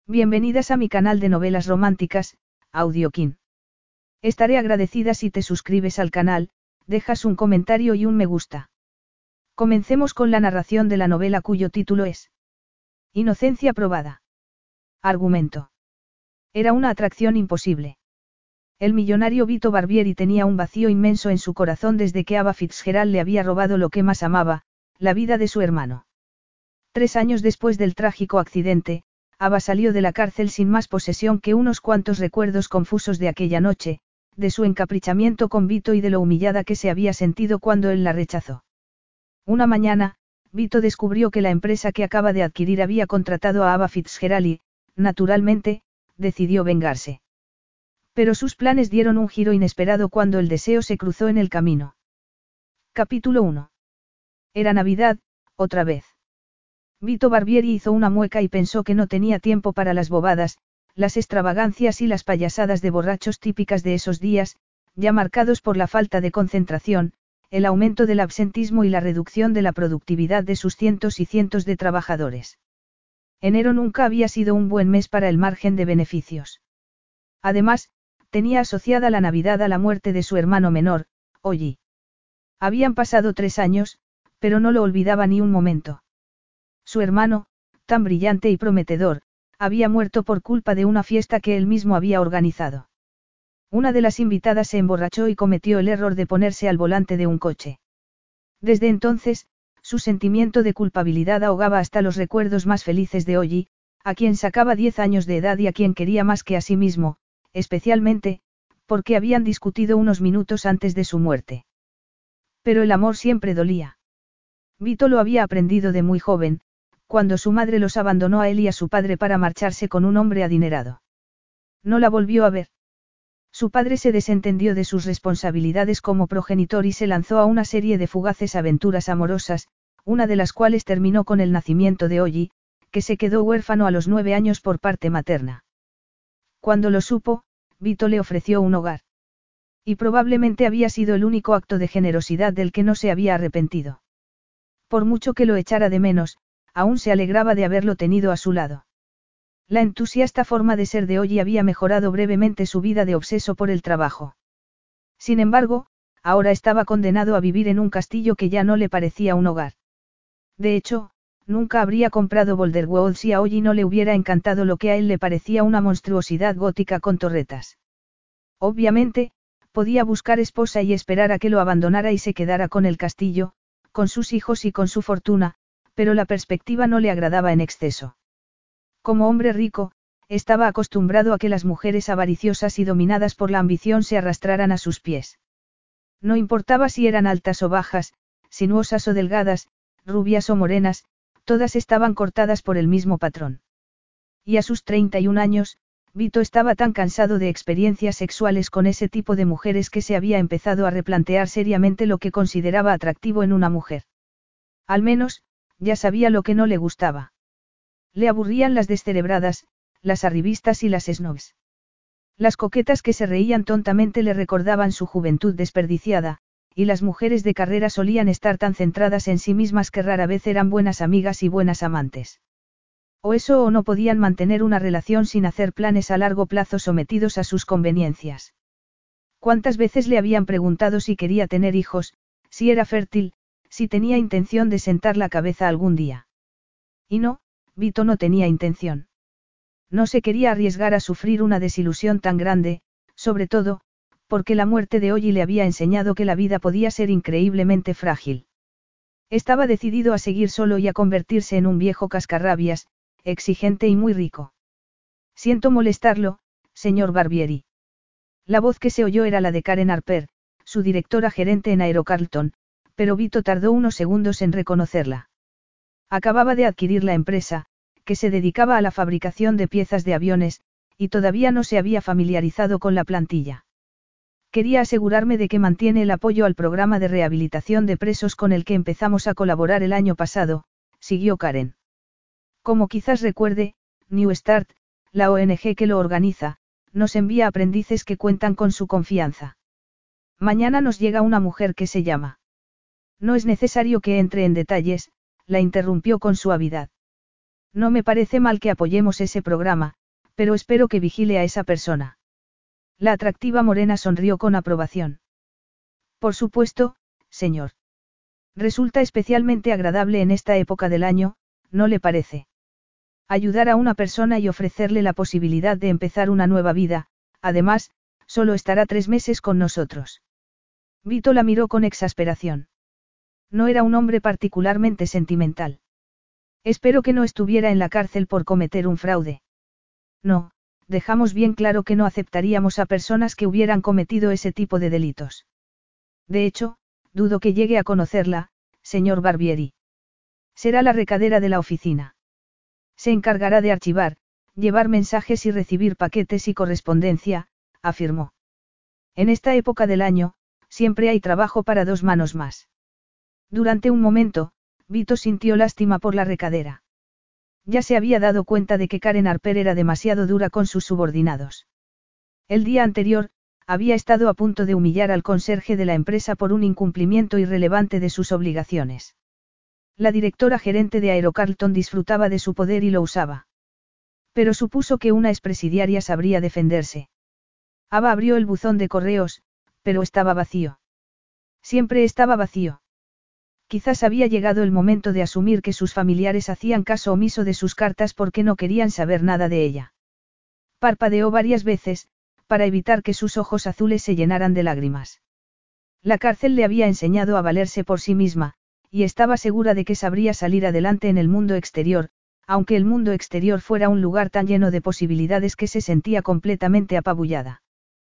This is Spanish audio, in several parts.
Bienvenidas a mi canal de novelas románticas, Audiokin. Estaré agradecida si te suscribes al canal, dejas un comentario y un me gusta. Comencemos con la narración de la novela cuyo título es Inocencia probada. Argumento. Era una atracción imposible. El millonario Vito Barbieri tenía un vacío inmenso en su corazón desde que Ava Fitzgerald le había robado lo que más amaba, la vida de su hermano. 3 años después del trágico accidente, Ava salió de la cárcel sin más posesión que unos cuantos recuerdos confusos de aquella noche, de su encaprichamiento con Vito y de lo humillada que se había sentido cuando él la rechazó. Una mañana, Vito descubrió que la empresa que acaba de adquirir había contratado a Ava Fitzgerald y, naturalmente, decidió vengarse. Pero sus planes dieron un giro inesperado cuando el deseo se cruzó en el camino. Capítulo 1. Era Navidad, otra vez. Vito Barbieri hizo una mueca y pensó que no tenía tiempo para las bobadas, las extravagancias y las payasadas de borrachos típicas de esos días, ya marcados por la falta de concentración, el aumento del absentismo y la reducción de la productividad de sus cientos y cientos de trabajadores. Enero nunca había sido un buen mes para el margen de beneficios. Además, tenía asociada la Navidad a la muerte de su hermano menor, Ollie. Habían pasado 3 años, pero no lo olvidaba ni un momento. Su hermano, tan brillante y prometedor, había muerto por culpa de una fiesta que él mismo había organizado. Una de las invitadas se emborrachó y cometió el error de ponerse al volante de un coche. Desde entonces, su sentimiento de culpabilidad ahogaba hasta los recuerdos más felices de Ollie, a quien sacaba 10 años de edad y a quien quería más que a sí mismo, especialmente, porque habían discutido unos minutos antes de su muerte. Pero el amor siempre dolía. Vito lo había aprendido de muy joven, cuando su madre los abandonó a él y a su padre para marcharse con un hombre adinerado. No la volvió a ver. Su padre se desentendió de sus responsabilidades como progenitor y se lanzó a una serie de fugaces aventuras amorosas, una de las cuales terminó con el nacimiento de Ollie, que se quedó huérfano a los 9 años por parte materna. Cuando lo supo, Vito le ofreció un hogar. Y probablemente había sido el único acto de generosidad del que no se había arrepentido. Por mucho que lo echara de menos, aún se alegraba de haberlo tenido a su lado. La entusiasta forma de ser de Ollie había mejorado brevemente su vida de obseso por el trabajo. Sin embargo, ahora estaba condenado a vivir en un castillo que ya no le parecía un hogar. De hecho, nunca habría comprado Boulderwood si a Ollie no le hubiera encantado lo que a él le parecía una monstruosidad gótica con torretas. Obviamente, podía buscar esposa y esperar a que lo abandonara y se quedara con el castillo, con sus hijos y con su fortuna, pero la perspectiva no le agradaba en exceso. Como hombre rico, estaba acostumbrado a que las mujeres avariciosas y dominadas por la ambición se arrastraran a sus pies. No importaba si eran altas o bajas, sinuosas o delgadas, rubias o morenas, todas estaban cortadas por el mismo patrón. Y a sus 31 años, Vito estaba tan cansado de experiencias sexuales con ese tipo de mujeres que se había empezado a replantear seriamente lo que consideraba atractivo en una mujer. Al menos, ya sabía lo que no le gustaba. Le aburrían las descerebradas, las arribistas y las snobs. Las coquetas que se reían tontamente le recordaban su juventud desperdiciada, y las mujeres de carrera solían estar tan centradas en sí mismas que rara vez eran buenas amigas y buenas amantes. O eso o no podían mantener una relación sin hacer planes a largo plazo sometidos a sus conveniencias. ¿Cuántas veces le habían preguntado si quería tener hijos, si era fértil, si tenía intención de sentar la cabeza algún día? Y no, Vito no tenía intención. No se quería arriesgar a sufrir una desilusión tan grande, sobre todo, porque la muerte de Ollie le había enseñado que la vida podía ser increíblemente frágil. Estaba decidido a seguir solo y a convertirse en un viejo cascarrabias, exigente y muy rico. Siento molestarlo, señor Barbieri. La voz que se oyó era la de Karen Harper, su directora gerente en Aerocarlton, pero Vito tardó unos segundos en reconocerla. Acababa de adquirir la empresa, que se dedicaba a la fabricación de piezas de aviones, y todavía no se había familiarizado con la plantilla. Quería asegurarme de que mantiene el apoyo al programa de rehabilitación de presos con el que empezamos a colaborar el año pasado, siguió Karen. Como quizás recuerde, New Start, la ONG que lo organiza, nos envía aprendices que cuentan con su confianza. Mañana nos llega una mujer que se llama. No es necesario que entre en detalles, la interrumpió con suavidad. No me parece mal que apoyemos ese programa, pero espero que vigile a esa persona. La atractiva morena sonrió con aprobación. Por supuesto, señor. Resulta especialmente agradable en esta época del año, ¿no le parece? Ayudar a una persona y ofrecerle la posibilidad de empezar una nueva vida, además, solo estará 3 meses con nosotros. Vito la miró con exasperación. No era un hombre particularmente sentimental. Espero que no estuviera en la cárcel por cometer un fraude. No, dejamos bien claro que no aceptaríamos a personas que hubieran cometido ese tipo de delitos. De hecho, dudo que llegue a conocerla, señor Barbieri. Será la recadera de la oficina. Se encargará de archivar, llevar mensajes y recibir paquetes y correspondencia, afirmó. En esta época del año, siempre hay trabajo para 2 manos más. Durante un momento, Vito sintió lástima por la recadera. Ya se había dado cuenta de que Karen Harper era demasiado dura con sus subordinados. El día anterior, había estado a punto de humillar al conserje de la empresa por un incumplimiento irrelevante de sus obligaciones. La directora gerente de Aerocarlton disfrutaba de su poder y lo usaba. Pero supuso que una expresidiaria sabría defenderse. Ava abrió el buzón de correos, pero estaba vacío. Siempre estaba vacío. Quizás había llegado el momento de asumir que sus familiares hacían caso omiso de sus cartas porque no querían saber nada de ella. Parpadeó varias veces, para evitar que sus ojos azules se llenaran de lágrimas. La cárcel le había enseñado a valerse por sí misma, y estaba segura de que sabría salir adelante en el mundo exterior, aunque el mundo exterior fuera un lugar tan lleno de posibilidades que se sentía completamente apabullada.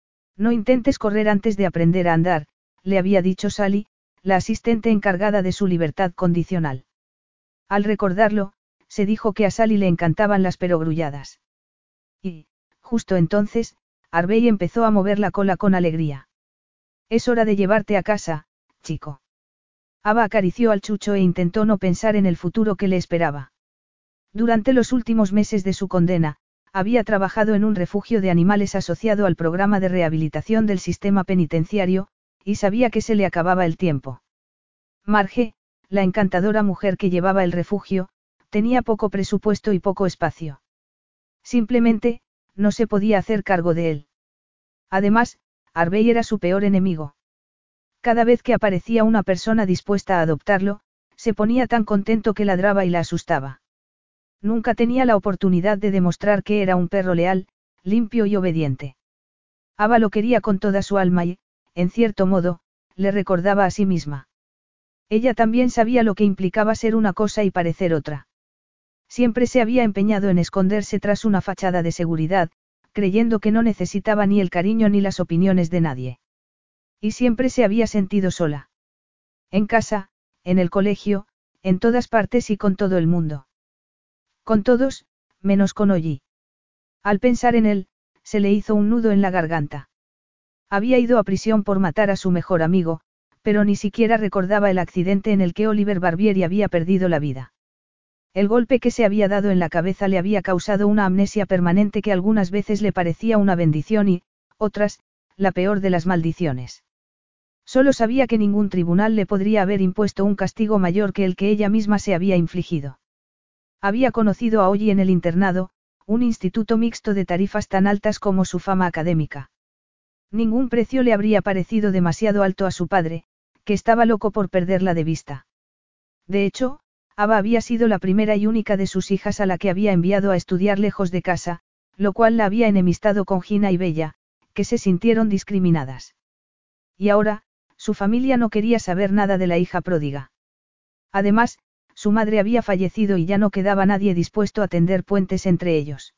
No intentes correr antes de aprender a andar, le había dicho Sally, la asistente encargada de su libertad condicional. Al recordarlo, se dijo que a Sally le encantaban las perogrulladas. Y, justo entonces, Harvey empezó a mover la cola con alegría. Es hora de llevarte a casa, chico. Ava acarició al chucho e intentó no pensar en el futuro que le esperaba. Durante los últimos meses de su condena, había trabajado en un refugio de animales asociado al programa de rehabilitación del sistema penitenciario, y sabía que se le acababa el tiempo. Marge, la encantadora mujer que llevaba el refugio, tenía poco presupuesto y poco espacio. Simplemente, no se podía hacer cargo de él. Además, Harvey era su peor enemigo. Cada vez que aparecía una persona dispuesta a adoptarlo, se ponía tan contento que ladraba y la asustaba. Nunca tenía la oportunidad de demostrar que era un perro leal, limpio y obediente. Ava lo quería con toda su alma y, en cierto modo, le recordaba a sí misma. Ella también sabía lo que implicaba ser una cosa y parecer otra. Siempre se había empeñado en esconderse tras una fachada de seguridad, creyendo que no necesitaba ni el cariño ni las opiniones de nadie. Y siempre se había sentido sola. En casa, en el colegio, en todas partes y con todo el mundo. Con todos, menos con Ollie. Al pensar en él, se le hizo un nudo en la garganta. Había ido a prisión por matar a su mejor amigo, pero ni siquiera recordaba el accidente en el que Oliver Barbieri había perdido la vida. El golpe que se había dado en la cabeza le había causado una amnesia permanente que algunas veces le parecía una bendición y, otras, la peor de las maldiciones. Solo sabía que ningún tribunal le podría haber impuesto un castigo mayor que el que ella misma se había infligido. Había conocido a Ollie en el internado, un instituto mixto de tarifas tan altas como su fama académica. Ningún precio le habría parecido demasiado alto a su padre, que estaba loco por perderla de vista. De hecho, Ava había sido la primera y única de sus hijas a la que había enviado a estudiar lejos de casa, lo cual la había enemistado con Gina y Bella, que se sintieron discriminadas. Y ahora, su familia no quería saber nada de la hija pródiga. Además, su madre había fallecido y ya no quedaba nadie dispuesto a tender puentes entre ellos.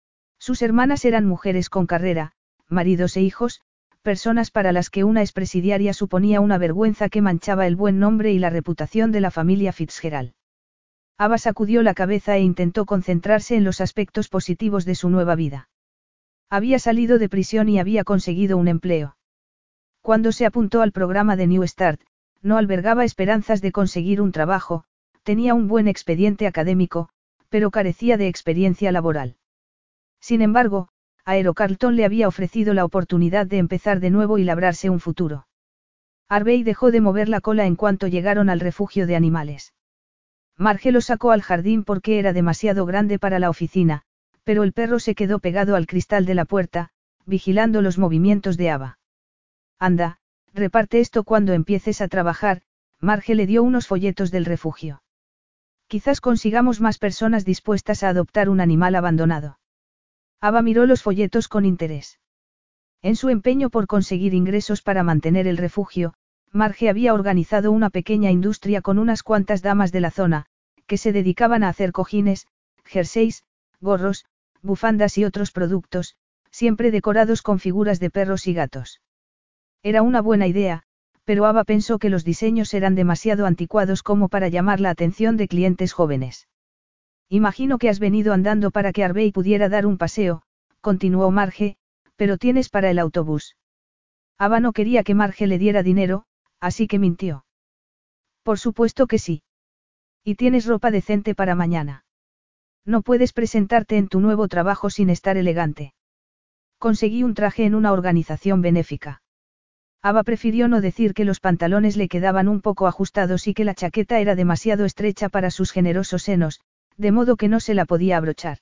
Sus hermanas eran mujeres con carrera, maridos e hijos, personas para las que una expresidiaria suponía una vergüenza que manchaba el buen nombre y la reputación de la familia Fitzgerald. Ava sacudió la cabeza e intentó concentrarse en los aspectos positivos de su nueva vida. Había salido de prisión y había conseguido un empleo. Cuando se apuntó al programa de New Start, no albergaba esperanzas de conseguir un trabajo, tenía un buen expediente académico, pero carecía de experiencia laboral. Sin embargo, Aerocarlton le había ofrecido la oportunidad de empezar de nuevo y labrarse un futuro. Harvey dejó de mover la cola en cuanto llegaron al refugio de animales. Marge lo sacó al jardín porque era demasiado grande para la oficina, pero el perro se quedó pegado al cristal de la puerta, vigilando los movimientos de Ava. Anda, reparte esto cuando empieces a trabajar, Marge le dio unos folletos del refugio. Quizás consigamos más personas dispuestas a adoptar un animal abandonado. Ava miró los folletos con interés. En su empeño por conseguir ingresos para mantener el refugio, Marge había organizado una pequeña industria con unas cuantas damas de la zona, que se dedicaban a hacer cojines, jerseys, gorros, bufandas y otros productos, siempre decorados con figuras de perros y gatos. Era una buena idea, pero Ava pensó que los diseños eran demasiado anticuados como para llamar la atención de clientes jóvenes. Imagino que has venido andando para que Harvey pudiera dar un paseo, continuó Marge, pero tienes para el autobús. Ava no quería que Marge le diera dinero, así que mintió. Por supuesto que sí. Y tienes ropa decente para mañana. No puedes presentarte en tu nuevo trabajo sin estar elegante. Conseguí un traje en una organización benéfica. Ava prefirió no decir que los pantalones le quedaban un poco ajustados y que la chaqueta era demasiado estrecha para sus generosos senos, de modo que no se la podía abrochar.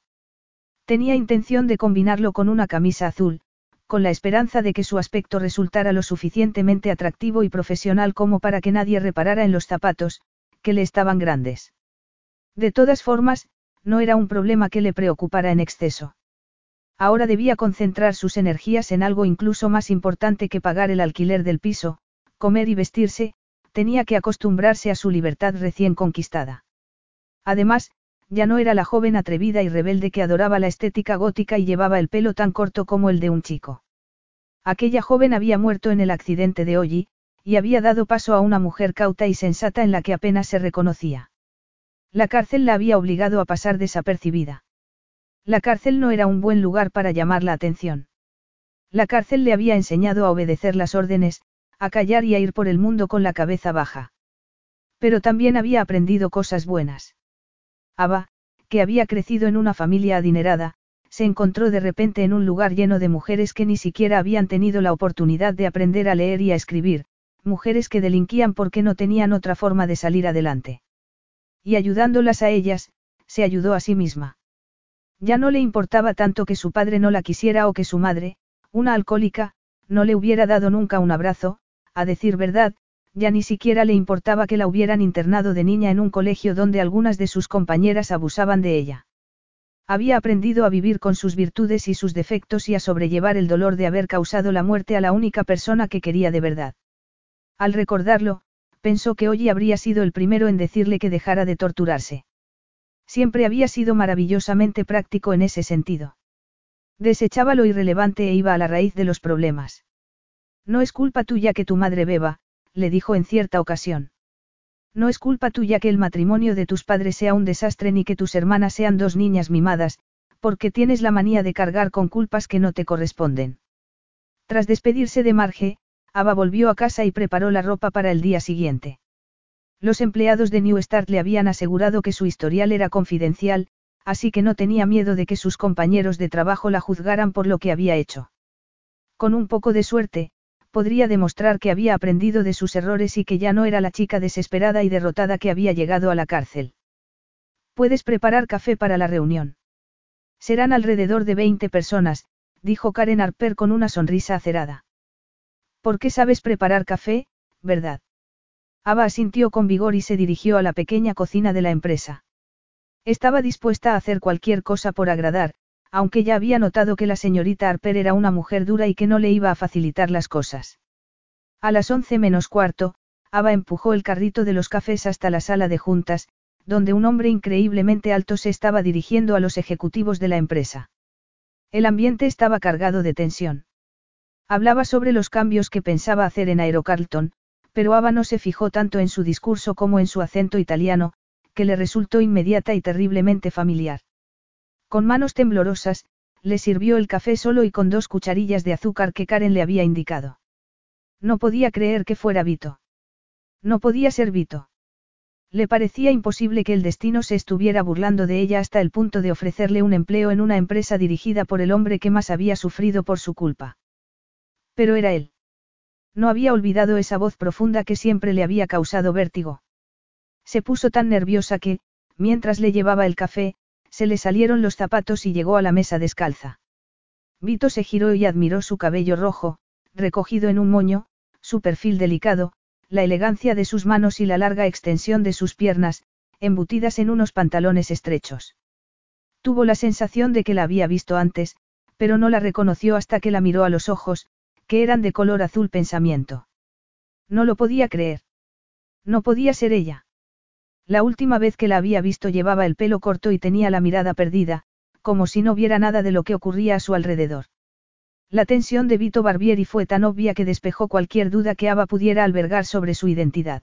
Tenía intención de combinarlo con una camisa azul, con la esperanza de que su aspecto resultara lo suficientemente atractivo y profesional como para que nadie reparara en los zapatos, que le estaban grandes. De todas formas, no era un problema que le preocupara en exceso. Ahora debía concentrar sus energías en algo incluso más importante que pagar el alquiler del piso, comer y vestirse, tenía que acostumbrarse a su libertad recién conquistada. Además, ya no era la joven atrevida y rebelde que adoraba la estética gótica y llevaba el pelo tan corto como el de un chico. Aquella joven había muerto en el accidente de Ollie, y había dado paso a una mujer cauta y sensata en la que apenas se reconocía. La cárcel la había obligado a pasar desapercibida. La cárcel no era un buen lugar para llamar la atención. La cárcel le había enseñado a obedecer las órdenes, a callar y a ir por el mundo con la cabeza baja. Pero también había aprendido cosas buenas. Ava, que había crecido en una familia adinerada, se encontró de repente en un lugar lleno de mujeres que ni siquiera habían tenido la oportunidad de aprender a leer y a escribir, mujeres que delinquían porque no tenían otra forma de salir adelante. Y ayudándolas a ellas, se ayudó a sí misma. Ya no le importaba tanto que su padre no la quisiera o que su madre, una alcohólica, no le hubiera dado nunca un abrazo, a decir verdad, ya ni siquiera le importaba que la hubieran internado de niña en un colegio donde algunas de sus compañeras abusaban de ella. Había aprendido a vivir con sus virtudes y sus defectos y a sobrellevar el dolor de haber causado la muerte a la única persona que quería de verdad. Al recordarlo, pensó que Ollie habría sido el primero en decirle que dejara de torturarse. Siempre había sido maravillosamente práctico en ese sentido. Desechaba lo irrelevante e iba a la raíz de los problemas. No es culpa tuya que tu madre beba, le dijo en cierta ocasión. No es culpa tuya que el matrimonio de tus padres sea un desastre ni que tus hermanas sean dos niñas mimadas, porque tienes la manía de cargar con culpas que no te corresponden. Tras despedirse de Marge, Ava volvió a casa y preparó la ropa para el día siguiente. Los empleados de New Start le habían asegurado que su historial era confidencial, así que no tenía miedo de que sus compañeros de trabajo la juzgaran por lo que había hecho. Con un poco de suerte, podría demostrar que había aprendido de sus errores y que ya no era la chica desesperada y derrotada que había llegado a la cárcel. ¿Puedes preparar café para la reunión? Serán alrededor de 20 personas, dijo Karen Harper con una sonrisa acerada. ¿Por qué sabes preparar café, verdad? Ava asintió con vigor y se dirigió a la pequeña cocina de la empresa. Estaba dispuesta a hacer cualquier cosa por agradar, aunque ya había notado que la señorita Harper era una mujer dura y que no le iba a facilitar las cosas. A las 11 menos cuarto, Ava empujó el carrito de los cafés hasta la sala de juntas, donde un hombre increíblemente alto se estaba dirigiendo a los ejecutivos de la empresa. El ambiente estaba cargado de tensión. Hablaba sobre los cambios que pensaba hacer en Aerocarlton, pero Ava no se fijó tanto en su discurso como en su acento italiano, que le resultó inmediata y terriblemente familiar. Con manos temblorosas, le sirvió el café solo y con 2 cucharillas de azúcar que Karen le había indicado. No podía creer que fuera Vito. No podía ser Vito. Le parecía imposible que el destino se estuviera burlando de ella hasta el punto de ofrecerle un empleo en una empresa dirigida por el hombre que más había sufrido por su culpa. Pero era él. No había olvidado esa voz profunda que siempre le había causado vértigo. Se puso tan nerviosa que, Mientras le llevaba el café, se le salieron los zapatos y llegó a la mesa descalza. Vito se giró y admiró su cabello rojo, recogido en un moño, su perfil delicado, la elegancia de sus manos y la larga extensión de sus piernas, embutidas en unos pantalones estrechos. Tuvo la sensación de que la había visto antes, pero no la reconoció hasta que la miró a los ojos, que eran de color azul pensamiento. No lo podía creer. No podía ser ella. La última vez que la había visto llevaba el pelo corto y tenía la mirada perdida, como si no viera nada de lo que ocurría a su alrededor. La tensión de Vito Barbieri fue tan obvia que despejó cualquier duda que Ava pudiera albergar sobre su identidad.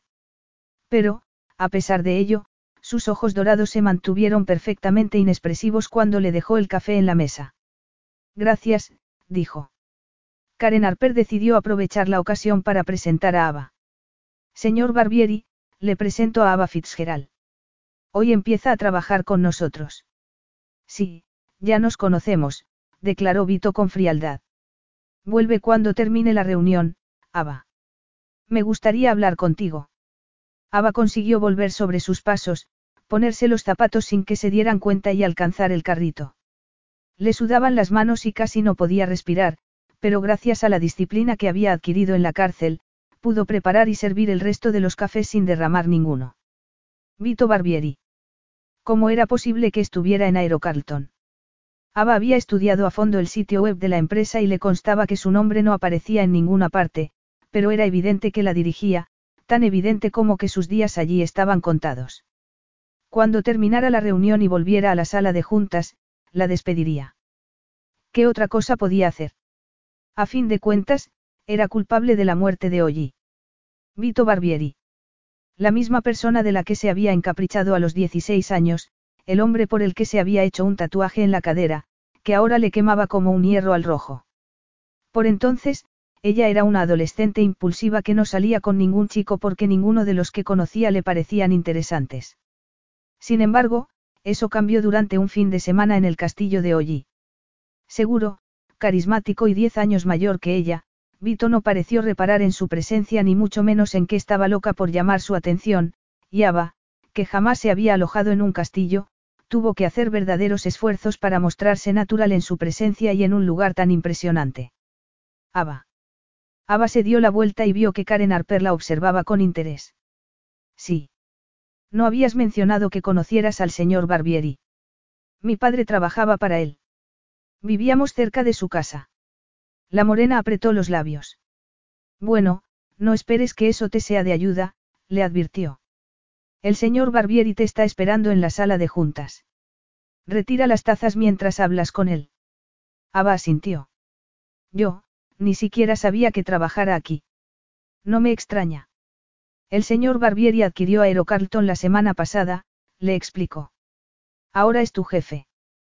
Pero, a pesar de ello, sus ojos dorados se mantuvieron perfectamente inexpresivos cuando le dejó el café en la mesa. Gracias, dijo. Karen Harper decidió aprovechar la ocasión para presentar a Ava. Señor Barbieri, le presento a Ava Fitzgerald. Hoy empieza a trabajar con nosotros. Sí, ya nos conocemos, declaró Vito con frialdad. Vuelve cuando termine la reunión, Ava. Me gustaría hablar contigo. Ava consiguió volver sobre sus pasos, ponerse los zapatos sin que se dieran cuenta y alcanzar el carrito. Le sudaban las manos y casi no podía respirar, pero gracias a la disciplina que había adquirido en la cárcel, pudo preparar y servir el resto de los cafés sin derramar ninguno. Vito Barbieri. ¿Cómo era posible que estuviera en Aerocarlton? Ava había estudiado a fondo el sitio web de la empresa y le constaba que su nombre no aparecía en ninguna parte, pero era evidente que la dirigía, tan evidente como que sus días allí estaban contados. Cuando terminara la reunión y volviera a la sala de juntas, la despediría. ¿Qué otra cosa podía hacer? A fin de cuentas, era culpable de la muerte de Ollie. Vito Barbieri. La misma persona de la que se había encaprichado a los 16 años, el hombre por el que se había hecho un tatuaje en la cadera, que ahora le quemaba como un hierro al rojo. Por entonces, ella era una adolescente impulsiva que no salía con ningún chico porque ninguno de los que conocía le parecían interesantes. Sin embargo, eso cambió durante un fin de semana en el castillo de Ollie. Seguro, carismático y 10 años mayor que ella, Vito no pareció reparar en su presencia ni mucho menos en que estaba loca por llamar su atención, y Ava, que jamás se había alojado en un castillo, tuvo que hacer verdaderos esfuerzos para mostrarse natural en su presencia y en un lugar tan impresionante. Ava. Ava se dio la vuelta y vio que Karen Harper la observaba con interés. Sí. No habías mencionado que conocieras al señor Barbieri. Mi padre trabajaba para él. Vivíamos cerca de su casa. La morena apretó los labios. Bueno, no esperes que eso te sea de ayuda, le advirtió. El señor Barbieri te está esperando en la sala de juntas. Retira las tazas mientras hablas con él. Ava asintió. Yo, ni siquiera sabía que trabajara aquí. No me extraña. El señor Barbieri adquirió Aerocarlton la semana pasada, le explicó. Ahora es tu jefe.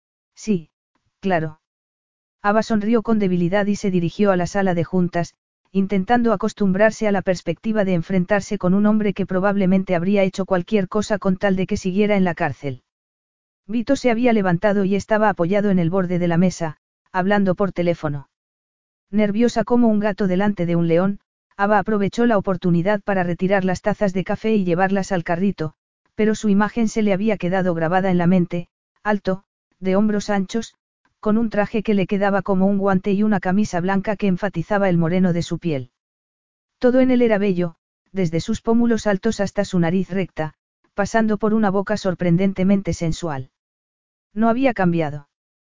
Sí, claro. Ava sonrió con debilidad y se dirigió a la sala de juntas, intentando acostumbrarse a la perspectiva de enfrentarse con un hombre que probablemente habría hecho cualquier cosa con tal de que siguiera en la cárcel. Vito se había levantado y estaba apoyado en el borde de la mesa, hablando por teléfono. Nerviosa como un gato delante de un león, Ava aprovechó la oportunidad para retirar las tazas de café y llevarlas al carrito, pero su imagen se le había quedado grabada en la mente, alto, de hombros anchos, con un traje que le quedaba como un guante y una camisa blanca que enfatizaba el moreno de su piel. Todo en él era bello, desde sus pómulos altos hasta su nariz recta, pasando por una boca sorprendentemente sensual. No había cambiado.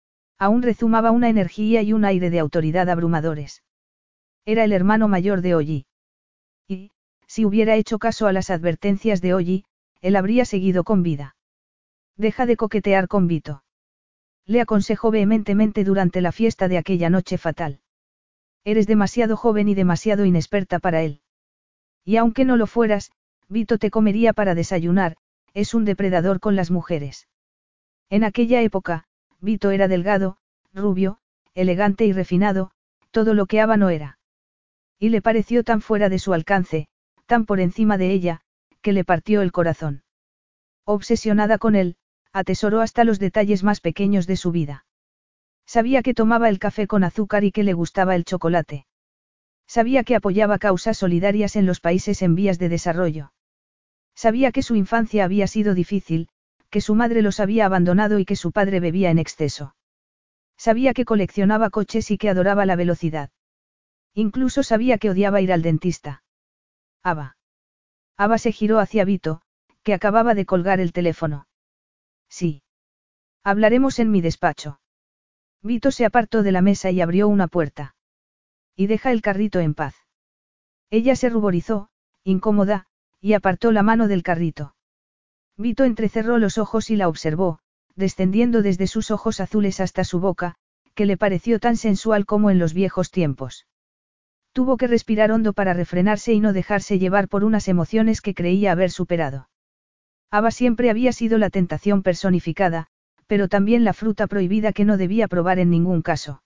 Aún rezumaba una energía y un aire de autoridad abrumadores. Era el hermano mayor de Ollie. Y, si hubiera hecho caso a las advertencias de Ollie, él habría seguido con vida. Deja de coquetear con Vito. Le aconsejó vehementemente durante la fiesta de aquella noche fatal. Eres demasiado joven y demasiado inexperta para él. Y aunque no lo fueras, Vito te comería para desayunar, es un depredador con las mujeres. En aquella época, Vito era delgado, rubio, elegante y refinado, todo lo que Ava no era. Y le pareció tan fuera de su alcance, tan por encima de ella, que le partió el corazón. Obsesionada con él, atesoró hasta los detalles más pequeños de su vida. Sabía que tomaba el café con azúcar y que le gustaba el chocolate. Sabía que apoyaba causas solidarias en los países en vías de desarrollo. Sabía que su infancia había sido difícil, que su madre los había abandonado y que su padre bebía en exceso. Sabía que coleccionaba coches y que adoraba la velocidad. Incluso sabía que odiaba ir al dentista. Ava. Ava se giró hacia Vito, que acababa de colgar el teléfono. Sí. Hablaremos en mi despacho. Vito se apartó de la mesa y abrió una puerta. Y deja el carrito en paz. Ella se ruborizó, incómoda, y apartó la mano del carrito. Vito entrecerró los ojos y la observó, descendiendo desde sus ojos azules hasta su boca, que le pareció tan sensual como en los viejos tiempos. Tuvo que respirar hondo para refrenarse y no dejarse llevar por unas emociones que creía haber superado. Ava siempre había sido la tentación personificada, pero también la fruta prohibida que no debía probar en ningún caso.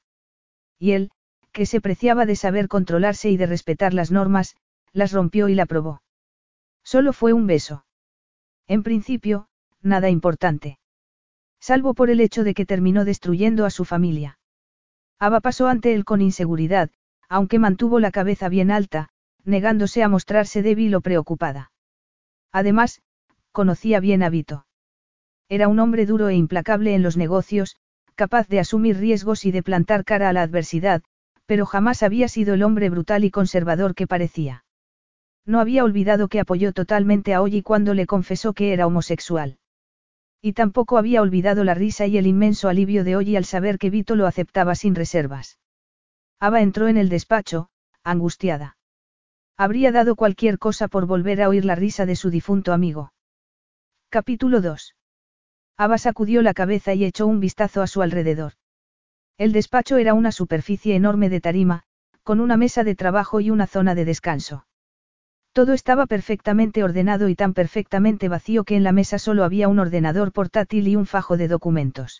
Y él, que se preciaba de saber controlarse y de respetar las normas, las rompió y la probó. Solo fue un beso. En principio, nada importante. Salvo por el hecho de que terminó destruyendo a su familia. Ava pasó ante él con inseguridad, aunque mantuvo la cabeza bien alta, negándose a mostrarse débil o preocupada. Además, conocía bien a Vito. Era un hombre duro e implacable en los negocios, capaz de asumir riesgos y de plantar cara a la adversidad, pero jamás había sido el hombre brutal y conservador que parecía. No había olvidado que apoyó totalmente a Ollie cuando le confesó que era homosexual. Y tampoco había olvidado la risa y el inmenso alivio de Ollie al saber que Vito lo aceptaba sin reservas. Ava entró en el despacho, angustiada. Habría dado cualquier cosa por volver a oír la risa de su difunto amigo. Capítulo 2. Ava sacudió la cabeza y echó un vistazo a su alrededor. El despacho era una superficie enorme de tarima, con una mesa de trabajo y una zona de descanso. Todo estaba perfectamente ordenado y tan perfectamente vacío que en la mesa solo había un ordenador portátil y un fajo de documentos.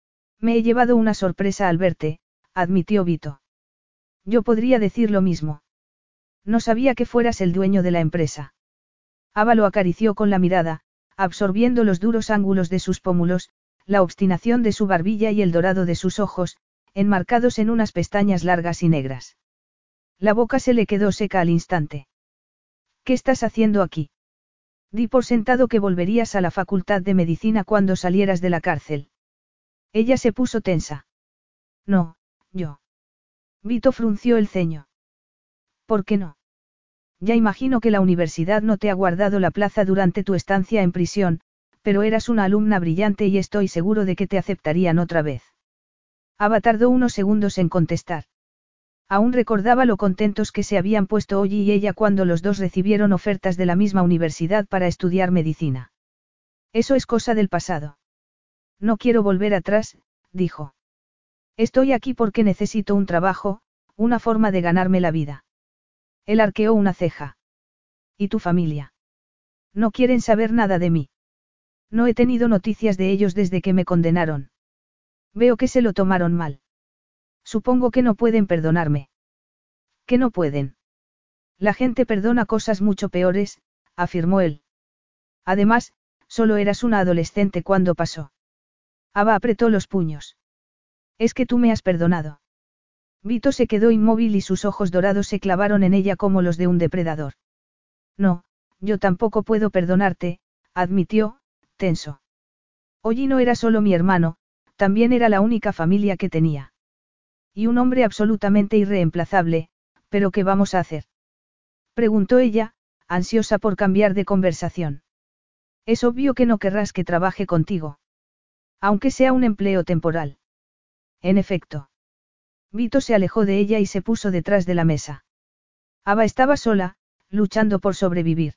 Me he llevado una sorpresa al verte, admitió Vito. Yo podría decir lo mismo. No sabía que fueras el dueño de la empresa. Ava lo acarició con la mirada, absorbiendo los duros ángulos de sus pómulos, la obstinación de su barbilla y el dorado de sus ojos, enmarcados en unas pestañas largas y negras. La boca se le quedó seca al instante. ¿Qué estás haciendo aquí? Di por sentado que volverías a la facultad de medicina cuando salieras de la cárcel. Ella se puso tensa. No, yo. Vito frunció el ceño. ¿Por qué no? Ya imagino que la universidad no te ha guardado la plaza durante tu estancia en prisión, pero eras una alumna brillante y estoy seguro de que te aceptarían otra vez. Ava tardó unos segundos en contestar. Aún recordaba lo contentos que se habían puesto Ollie y ella cuando los dos recibieron ofertas de la misma universidad para estudiar medicina. Eso es cosa del pasado. No quiero volver atrás, dijo. Estoy aquí porque necesito un trabajo, una forma de ganarme la vida. Él arqueó una ceja. ¿Y tu familia? No quieren saber nada de mí. No he tenido noticias de ellos desde que me condenaron. Veo que se lo tomaron mal. Supongo que no pueden perdonarme. ¿Que no pueden? La gente perdona cosas mucho peores, afirmó él. Además, solo eras una adolescente cuando pasó. Ava apretó los puños. Es que tú me has perdonado. Vito se quedó inmóvil y sus ojos dorados se clavaron en ella como los de un depredador. No, yo tampoco puedo perdonarte, admitió, tenso. Ollie no era solo mi hermano, también era la única familia que tenía. Y un hombre absolutamente irreemplazable, ¿pero qué vamos a hacer? Preguntó ella, ansiosa por cambiar de conversación. Es obvio que no querrás que trabaje contigo. Aunque sea un empleo temporal. En efecto. Vito se alejó de ella y se puso detrás de la mesa. Ava estaba sola, luchando por sobrevivir.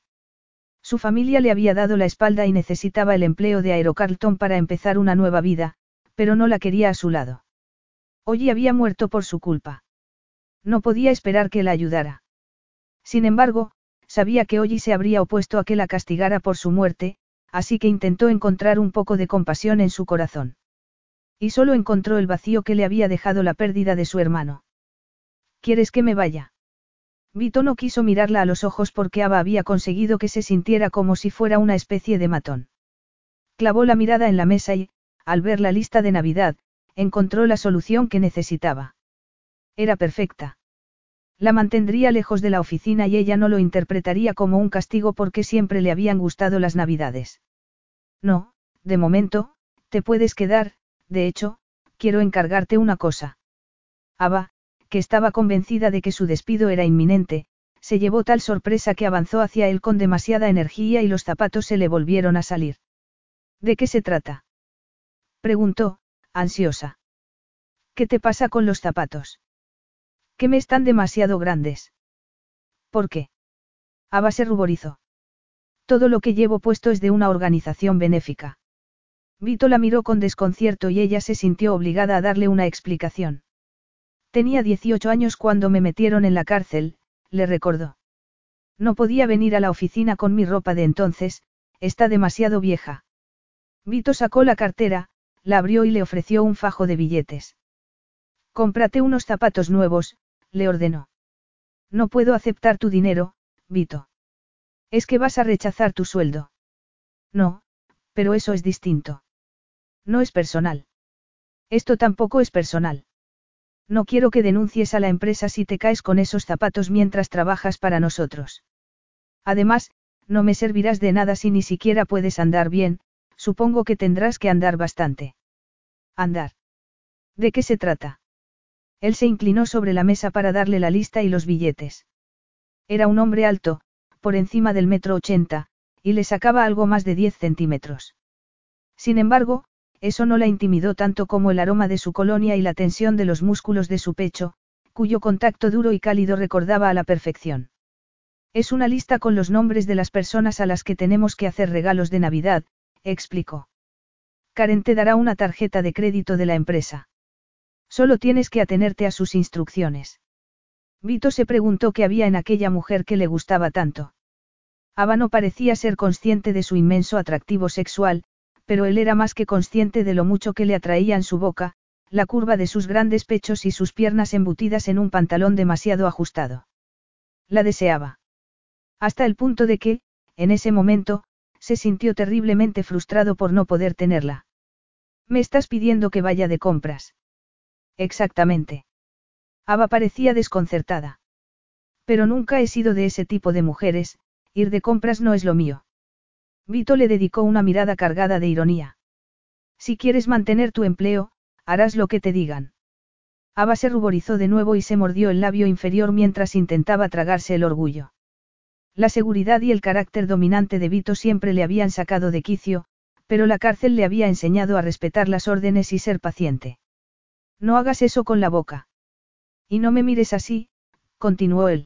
Su familia le había dado la espalda y necesitaba el empleo de Aerocarlton para empezar una nueva vida, pero no la quería a su lado. Ollie había muerto por su culpa. No podía esperar que la ayudara. Sin embargo, sabía que Ollie se habría opuesto a que la castigara por su muerte, así que intentó encontrar un poco de compasión en su corazón. Y solo encontró el vacío que le había dejado la pérdida de su hermano. ¿Quieres que me vaya? Vito no quiso mirarla a los ojos porque Ava había conseguido que se sintiera como si fuera una especie de matón. Clavó la mirada en la mesa y, al ver la lista de Navidad, encontró la solución que necesitaba. Era perfecta. La mantendría lejos de la oficina y ella no lo interpretaría como un castigo porque siempre le habían gustado las Navidades. No, De momento, te puedes quedar, de hecho, quiero encargarte una cosa. Ava, que estaba convencida de que su despido era inminente, se llevó tal sorpresa que avanzó hacia él con demasiada energía y los zapatos se le volvieron a salir. ¿De qué se trata? Preguntó, ansiosa. ¿Qué te pasa con los zapatos? Que me están demasiado grandes. ¿Por qué? Ava se ruborizó. Todo lo que llevo puesto es de una organización benéfica. Vito la miró con desconcierto y ella se sintió obligada a darle una explicación. Tenía 18 años cuando me metieron en la cárcel, le recordó. No podía venir a la oficina con mi ropa de entonces, está demasiado vieja. Vito sacó la cartera, la abrió y le ofreció un fajo de billetes. Cómprate unos zapatos nuevos, le ordenó. No puedo aceptar tu dinero, Vito. ¿Es que vas a rechazar tu sueldo? No, pero eso es distinto. No es personal. Esto tampoco es personal. No quiero que denuncies a la empresa si te caes con esos zapatos mientras trabajas para nosotros. Además, no me servirás de nada si ni siquiera puedes andar bien, supongo que tendrás que andar bastante. Andar. ¿De qué se trata? Él se inclinó sobre la mesa para darle la lista y los billetes. Era un hombre alto, por encima del 1,80 m, y le sacaba algo más de 10 centímetros. Sin embargo, eso no la intimidó tanto como el aroma de su colonia y la tensión de los músculos de su pecho, cuyo contacto duro y cálido recordaba a la perfección. Es una lista con los nombres de las personas a las que tenemos que hacer regalos de Navidad, explicó. Karen te dará una tarjeta de crédito de la empresa. Solo tienes que atenerte a sus instrucciones. Vito se preguntó qué había en aquella mujer que le gustaba tanto. Ava no parecía ser consciente de su inmenso atractivo sexual, pero él era más que consciente de lo mucho que le atraían su boca, la curva de sus grandes pechos y sus piernas embutidas en un pantalón demasiado ajustado. La deseaba. Hasta el punto de que, en ese momento, se sintió terriblemente frustrado por no poder tenerla. ¿Me estás pidiendo que vaya de compras? Exactamente. Ava parecía desconcertada. Pero nunca he sido de ese tipo de mujeres, ir de compras no es lo mío. Vito le dedicó una mirada cargada de ironía. Si quieres mantener tu empleo, harás lo que te digan. Ava se ruborizó de nuevo y se mordió el labio inferior mientras intentaba tragarse el orgullo. La seguridad y el carácter dominante de Vito siempre le habían sacado de quicio, pero la cárcel le había enseñado a respetar las órdenes y ser paciente. No hagas eso con la boca. Y no me mires así, continuó él.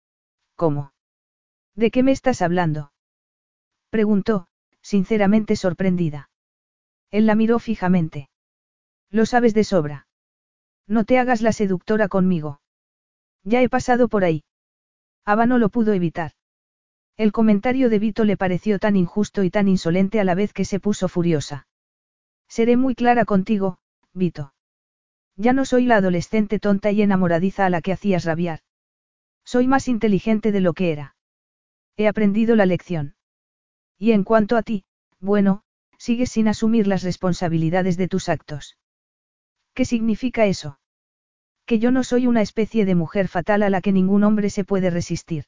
¿Cómo? ¿De qué me estás hablando? Preguntó, sinceramente sorprendida. Él la miró fijamente. Lo sabes de sobra. No te hagas la seductora conmigo. Ya he pasado por ahí. Ava no lo pudo evitar. El comentario de Vito le pareció tan injusto y tan insolente a la vez que se puso furiosa. Seré muy clara contigo, Vito. Ya no soy la adolescente tonta y enamoradiza a la que hacías rabiar. Soy más inteligente de lo que era. He aprendido la lección. Y en cuanto a ti, bueno, sigues sin asumir las responsabilidades de tus actos. ¿Qué significa eso? Que yo no soy una especie de mujer fatal a la que ningún hombre se puede resistir.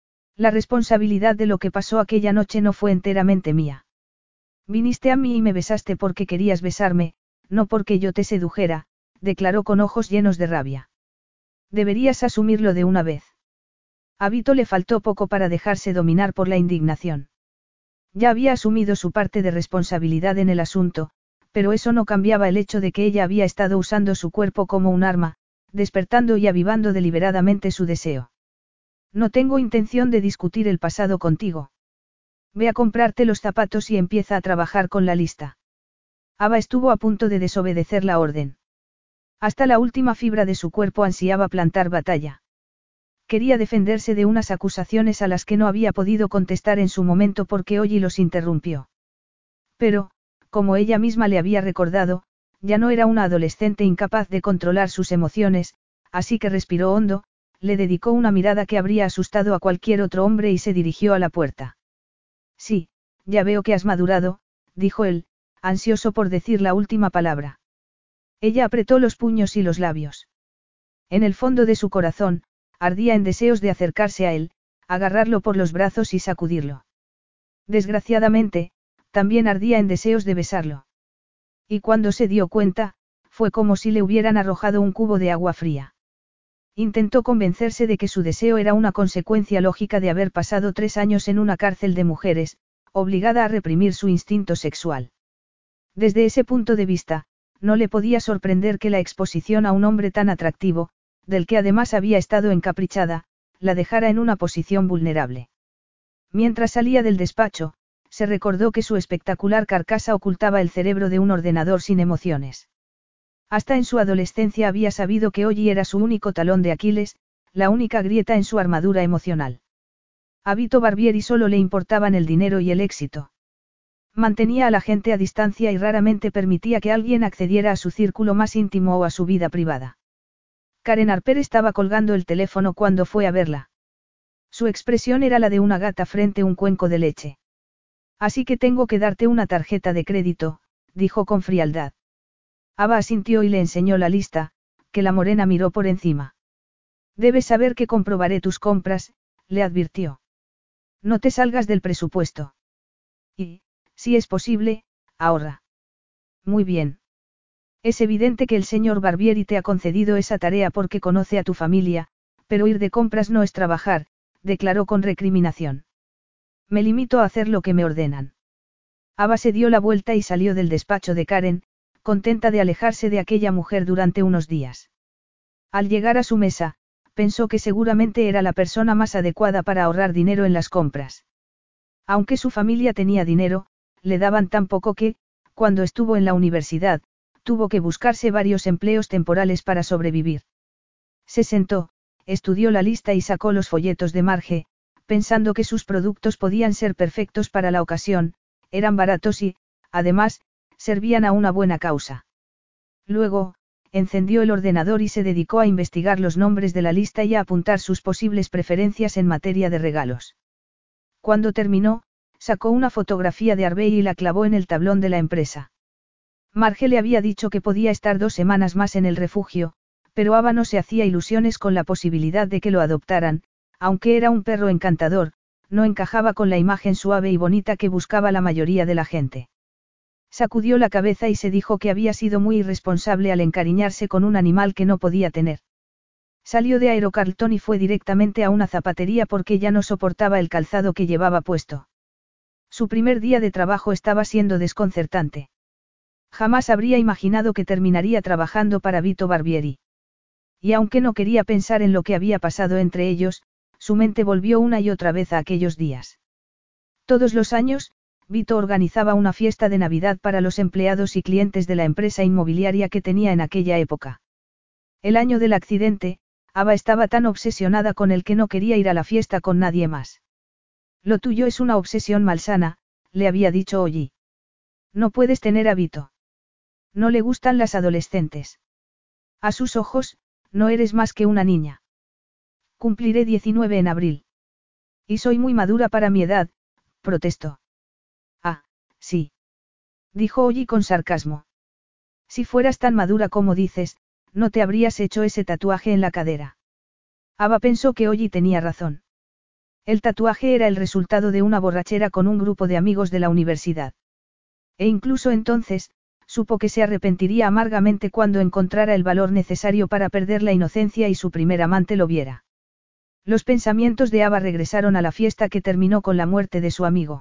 La responsabilidad de lo que pasó aquella noche no fue enteramente mía. Viniste a mí y me besaste porque querías besarme, no porque yo te sedujera, declaró con ojos llenos de rabia. Deberías asumirlo de una vez. A Vito le faltó poco para dejarse dominar por la indignación. Ya había asumido su parte de responsabilidad en el asunto, pero eso no cambiaba el hecho de que ella había estado usando su cuerpo como un arma, despertando y avivando deliberadamente su deseo. No tengo intención de discutir el pasado contigo. Ve a comprarte los zapatos y empieza a trabajar con la lista. Ava estuvo a punto de desobedecer la orden. Hasta la última fibra de su cuerpo ansiaba plantar batalla. Quería defenderse de unas acusaciones a las que no había podido contestar en su momento porque Ollie los interrumpió. Pero, como ella misma le había recordado, ya no era una adolescente incapaz de controlar sus emociones, así que respiró hondo, le dedicó una mirada que habría asustado a cualquier otro hombre y se dirigió a la puerta. Sí, ya veo que has madurado, dijo él, ansioso por decir la última palabra. Ella apretó los puños y los labios. En el fondo de su corazón, ardía en deseos de acercarse a él, agarrarlo por los brazos y sacudirlo. Desgraciadamente, También ardía en deseos de besarlo. Y cuando se dio cuenta, fue como si le hubieran arrojado un cubo de agua fría. Intentó convencerse de que su deseo era una consecuencia lógica de haber pasado 3 años en una cárcel de mujeres, obligada a reprimir su instinto sexual. Desde ese punto de vista, no le podía sorprender que la exposición a un hombre tan atractivo, del que además había estado encaprichada, la dejara en una posición vulnerable. Mientras salía del despacho, se recordó que su espectacular carcasa ocultaba el cerebro de un ordenador sin emociones. Hasta en su adolescencia había sabido que Ollie era su único talón de Aquiles, la única grieta en su armadura emocional. A Vito Barbieri solo le importaban el dinero y el éxito. Mantenía a la gente a distancia y raramente permitía que alguien accediera a su círculo más íntimo o a su vida privada. Karen Harper estaba colgando el teléfono cuando fue a verla. Su expresión era la de una gata frente a un cuenco de leche. Así que tengo que darte una tarjeta de crédito, dijo con frialdad. Ava asintió y le enseñó la lista, que la morena miró por encima. Debes saber que comprobaré tus compras, le advirtió. No te salgas del presupuesto. Y, si es posible, ahorra. Muy bien. Es evidente que el señor Barbieri te ha concedido esa tarea porque conoce a tu familia, pero ir de compras no es trabajar, declaró con recriminación. Me limito a hacer lo que me ordenan. Ava se dio la vuelta y salió del despacho de Karen, contenta de alejarse de aquella mujer durante unos días. Al llegar a su mesa, pensó que seguramente era la persona más adecuada para ahorrar dinero en las compras. Aunque su familia tenía dinero, le daban tan poco que, cuando estuvo en la universidad, tuvo que buscarse varios empleos temporales para sobrevivir. Se sentó, estudió la lista y sacó los folletos de Marge, pensando que sus productos podían ser perfectos para la ocasión, eran baratos y, además, servían a una buena causa. Luego, encendió el ordenador y se dedicó a investigar los nombres de la lista y a apuntar sus posibles preferencias en materia de regalos. Cuando terminó, sacó una fotografía de Harvey y la clavó en el tablón de la empresa. Marge le había dicho que podía estar 2 semanas más en el refugio, pero Ava no se hacía ilusiones con la posibilidad de que lo adoptaran, aunque era un perro encantador, no encajaba con la imagen suave y bonita que buscaba la mayoría de la gente. Sacudió la cabeza y se dijo que había sido muy irresponsable al encariñarse con un animal que no podía tener. Salió de Aerocarlton y fue directamente a una zapatería porque ya no soportaba el calzado que llevaba puesto. Su primer día de trabajo estaba siendo desconcertante. Jamás habría imaginado que terminaría trabajando para Vito Barbieri. Y aunque no quería pensar en lo que había pasado entre ellos, su mente volvió una y otra vez a aquellos días. Todos los años, Vito organizaba una fiesta de Navidad para los empleados y clientes de la empresa inmobiliaria que tenía en aquella época. El año del accidente, Ava estaba tan obsesionada con él que no quería ir a la fiesta con nadie más. Lo tuyo es una obsesión malsana, le había dicho Ollie. No puedes tener a Vito. No le gustan las adolescentes. A sus ojos, no eres más que una niña. Cumpliré 19 en abril. Y soy muy madura para mi edad, protestó. Ah, sí. Dijo Ollie con sarcasmo. Si fueras tan madura como dices, no te habrías hecho ese tatuaje en la cadera. Ava pensó que Ollie tenía razón. El tatuaje era el resultado de una borrachera con un grupo de amigos de la universidad. E incluso entonces, supo que se arrepentiría amargamente cuando encontrara el valor necesario para perder la inocencia y su primer amante lo viera. Los pensamientos de Ava regresaron a la fiesta que terminó con la muerte de su amigo.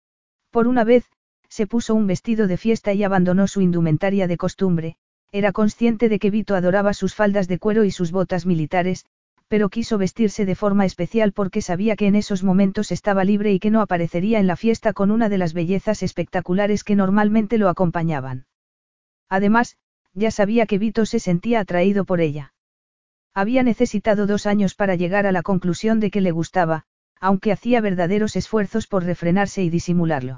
Por una vez, se puso un vestido de fiesta y abandonó su indumentaria de costumbre, era consciente de que Vito adoraba sus faldas de cuero y sus botas militares, pero quiso vestirse de forma especial porque sabía que en esos momentos estaba libre y que no aparecería en la fiesta con una de las bellezas espectaculares que normalmente lo acompañaban. Además, ya sabía que Vito se sentía atraído por ella. Había necesitado 2 años para llegar a la conclusión de que le gustaba, aunque hacía verdaderos esfuerzos por refrenarse y disimularlo.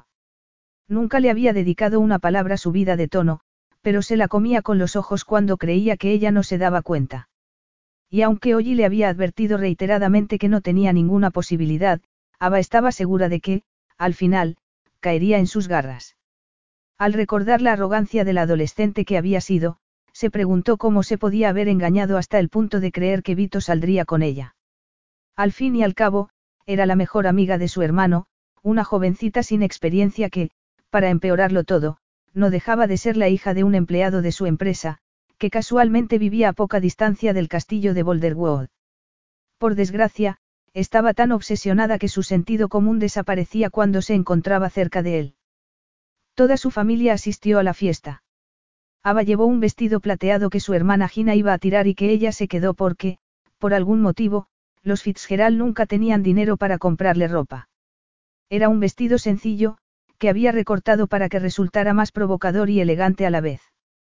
Nunca le había dedicado una palabra subida de tono, pero se la comía con los ojos cuando creía que ella no se daba cuenta. Y aunque Ollie le había advertido reiteradamente que no tenía ninguna posibilidad, Ava estaba segura de que, al final, caería en sus garras. Al recordar la arrogancia del adolescente que había sido, se preguntó cómo se podía haber engañado hasta el punto de creer que Vito saldría con ella. Al fin y al cabo, era la mejor amiga de su hermano, una jovencita sin experiencia que, para empeorarlo todo, no dejaba de ser la hija de un empleado de su empresa, que casualmente vivía a poca distancia del castillo de Boulderwood. Por desgracia, estaba tan obsesionada que su sentido común desaparecía cuando se encontraba cerca de él. Toda su familia asistió a la fiesta. Ava llevó un vestido plateado que su hermana Gina iba a tirar y que ella se quedó porque, por algún motivo, los Fitzgerald nunca tenían dinero para comprarle ropa. Era un vestido sencillo, que había recortado para que resultara más provocador y elegante a la vez.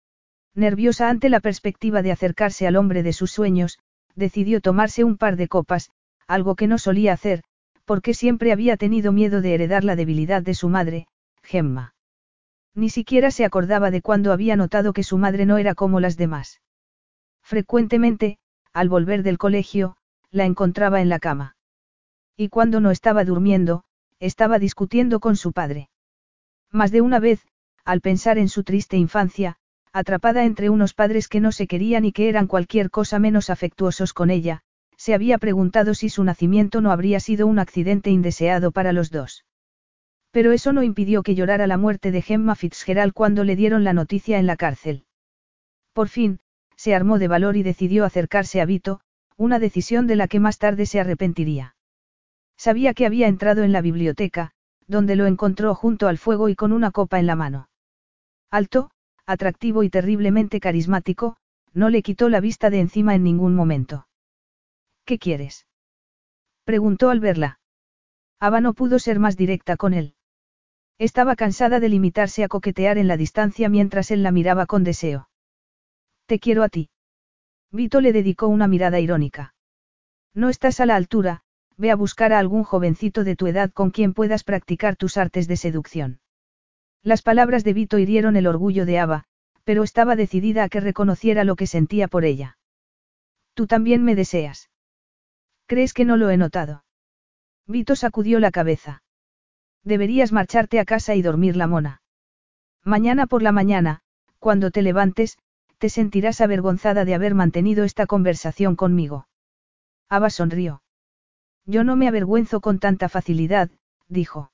Nerviosa ante la perspectiva de acercarse al hombre de sus sueños, decidió tomarse un par de copas, algo que no solía hacer, porque siempre había tenido miedo de heredar la debilidad de su madre, Gemma. Ni siquiera se acordaba de cuando había notado que su madre no era como las demás. Frecuentemente, al volver del colegio, la encontraba en la cama. Y cuando no estaba durmiendo, estaba discutiendo con su padre. Más de una vez, al pensar en su triste infancia, atrapada entre unos padres que no se querían y que eran cualquier cosa menos afectuosos con ella, se había preguntado si su nacimiento no habría sido un accidente indeseado para los dos. Pero eso no impidió que llorara la muerte de Gemma Fitzgerald cuando le dieron la noticia en la cárcel. Por fin, se armó de valor y decidió acercarse a Vito, una decisión de la que más tarde se arrepentiría. Sabía que había entrado en la biblioteca, donde lo encontró junto al fuego y con una copa en la mano. Alto, atractivo y terriblemente carismático, no le quitó la vista de encima en ningún momento. ¿Qué quieres?, preguntó al verla. Ava no pudo ser más directa con él. Estaba cansada de limitarse a coquetear en la distancia mientras él la miraba con deseo. Te quiero a ti. Vito le dedicó una mirada irónica. No estás a la altura, ve a buscar a algún jovencito de tu edad con quien puedas practicar tus artes de seducción. Las palabras de Vito hirieron el orgullo de Ava, pero estaba decidida a que reconociera lo que sentía por ella. Tú también me deseas. ¿Crees que no lo he notado? Vito sacudió la cabeza. Deberías marcharte a casa y dormir la mona. Mañana por la mañana, cuando te levantes, te sentirás avergonzada de haber mantenido esta conversación conmigo. Ava sonrió. Yo no me avergüenzo con tanta facilidad, dijo.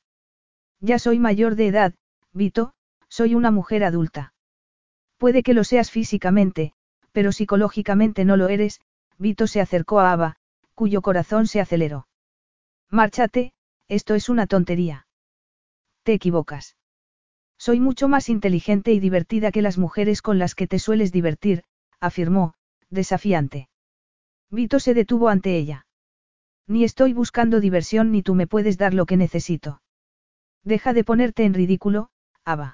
Ya soy mayor de edad, Vito, soy una mujer adulta. Puede que lo seas físicamente, pero psicológicamente no lo eres. Vito se acercó a Ava, cuyo corazón se aceleró. Márchate, esto es una tontería. Te equivocas. Soy mucho más inteligente y divertida que las mujeres con las que te sueles divertir, afirmó, desafiante. Vito se detuvo ante ella. Ni estoy buscando diversión ni tú me puedes dar lo que necesito. Deja de ponerte en ridículo, Ava.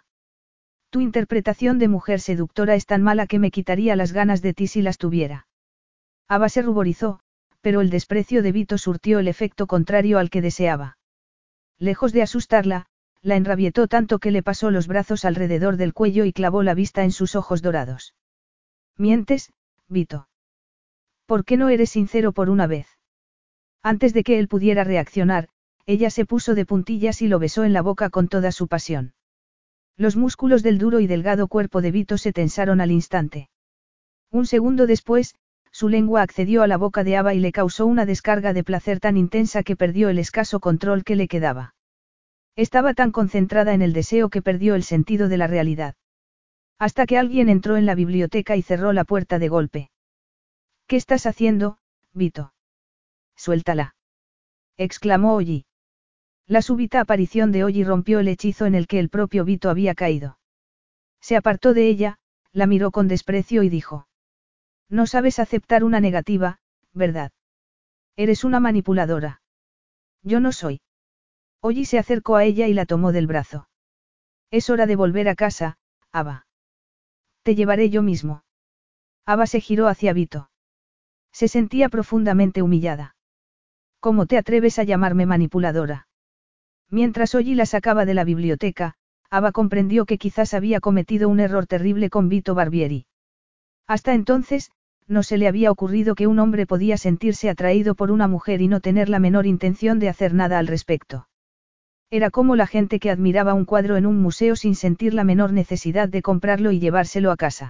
Tu interpretación de mujer seductora es tan mala que me quitaría las ganas de ti si las tuviera. Ava se ruborizó, pero el desprecio de Vito surtió el efecto contrario al que deseaba. Lejos de asustarla, la enrabietó tanto que le pasó los brazos alrededor del cuello y clavó la vista en sus ojos dorados. Mientes, Vito. ¿Por qué no eres sincero por una vez? Antes de que él pudiera reaccionar, ella se puso de puntillas y lo besó en la boca con toda su pasión. Los músculos del duro y delgado cuerpo de Vito se tensaron al instante. Un segundo después, su lengua accedió a la boca de Ava y le causó una descarga de placer tan intensa que perdió el escaso control que le quedaba. Estaba tan concentrada en el deseo que perdió el sentido de la realidad. Hasta que alguien entró en la biblioteca y cerró la puerta de golpe. ¿Qué estás haciendo, Vito? Suéltala, exclamó Ollie. La súbita aparición de Ollie rompió el hechizo en el que el propio Vito había caído. Se apartó de ella, la miró con desprecio y dijo. No sabes aceptar una negativa, ¿verdad? Eres una manipuladora. Yo no soy. Ollie se acercó a ella y la tomó del brazo. Es hora de volver a casa, Ava. Te llevaré yo mismo. Ava se giró hacia Vito. Se sentía profundamente humillada. ¿Cómo te atreves a llamarme manipuladora? Mientras Ollie la sacaba de la biblioteca, Ava comprendió que quizás había cometido un error terrible con Vito Barbieri. Hasta entonces, no se le había ocurrido que un hombre podía sentirse atraído por una mujer y no tener la menor intención de hacer nada al respecto. Era como la gente que admiraba un cuadro en un museo sin sentir la menor necesidad de comprarlo y llevárselo a casa.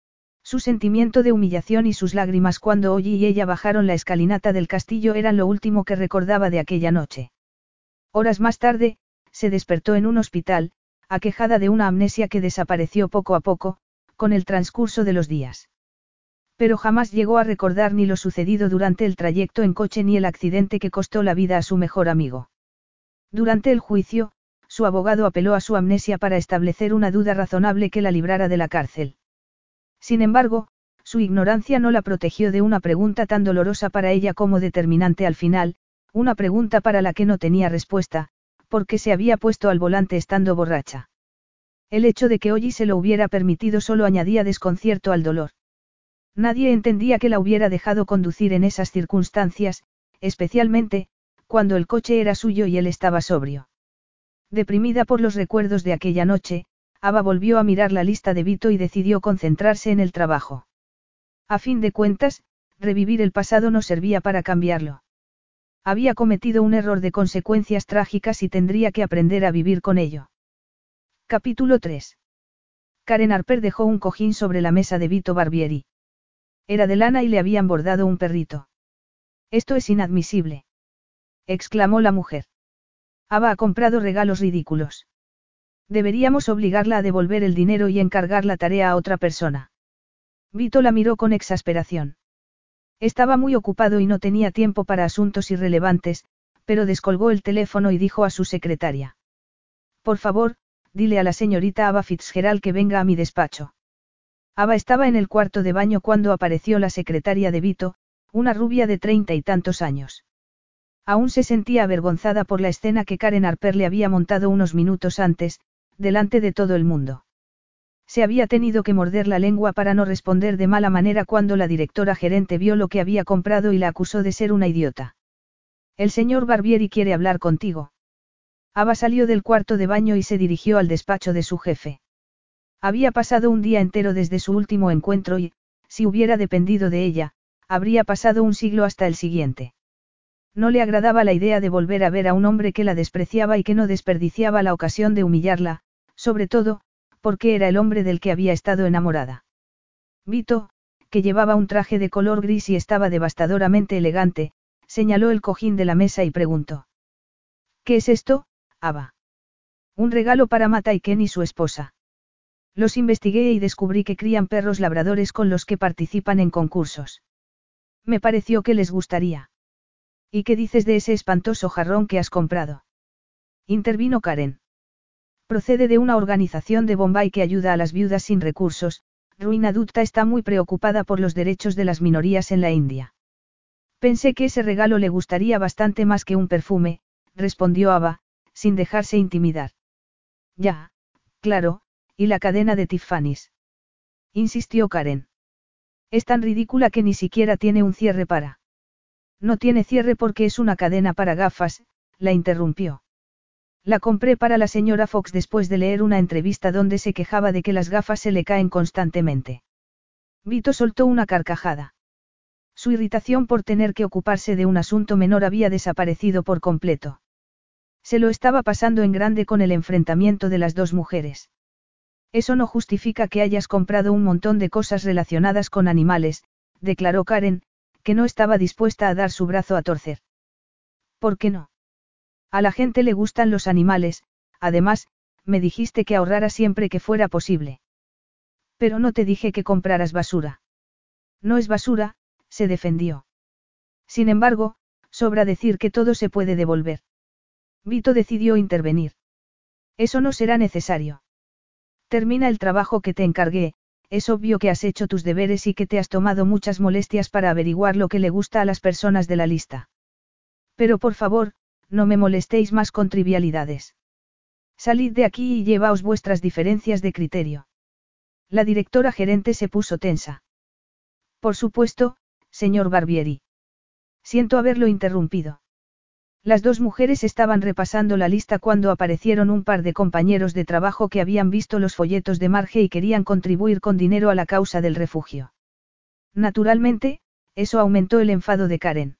Su sentimiento de humillación y sus lágrimas cuando Ollie y ella bajaron la escalinata del castillo eran lo último que recordaba de aquella noche. Horas más tarde, se despertó en un hospital, aquejada de una amnesia que desapareció poco a poco, con el transcurso de los días. Pero jamás llegó a recordar ni lo sucedido durante el trayecto en coche ni el accidente que costó la vida a su mejor amigo. Durante el juicio, su abogado apeló a su amnesia para establecer una duda razonable que la librara de la cárcel. Sin embargo, su ignorancia no la protegió de una pregunta tan dolorosa para ella como determinante al final, una pregunta para la que no tenía respuesta, ¿por qué se había puesto al volante estando borracha? El hecho de que Ollie se lo hubiera permitido solo añadía desconcierto al dolor. Nadie entendía que la hubiera dejado conducir en esas circunstancias, especialmente, cuando el coche era suyo y él estaba sobrio. Deprimida por los recuerdos de aquella noche, Ava volvió a mirar la lista de Vito y decidió concentrarse en el trabajo. A fin de cuentas, revivir el pasado no servía para cambiarlo. Había cometido un error de consecuencias trágicas y tendría que aprender a vivir con ello. Capítulo 3. Karen Harper dejó un cojín sobre la mesa de Vito Barbieri. Era de lana y le habían bordado un perrito. Esto es inadmisible, exclamó la mujer. Ava ha comprado regalos ridículos. Deberíamos obligarla a devolver el dinero y encargar la tarea a otra persona. Vito la miró con exasperación. Estaba muy ocupado y no tenía tiempo para asuntos irrelevantes, pero descolgó el teléfono y dijo a su secretaria. Por favor, dile a la señorita Ava Fitzgerald que venga a mi despacho. Ava estaba en el cuarto de baño cuando apareció la secretaria de Vito, una rubia de 30 y tantos años. Aún se sentía avergonzada por la escena que Karen Harper le había montado unos minutos antes, delante de todo el mundo. Se había tenido que morder la lengua para no responder de mala manera cuando la directora gerente vio lo que había comprado y la acusó de ser una idiota. El señor Barbieri quiere hablar contigo. Ava salió del cuarto de baño y se dirigió al despacho de su jefe. Había pasado un día entero desde su último encuentro y, si hubiera dependido de ella, habría pasado un siglo hasta el siguiente. No le agradaba la idea de volver a ver a un hombre que la despreciaba y que no desperdiciaba la ocasión de humillarla, sobre todo, porque era el hombre del que había estado enamorada. Vito, que llevaba un traje de color gris y estaba devastadoramente elegante, señaló el cojín de la mesa y preguntó. ¿Qué es esto, Ava? Un regalo para Mata y Ken y su esposa. Los investigué y descubrí que crían perros labradores con los que participan en concursos. Me pareció que les gustaría. ¿Y qué dices de ese espantoso jarrón que has comprado? Intervino Karen. Procede de una organización de Bombay que ayuda a las viudas sin recursos. Ruina Dutta está muy preocupada por los derechos de las minorías en la India. Pensé que ese regalo le gustaría bastante más que un perfume, respondió Ava, sin dejarse intimidar. Ya, claro, y la cadena de Tiffany's. Insistió Karen. Es tan ridícula que ni siquiera tiene un cierre para. No tiene cierre porque es una cadena para gafas, la interrumpió. La compré para la señora Fox después de leer una entrevista donde se quejaba de que las gafas se le caen constantemente. Vito soltó una carcajada. Su irritación por tener que ocuparse de un asunto menor había desaparecido por completo. Se lo estaba pasando en grande con el enfrentamiento de las dos mujeres. Eso no justifica que hayas comprado un montón de cosas relacionadas con animales, declaró Karen, que no estaba dispuesta a dar su brazo a torcer. ¿Por qué no? A la gente le gustan los animales, además, me dijiste que ahorrara siempre que fuera posible. Pero no te dije que compraras basura. No es basura, se defendió. Sin embargo, sobra decir que todo se puede devolver. Vito decidió intervenir. Eso no será necesario. Termina el trabajo que te encargué, es obvio que has hecho tus deberes y que te has tomado muchas molestias para averiguar lo que le gusta a las personas de la lista. Pero por favor, no me molestéis más con trivialidades. Salid de aquí y llevaos vuestras diferencias de criterio. La directora gerente se puso tensa. Por supuesto, señor Barbieri. Siento haberlo interrumpido. Las dos mujeres estaban repasando la lista cuando aparecieron un par de compañeros de trabajo que habían visto los folletos de Marge y querían contribuir con dinero a la causa del refugio. Naturalmente, eso aumentó el enfado de Karen.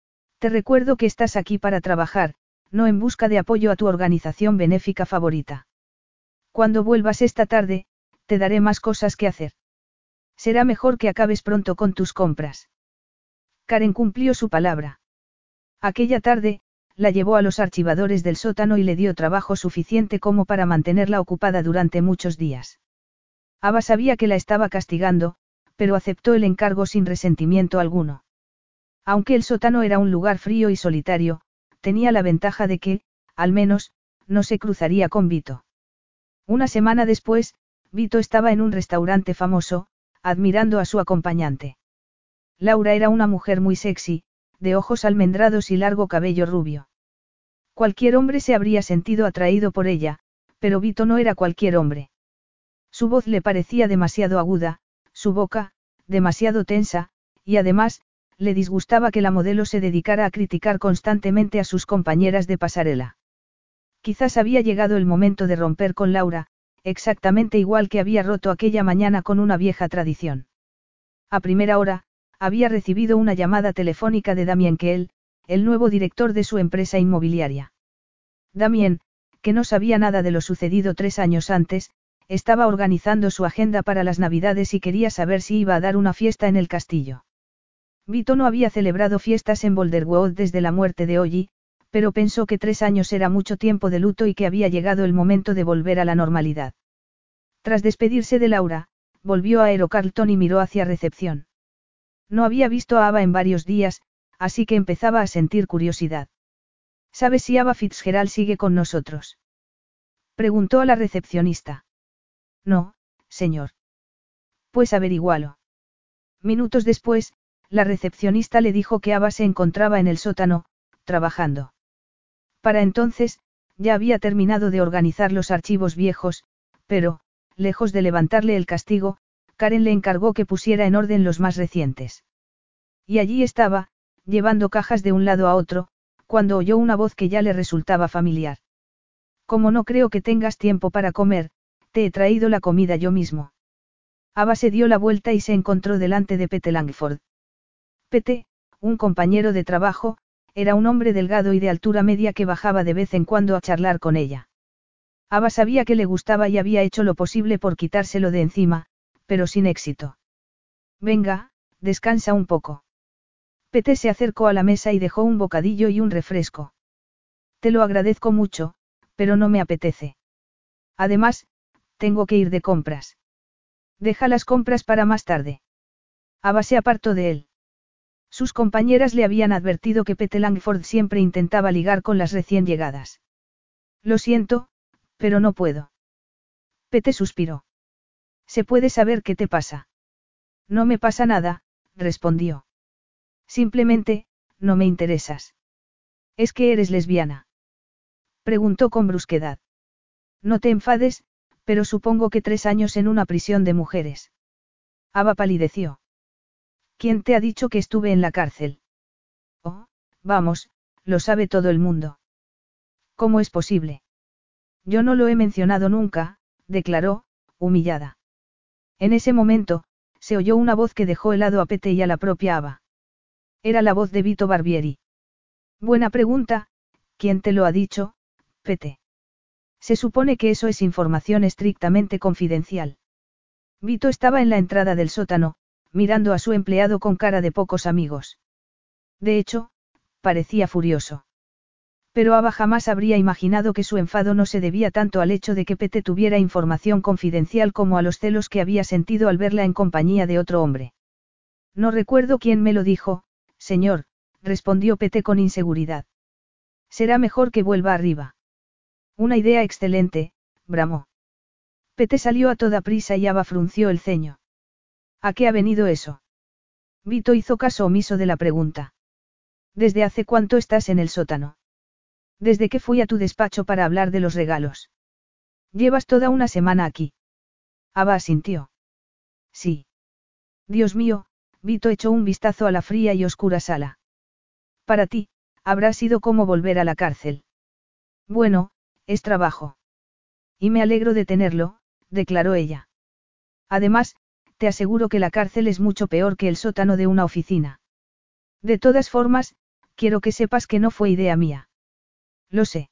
Te recuerdo que estás aquí para trabajar, no en busca de apoyo a tu organización benéfica favorita. Cuando vuelvas esta tarde, te daré más cosas que hacer. Será mejor que acabes pronto con tus compras. Karen cumplió su palabra. Aquella tarde, la llevó a los archivadores del sótano y le dio trabajo suficiente como para mantenerla ocupada durante muchos días. Ava sabía que la estaba castigando, pero aceptó el encargo sin resentimiento alguno. Aunque el sótano era un lugar frío y solitario, tenía la ventaja de que, al menos, no se cruzaría con Vito. Una semana después, Vito estaba en un restaurante famoso, admirando a su acompañante. Laura era una mujer muy sexy, de ojos almendrados y largo cabello rubio. Cualquier hombre se habría sentido atraído por ella, pero Vito no era cualquier hombre. Su voz le parecía demasiado aguda, su boca, demasiado tensa, y además, le disgustaba que la modelo se dedicara a criticar constantemente a sus compañeras de pasarela. Quizás había llegado el momento de romper con Laura, exactamente igual que había roto aquella mañana con una vieja tradición. A primera hora, había recibido una llamada telefónica de Damien Kell, el nuevo director de su empresa inmobiliaria. Damien, que no sabía nada de lo sucedido 3 años antes, estaba organizando su agenda para las Navidades y quería saber si iba a dar una fiesta en el castillo. Vito no había celebrado fiestas en Boulderwood desde la muerte de Ollie, pero pensó que 3 años era mucho tiempo de luto y que había llegado el momento de volver a la normalidad. Tras despedirse de Laura, volvió a Aerocarlton y miró hacia recepción. No había visto a Ava en varios días, así que empezaba a sentir curiosidad. ¿Sabes si Ava Fitzgerald sigue con nosotros?, preguntó a la recepcionista. No, señor. Pues averigualo. Minutos después, la recepcionista le dijo que Ava se encontraba en el sótano, trabajando. Para entonces, ya había terminado de organizar los archivos viejos, pero, lejos de levantarle el castigo, Karen le encargó que pusiera en orden los más recientes. Y allí estaba, llevando cajas de un lado a otro, cuando oyó una voz que ya le resultaba familiar. Como no creo que tengas tiempo para comer, te he traído la comida yo mismo. Ava se dio la vuelta y se encontró delante de Pete Langford. Pete, un compañero de trabajo, era un hombre delgado y de altura media que bajaba de vez en cuando a charlar con ella. Ava sabía que le gustaba y había hecho lo posible por quitárselo de encima, pero sin éxito. Venga, descansa un poco. Pete se acercó a la mesa y dejó un bocadillo y un refresco. Te lo agradezco mucho, pero no me apetece. Además, tengo que ir de compras. Deja las compras para más tarde. Ava se apartó de él. Sus compañeras le habían advertido que Pete Langford siempre intentaba ligar con las recién llegadas. Lo siento, pero no puedo. Pete suspiró. ¿Se puede saber qué te pasa? No me pasa nada, respondió. Simplemente, no me interesas. ¿Es que eres lesbiana?, preguntó con brusquedad. No te enfades, pero supongo que 3 años en una prisión de mujeres. Ava palideció. ¿Quién te ha dicho que estuve en la cárcel? Oh, vamos, lo sabe todo el mundo. ¿Cómo es posible? Yo no lo he mencionado nunca, declaró, humillada. En ese momento, se oyó una voz que dejó helado a Pete y a la propia Ava. Era la voz de Vito Barbieri. Buena pregunta, ¿quién te lo ha dicho, Pete? Se supone que eso es información estrictamente confidencial. Vito estaba en la entrada del sótano, mirando a su empleado con cara de pocos amigos. De hecho, parecía furioso. Pero Ava jamás habría imaginado que su enfado no se debía tanto al hecho de que Pete tuviera información confidencial como a los celos que había sentido al verla en compañía de otro hombre. No recuerdo quién me lo dijo, señor, respondió Pete con inseguridad. Será mejor que vuelva arriba. Una idea excelente, bramó. Pete salió a toda prisa y Ava frunció el ceño. ¿A qué ha venido eso? Vito hizo caso omiso de la pregunta. ¿Desde hace cuánto estás en el sótano? Desde que fui a tu despacho para hablar de los regalos. Llevas toda una semana aquí. Ava asintió. Sí. Dios mío, Vito echó un vistazo a la fría y oscura sala. Para ti, habrá sido como volver a la cárcel. Bueno, es trabajo. Y me alegro de tenerlo, declaró ella. Además, te aseguro que la cárcel es mucho peor que el sótano de una oficina. De todas formas, quiero que sepas que no fue idea mía. Lo sé.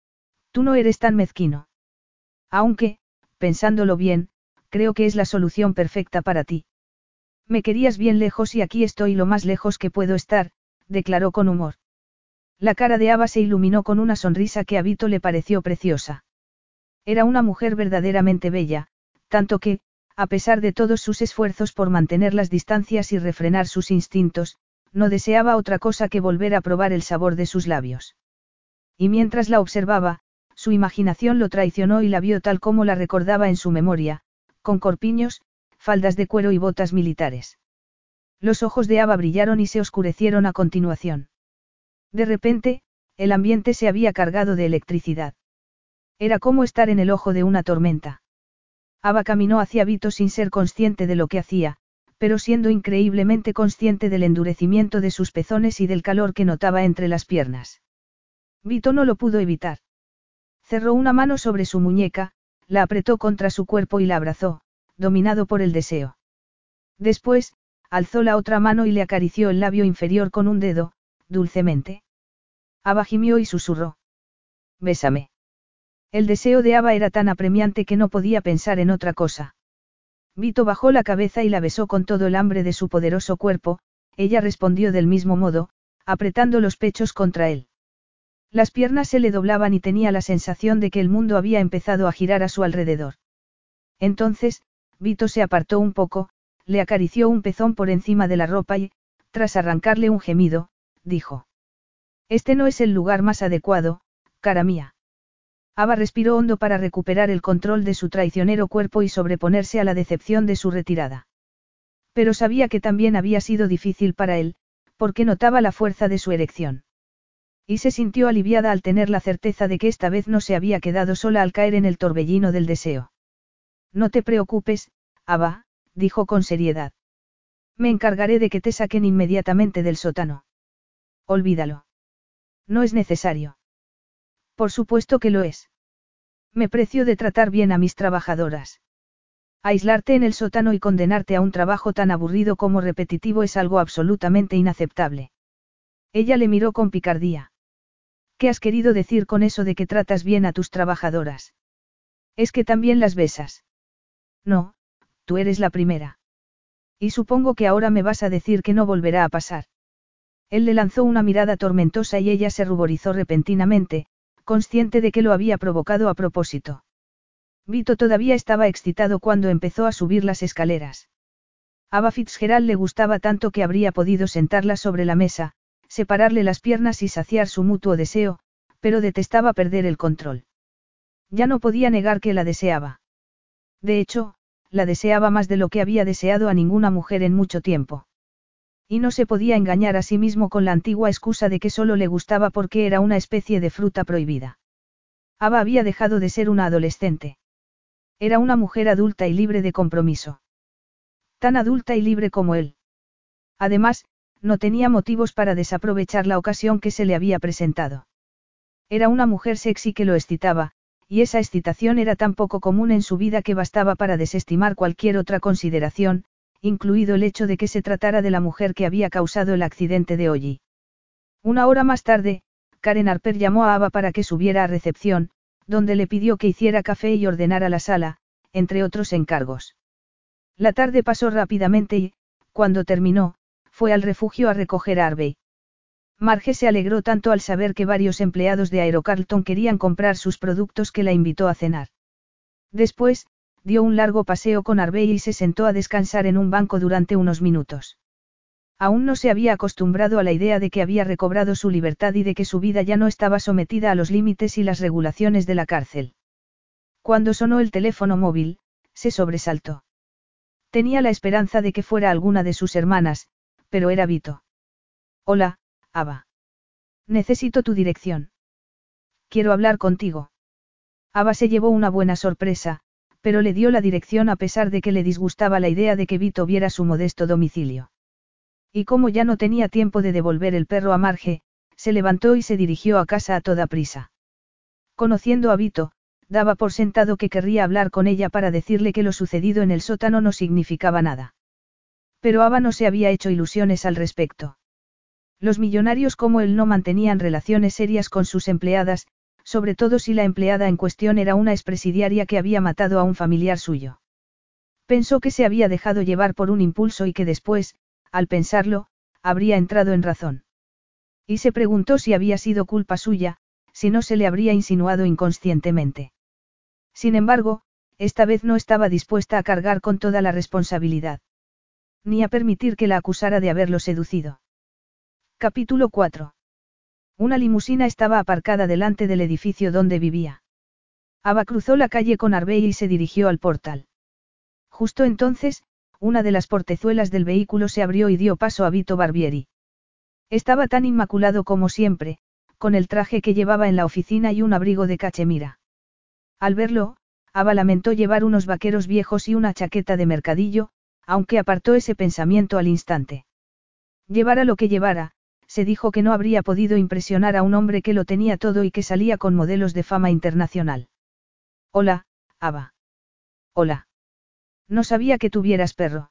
Tú no eres tan mezquino. Aunque, pensándolo bien, creo que es la solución perfecta para ti. Me querías bien lejos y aquí estoy lo más lejos que puedo estar, declaró con humor. La cara de Ava se iluminó con una sonrisa que a Vito le pareció preciosa. Era una mujer verdaderamente bella, tanto que, a pesar de todos sus esfuerzos por mantener las distancias y refrenar sus instintos, no deseaba otra cosa que volver a probar el sabor de sus labios. Y mientras la observaba, su imaginación lo traicionó y la vio tal como la recordaba en su memoria, con corpiños, faldas de cuero y botas militares. Los ojos de Ava brillaron y se oscurecieron a continuación. De repente, el ambiente se había cargado de electricidad. Era como estar en el ojo de una tormenta. Ava caminó hacia Vito sin ser consciente de lo que hacía, pero siendo increíblemente consciente del endurecimiento de sus pezones y del calor que notaba entre las piernas. Vito no lo pudo evitar. Cerró una mano sobre su muñeca, la apretó contra su cuerpo y la abrazó, dominado por el deseo. Después, alzó la otra mano y le acarició el labio inferior con un dedo, dulcemente. Ava gimió y susurró. «Bésame». El deseo de Ava era tan apremiante que no podía pensar en otra cosa. Vito bajó la cabeza y la besó con todo el hambre de su poderoso cuerpo, ella respondió del mismo modo, apretando los pechos contra él. Las piernas se le doblaban y tenía la sensación de que el mundo había empezado a girar a su alrededor. Entonces, Vito se apartó un poco, le acarició un pezón por encima de la ropa y, tras arrancarle un gemido, dijo. «Este no es el lugar más adecuado, cara mía». Ava respiró hondo para recuperar el control de su traicionero cuerpo y sobreponerse a la decepción de su retirada. Pero sabía que también había sido difícil para él, porque notaba la fuerza de su erección. Y se sintió aliviada al tener la certeza de que esta vez no se había quedado sola al caer en el torbellino del deseo. «No te preocupes, Ava», dijo con seriedad. «Me encargaré de que te saquen inmediatamente del sótano». «Olvídalo. No es necesario». «Por supuesto que lo es. Me precio de tratar bien a mis trabajadoras. Aislarte en el sótano y condenarte a un trabajo tan aburrido como repetitivo es algo absolutamente inaceptable». Ella le miró con picardía. «¿Qué has querido decir con eso de que tratas bien a tus trabajadoras? ¿Es que también las besas?» «No, tú eres la primera. Y supongo que ahora me vas a decir que no volverá a pasar». Él le lanzó una mirada tormentosa y ella se ruborizó repentinamente, consciente de que lo había provocado a propósito. Vito todavía estaba excitado cuando empezó a subir las escaleras. Ava Fitzgerald le gustaba tanto que habría podido sentarla sobre la mesa, separarle las piernas y saciar su mutuo deseo, pero detestaba perder el control. Ya no podía negar que la deseaba. De hecho, la deseaba más de lo que había deseado a ninguna mujer en mucho tiempo. Y no se podía engañar a sí mismo con la antigua excusa de que solo le gustaba porque era una especie de fruta prohibida. Ava había dejado de ser una adolescente. Era una mujer adulta y libre de compromiso. Tan adulta y libre como él. Además, no tenía motivos para desaprovechar la ocasión que se le había presentado. Era una mujer sexy que lo excitaba, y esa excitación era tan poco común en su vida que bastaba para desestimar cualquier otra consideración, incluido el hecho de que se tratara de la mujer que había causado el accidente de Ollie. Una hora más tarde, Karen Harper llamó a Ava para que subiera a recepción, donde le pidió que hiciera café y ordenara la sala, entre otros encargos. La tarde pasó rápidamente y, cuando terminó, fue al refugio a recoger a Harvey. Marge se alegró tanto al saber que varios empleados de Aerocarlton querían comprar sus productos que la invitó a cenar. Después, dio un largo paseo con Harvey y se sentó a descansar en un banco durante unos minutos. Aún no se había acostumbrado a la idea de que había recobrado su libertad y de que su vida ya no estaba sometida a los límites y las regulaciones de la cárcel. Cuando sonó el teléfono móvil, se sobresaltó. Tenía la esperanza de que fuera alguna de sus hermanas, pero era Vito. «Hola, Ava. Necesito tu dirección. Quiero hablar contigo». Ava se llevó una buena sorpresa, pero le dio la dirección a pesar de que le disgustaba la idea de que Vito viera su modesto domicilio. Y como ya no tenía tiempo de devolver el perro a Marge, se levantó y se dirigió a casa a toda prisa. Conociendo a Vito, daba por sentado que querría hablar con ella para decirle que lo sucedido en el sótano no significaba nada. Pero Ava no se había hecho ilusiones al respecto. Los millonarios como él no mantenían relaciones serias con sus empleadas, sobre todo si la empleada en cuestión era una expresidiaria que había matado a un familiar suyo. Pensó que se había dejado llevar por un impulso y que después, al pensarlo, habría entrado en razón. Y se preguntó si había sido culpa suya, si no se le habría insinuado inconscientemente. Sin embargo, esta vez no estaba dispuesta a cargar con toda la responsabilidad. Ni a permitir que la acusara de haberlo seducido. Capítulo 4. Una limusina estaba aparcada delante del edificio donde vivía. Ava cruzó la calle con Harvey y se dirigió al portal. Justo entonces, una de las portezuelas del vehículo se abrió y dio paso a Vito Barbieri. Estaba tan inmaculado como siempre, con el traje que llevaba en la oficina y un abrigo de cachemira. Al verlo, Ava lamentó llevar unos vaqueros viejos y una chaqueta de mercadillo, aunque apartó ese pensamiento al instante. Llevara lo que llevara, se dijo que no habría podido impresionar a un hombre que lo tenía todo y que salía con modelos de fama internacional. Hola, Ava. Hola. No sabía que tuvieras perro.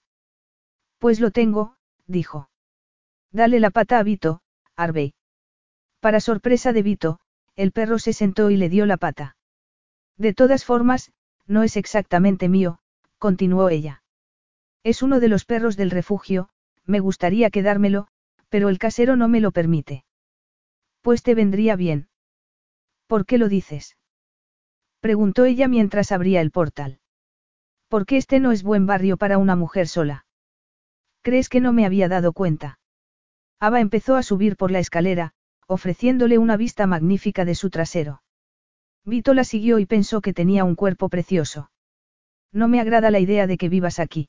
Pues lo tengo, dijo. Dale la pata a Vito, Harvey. Para sorpresa de Vito, el perro se sentó y le dio la pata. De todas formas, no es exactamente mío, continuó ella. Es uno de los perros del refugio, me gustaría quedármelo, pero el casero no me lo permite. Pues te vendría bien. ¿Por qué lo dices? Preguntó ella mientras abría el portal. Porque este no es buen barrio para una mujer sola. ¿Crees que no me había dado cuenta? Ava empezó a subir por la escalera, ofreciéndole una vista magnífica de su trasero. Vito la siguió y pensó que tenía un cuerpo precioso. No me agrada la idea de que vivas aquí.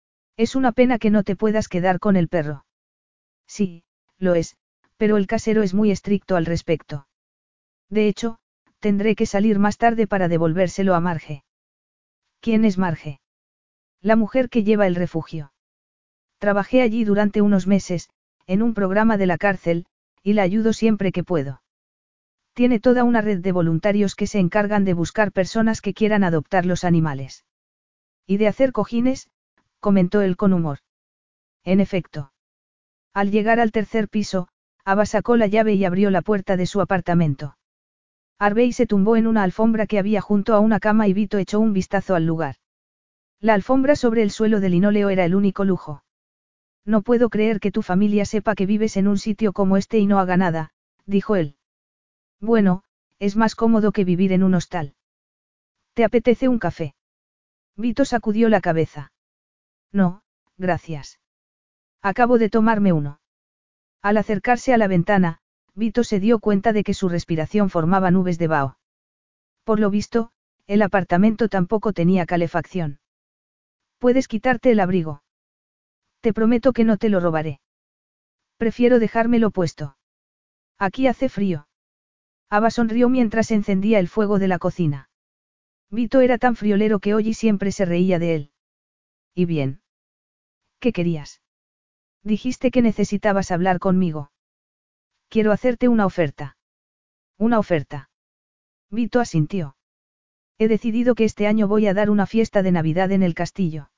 Es una pena que no te puedas quedar con el perro. Sí, lo es, pero el casero es muy estricto al respecto. De hecho, tendré que salir más tarde para devolvérselo a Marge. ¿Quién es Marge? La mujer que lleva el refugio. Trabajé allí durante unos meses, en un programa de la cárcel, y la ayudo siempre que puedo. Tiene toda una red de voluntarios que se encargan de buscar personas que quieran adoptar los animales. Y de hacer cojines, comentó él con humor. En efecto. Al llegar al tercer piso, Ava sacó la llave y abrió la puerta de su apartamento. Harvey se tumbó en una alfombra que había junto a una cama y Vito echó un vistazo al lugar. La alfombra sobre el suelo de linóleo era el único lujo. No puedo creer que tu familia sepa que vives en un sitio como este y no haga nada, dijo él. Bueno, es más cómodo que vivir en un hostal. ¿Te apetece un café? Vito sacudió la cabeza. No, gracias. Acabo de tomarme uno. Al acercarse a la ventana, Vito se dio cuenta de que su respiración formaba nubes de vaho. Por lo visto, el apartamento tampoco tenía calefacción. ¿Puedes quitarte el abrigo? Te prometo que no te lo robaré. Prefiero dejármelo puesto. Aquí hace frío. Ava sonrió mientras encendía el fuego de la cocina. Vito era tan friolero que Ollie siempre se reía de él. ¿Y bien? ¿Qué querías? Dijiste que necesitabas hablar conmigo. Quiero hacerte una oferta. ¿Una oferta? Vito asintió. He decidido que este año voy a dar una fiesta de Navidad en el castillo.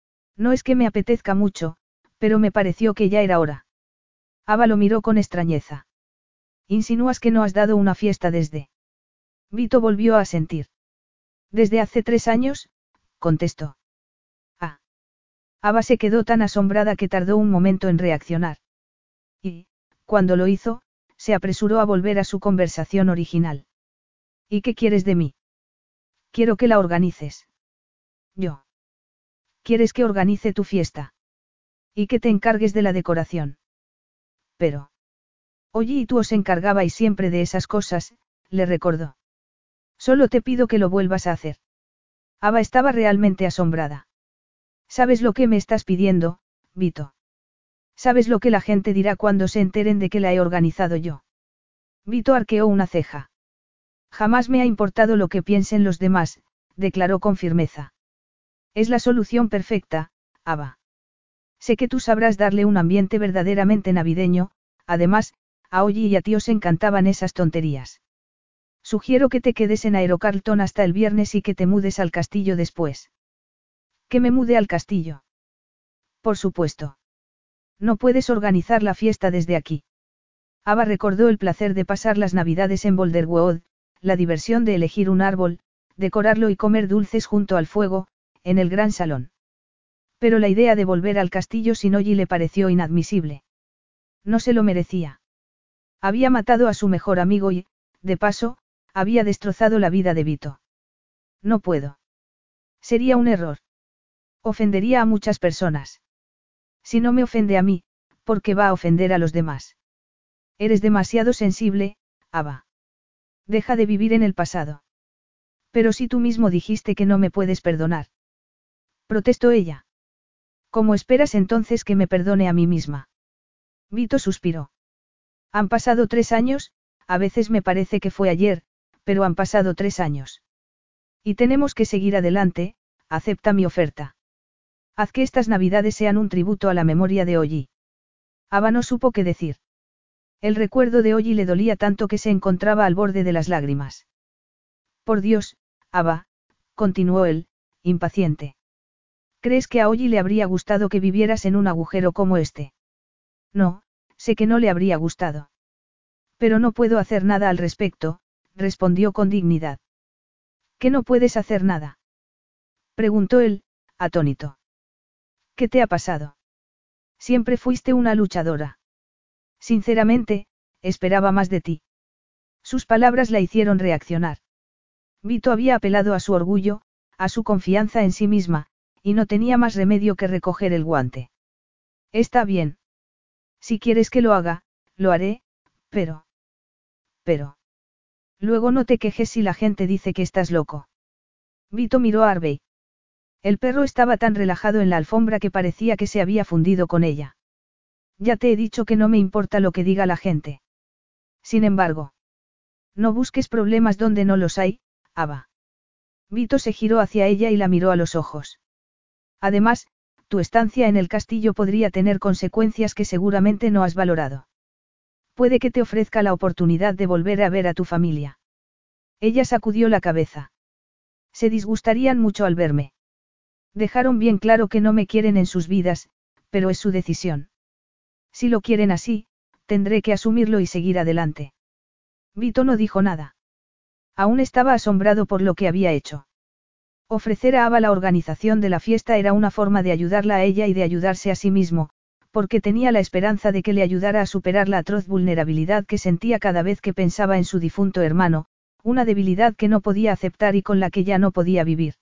No es que me apetezca mucho, pero me pareció que ya era hora. Ava lo miró con extrañeza. ¿Insinúas que no has dado una fiesta desde? Vito volvió a asentir. Desde hace 3 años, contestó. Ah. Ava se quedó tan asombrada que tardó un momento en reaccionar. Y, cuando lo hizo, se apresuró a volver a su conversación original. ¿Y qué quieres de mí? Quiero que la organices. Yo. ¿Quieres que organice tu fiesta? Y que te encargues de la decoración. Pero. Oye, y tú os encargabais siempre de esas cosas, le recordó. Solo te pido que lo vuelvas a hacer. Ava estaba realmente asombrada. ¿Sabes lo que me estás pidiendo, Vito? ¿Sabes lo que la gente dirá cuando se enteren de que la he organizado yo? Vito arqueó una ceja. Jamás me ha importado lo que piensen los demás, declaró con firmeza. Es la solución perfecta, Ava. Sé que tú sabrás darle un ambiente verdaderamente navideño, además, a Ollie y a ti os encantaban esas tonterías. Sugiero que te quedes en Aerocarlton hasta el viernes y que te mudes al castillo después. ¿Que me mude al castillo? Por supuesto. No puedes organizar la fiesta desde aquí. Ava recordó el placer de pasar las Navidades en Boulderwood, la diversión de elegir un árbol, decorarlo y comer dulces junto al fuego, en el gran salón. Pero la idea de volver al castillo sin Ollie le pareció inadmisible. No se lo merecía. Había matado a su mejor amigo y, de paso, había destrozado la vida de Vito. No puedo. Sería un error. Ofendería a muchas personas. Si no me ofende a mí, ¿por qué va a ofender a los demás? Eres demasiado sensible, Ava. Deja de vivir en el pasado. Pero si tú mismo dijiste que no me puedes perdonar. Protestó ella. ¿Cómo esperas entonces que me perdone a mí misma? Vito suspiró. Han pasado 3 años, a veces me parece que fue ayer, pero han pasado 3 años. Y tenemos que seguir adelante, acepta mi oferta. Haz que estas navidades sean un tributo a la memoria de Ollie. Ava no supo qué decir. El recuerdo de Ollie le dolía tanto que se encontraba al borde de las lágrimas. Por Dios, Ava, continuó él, impaciente. ¿Crees que a Ollie le habría gustado que vivieras en un agujero como este? No, sé que no le habría gustado. Pero no puedo hacer nada al respecto, respondió con dignidad. ¿Qué no puedes hacer nada? Preguntó él, atónito. ¿Qué te ha pasado? Siempre fuiste una luchadora. Sinceramente, esperaba más de ti. Sus palabras la hicieron reaccionar. Vito había apelado a su orgullo, a su confianza en sí misma, y no tenía más remedio que recoger el guante. Está bien. Si quieres que lo haga, lo haré, pero... Pero... Luego no te quejes si la gente dice que estás loco. Vito miró a Harvey. El perro estaba tan relajado en la alfombra que parecía que se había fundido con ella. Ya te he dicho que no me importa lo que diga la gente. Sin embargo, no busques problemas donde no los hay, Ava. Vito se giró hacia ella y la miró a los ojos. Además, tu estancia en el castillo podría tener consecuencias que seguramente no has valorado. Puede que te ofrezca la oportunidad de volver a ver a tu familia. Ella sacudió la cabeza. Se disgustarían mucho al verme. Dejaron bien claro que no me quieren en sus vidas, pero es su decisión. Si lo quieren así, tendré que asumirlo y seguir adelante. Vito no dijo nada. Aún estaba asombrado por lo que había hecho. Ofrecer a Ava la organización de la fiesta era una forma de ayudarla a ella y de ayudarse a sí mismo, porque tenía la esperanza de que le ayudara a superar la atroz vulnerabilidad que sentía cada vez que pensaba en su difunto hermano, una debilidad que no podía aceptar y con la que ya no podía vivir.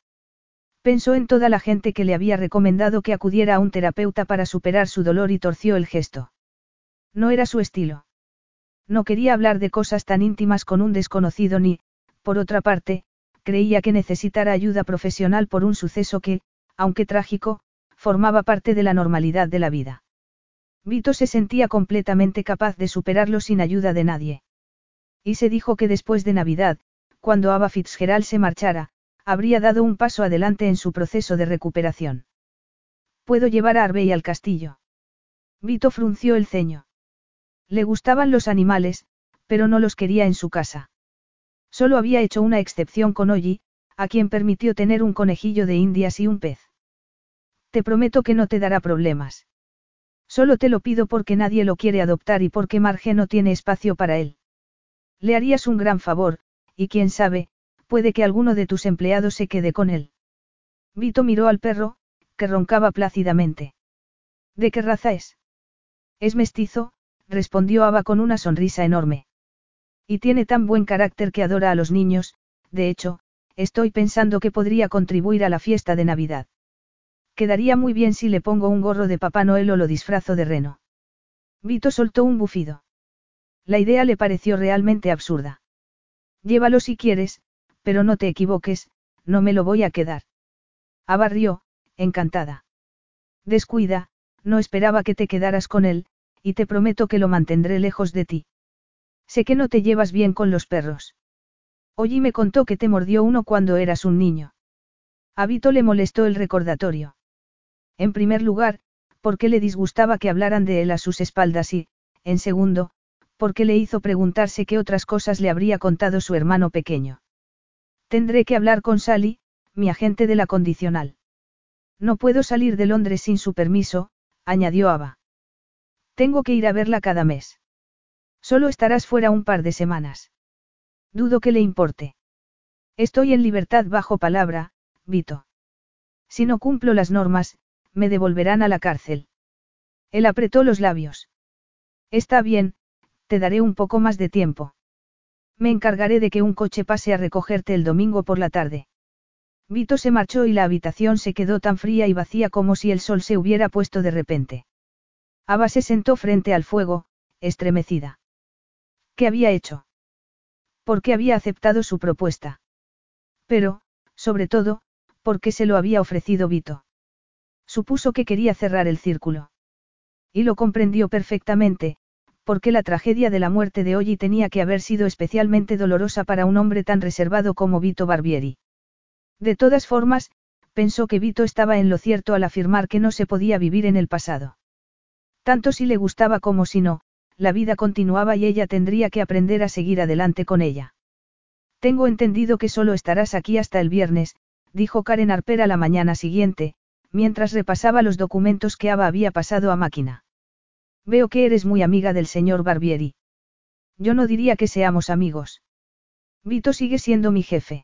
Pensó en toda la gente que le había recomendado que acudiera a un terapeuta para superar su dolor y torció el gesto. No era su estilo. No quería hablar de cosas tan íntimas con un desconocido ni, por otra parte, creía que necesitara ayuda profesional por un suceso que, aunque trágico, formaba parte de la normalidad de la vida. Vito se sentía completamente capaz de superarlo sin ayuda de nadie. Y se dijo que después de Navidad, cuando Ava Fitzgerald se marchara, habría dado un paso adelante en su proceso de recuperación. ¿Puedo llevar a Harvey al castillo? Vito frunció el ceño. Le gustaban los animales, pero no los quería en su casa. Solo había hecho una excepción con Ollie, a quien permitió tener un conejillo de Indias y un pez. Te prometo que no te dará problemas. Solo te lo pido porque nadie lo quiere adoptar y porque Marge no tiene espacio para él. Le harías un gran favor, y quién sabe, puede que alguno de tus empleados se quede con él. Vito miró al perro, que roncaba plácidamente. ¿De qué raza es? Es mestizo, respondió Ava con una sonrisa enorme. Y tiene tan buen carácter que adora a los niños, de hecho, estoy pensando que podría contribuir a la fiesta de Navidad. Quedaría muy bien si le pongo un gorro de Papá Noel o lo disfrazo de reno. Vito soltó un bufido. La idea le pareció realmente absurda. Llévalo si quieres, pero no te equivoques, no me lo voy a quedar. Ava rió, encantada. Descuida, no esperaba que te quedaras con él, y te prometo que lo mantendré lejos de ti. Sé que no te llevas bien con los perros. Ollie me contó que te mordió uno cuando eras un niño. A Vito le molestó el recordatorio. En primer lugar, porque le disgustaba que hablaran de él a sus espaldas y, en segundo, porque le hizo preguntarse qué otras cosas le habría contado su hermano pequeño. Tendré que hablar con Sally, mi agente de la condicional. No puedo salir de Londres sin su permiso, añadió Ava. Tengo que ir a verla cada mes. Solo estarás fuera un par de semanas. Dudo que le importe. Estoy en libertad bajo palabra, Vito. Si no cumplo las normas, me devolverán a la cárcel. Él apretó los labios. Está bien, Te daré un poco más de tiempo. Me encargaré de que un coche pase a recogerte el domingo por la tarde. Vito se marchó y la habitación se quedó tan fría y vacía como si el sol se hubiera puesto de repente. Ava se sentó frente al fuego, estremecida. ¿Qué había hecho? ¿Por qué había aceptado su propuesta? Pero, sobre todo, ¿por qué se lo había ofrecido Vito? Supuso que quería cerrar el círculo. Y lo comprendió perfectamente, porque la tragedia de la muerte de Ollie tenía que haber sido especialmente dolorosa para un hombre tan reservado como Vito Barbieri. De todas formas, pensó que Vito estaba en lo cierto al afirmar que no se podía vivir en el pasado. Tanto si le gustaba como si no, la vida continuaba y ella tendría que aprender a seguir adelante con ella. Tengo entendido que solo estarás aquí hasta el viernes, dijo Karen Harper a la mañana siguiente, mientras repasaba los documentos que Ava había pasado a máquina. Veo que eres muy amiga del señor Barbieri. Yo no diría que seamos amigos. Vito sigue siendo mi jefe.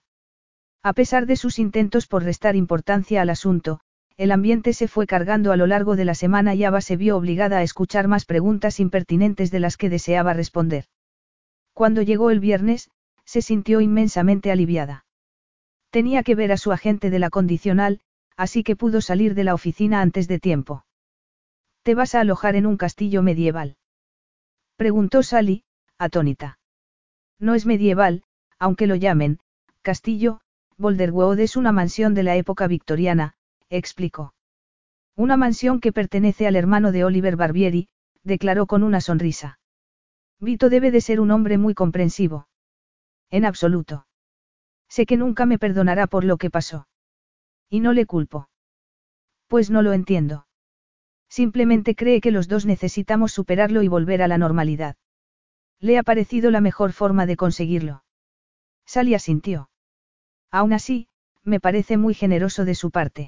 A pesar de sus intentos por restar importancia al asunto, el ambiente se fue cargando a lo largo de la semana y Ava se vio obligada a escuchar más preguntas impertinentes de las que deseaba responder. Cuando llegó el viernes, se sintió inmensamente aliviada. Tenía que ver a su agente de la condicional, así que pudo salir de la oficina antes de tiempo. ¿Te vas a alojar en un castillo medieval?, preguntó Sally, atónita. No es medieval, aunque lo llamen castillo. Boulderwood es una mansión de la época victoriana, explicó. Una mansión que pertenece al hermano de Oliver Barbieri, declaró con una sonrisa. Vito debe de ser un hombre muy comprensivo. En absoluto. Sé que nunca me perdonará por lo que pasó. Y no le culpo. Pues no lo entiendo. Simplemente cree que los dos necesitamos superarlo y volver a la normalidad. Le ha parecido la mejor forma de conseguirlo. Sally asintió. Aún así, me parece muy generoso de su parte.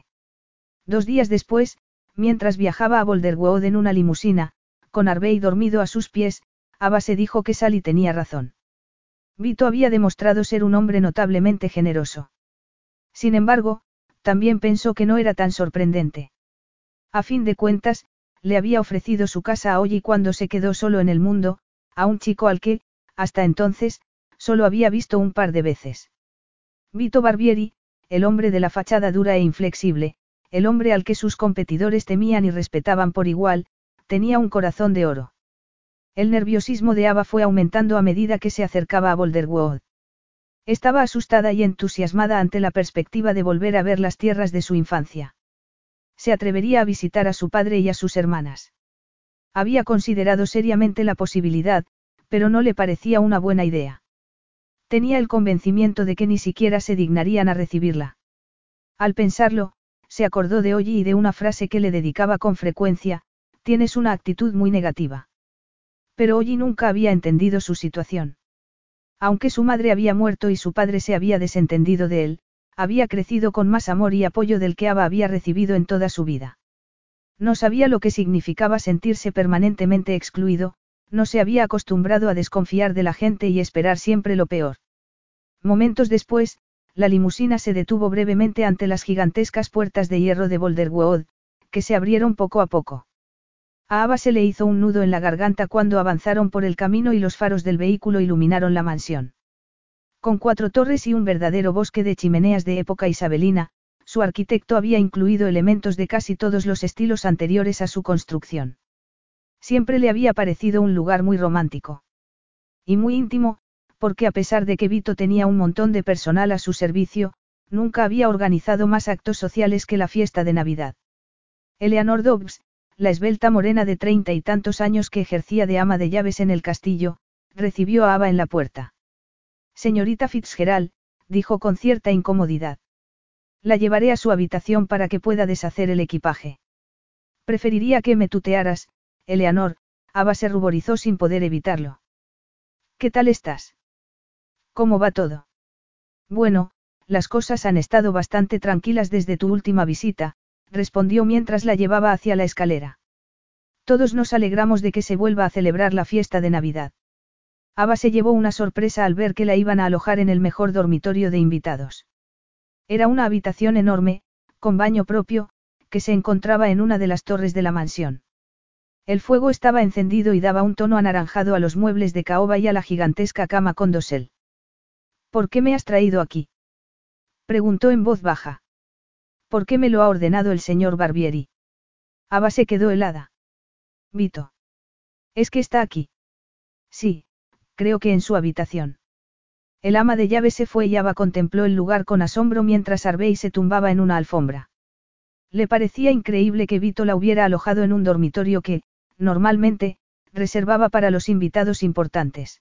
2 días después, mientras viajaba a Boulderwood en una limusina, con Harvey dormido a sus pies, Ava se dijo que Sally tenía razón. Vito había demostrado ser un hombre notablemente generoso. Sin embargo, también pensó que no era tan sorprendente. A fin de cuentas, le había ofrecido su casa a Ollie cuando se quedó solo en el mundo, a un chico al que, hasta entonces, solo había visto un par de veces. Vito Barbieri, el hombre de la fachada dura e inflexible, el hombre al que sus competidores temían y respetaban por igual, tenía un corazón de oro. El nerviosismo de Ava fue aumentando a medida que se acercaba a Boulderwood. Estaba asustada y entusiasmada ante la perspectiva de volver a ver las tierras de su infancia. Se atrevería a visitar a su padre y a sus hermanas. Había considerado seriamente la posibilidad, pero no le parecía una buena idea. Tenía el convencimiento de que ni siquiera se dignarían a recibirla. Al pensarlo, se acordó de Ollie y de una frase que le dedicaba con frecuencia: tienes una actitud muy negativa. Pero Ollie nunca había entendido su situación. Aunque su madre había muerto y su padre se había desentendido de él, había crecido con más amor y apoyo del que Ava había recibido en toda su vida. No sabía lo que significaba sentirse permanentemente excluido, no se había acostumbrado a desconfiar de la gente y esperar siempre lo peor. Momentos después, la limusina se detuvo brevemente ante las gigantescas puertas de hierro de Boulderwood, que se abrieron poco a poco. A Ava se le hizo un nudo en la garganta cuando avanzaron por el camino y los faros del vehículo iluminaron la mansión. Con 4 torres y un verdadero bosque de chimeneas de época isabelina, su arquitecto había incluido elementos de casi todos los estilos anteriores a su construcción. Siempre le había parecido un lugar muy romántico. Y muy íntimo, porque a pesar de que Vito tenía un montón de personal a su servicio, nunca había organizado más actos sociales que la fiesta de Navidad. Eleanor Dobbs, la esbelta morena de 30 y tantos años que ejercía de ama de llaves en el castillo, recibió a Ava en la puerta. Señorita Fitzgerald, dijo con cierta incomodidad. La llevaré a su habitación para que pueda deshacer el equipaje. Preferiría que me tutearas, Eleanor. Ava se ruborizó sin poder evitarlo. ¿Qué tal estás? ¿Cómo va todo? Bueno, las cosas han estado bastante tranquilas desde tu última visita, respondió mientras la llevaba hacia la escalera. Todos nos alegramos de que se vuelva a celebrar la fiesta de Navidad. Ava se llevó una sorpresa al ver que la iban a alojar en el mejor dormitorio de invitados. Era una habitación enorme, con baño propio, que se encontraba en una de las torres de la mansión. El fuego estaba encendido y daba un tono anaranjado a los muebles de caoba y a la gigantesca cama con dosel. ¿Por qué me has traído aquí? Preguntó en voz baja. ¿Por qué me lo ha ordenado el señor Barbieri? Ava se quedó helada. Vito. ¿Es que está aquí? Sí, creo que en su habitación. El ama de llaves se fue y Ava contempló el lugar con asombro mientras Harvey se tumbaba en una alfombra. Le parecía increíble que Vito la hubiera alojado en un dormitorio que, normalmente, reservaba para los invitados importantes.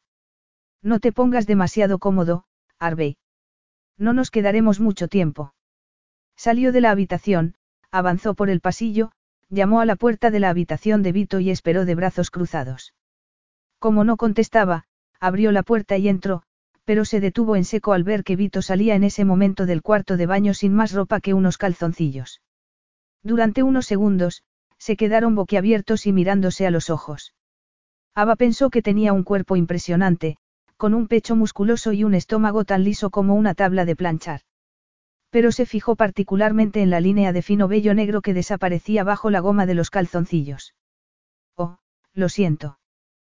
No te pongas demasiado cómodo, Harvey. No nos quedaremos mucho tiempo. Salió de la habitación, avanzó por el pasillo, llamó a la puerta de la habitación de Vito y esperó de brazos cruzados. Como no contestaba, abrió la puerta y entró, pero se detuvo en seco al ver que Vito salía en ese momento del cuarto de baño sin más ropa que unos calzoncillos. Durante unos segundos, se quedaron boquiabiertos y mirándose a los ojos. Ava pensó que tenía un cuerpo impresionante, con un pecho musculoso y un estómago tan liso como una tabla de planchar. Pero se fijó particularmente en la línea de fino vello negro que desaparecía bajo la goma de los calzoncillos. Oh, lo siento.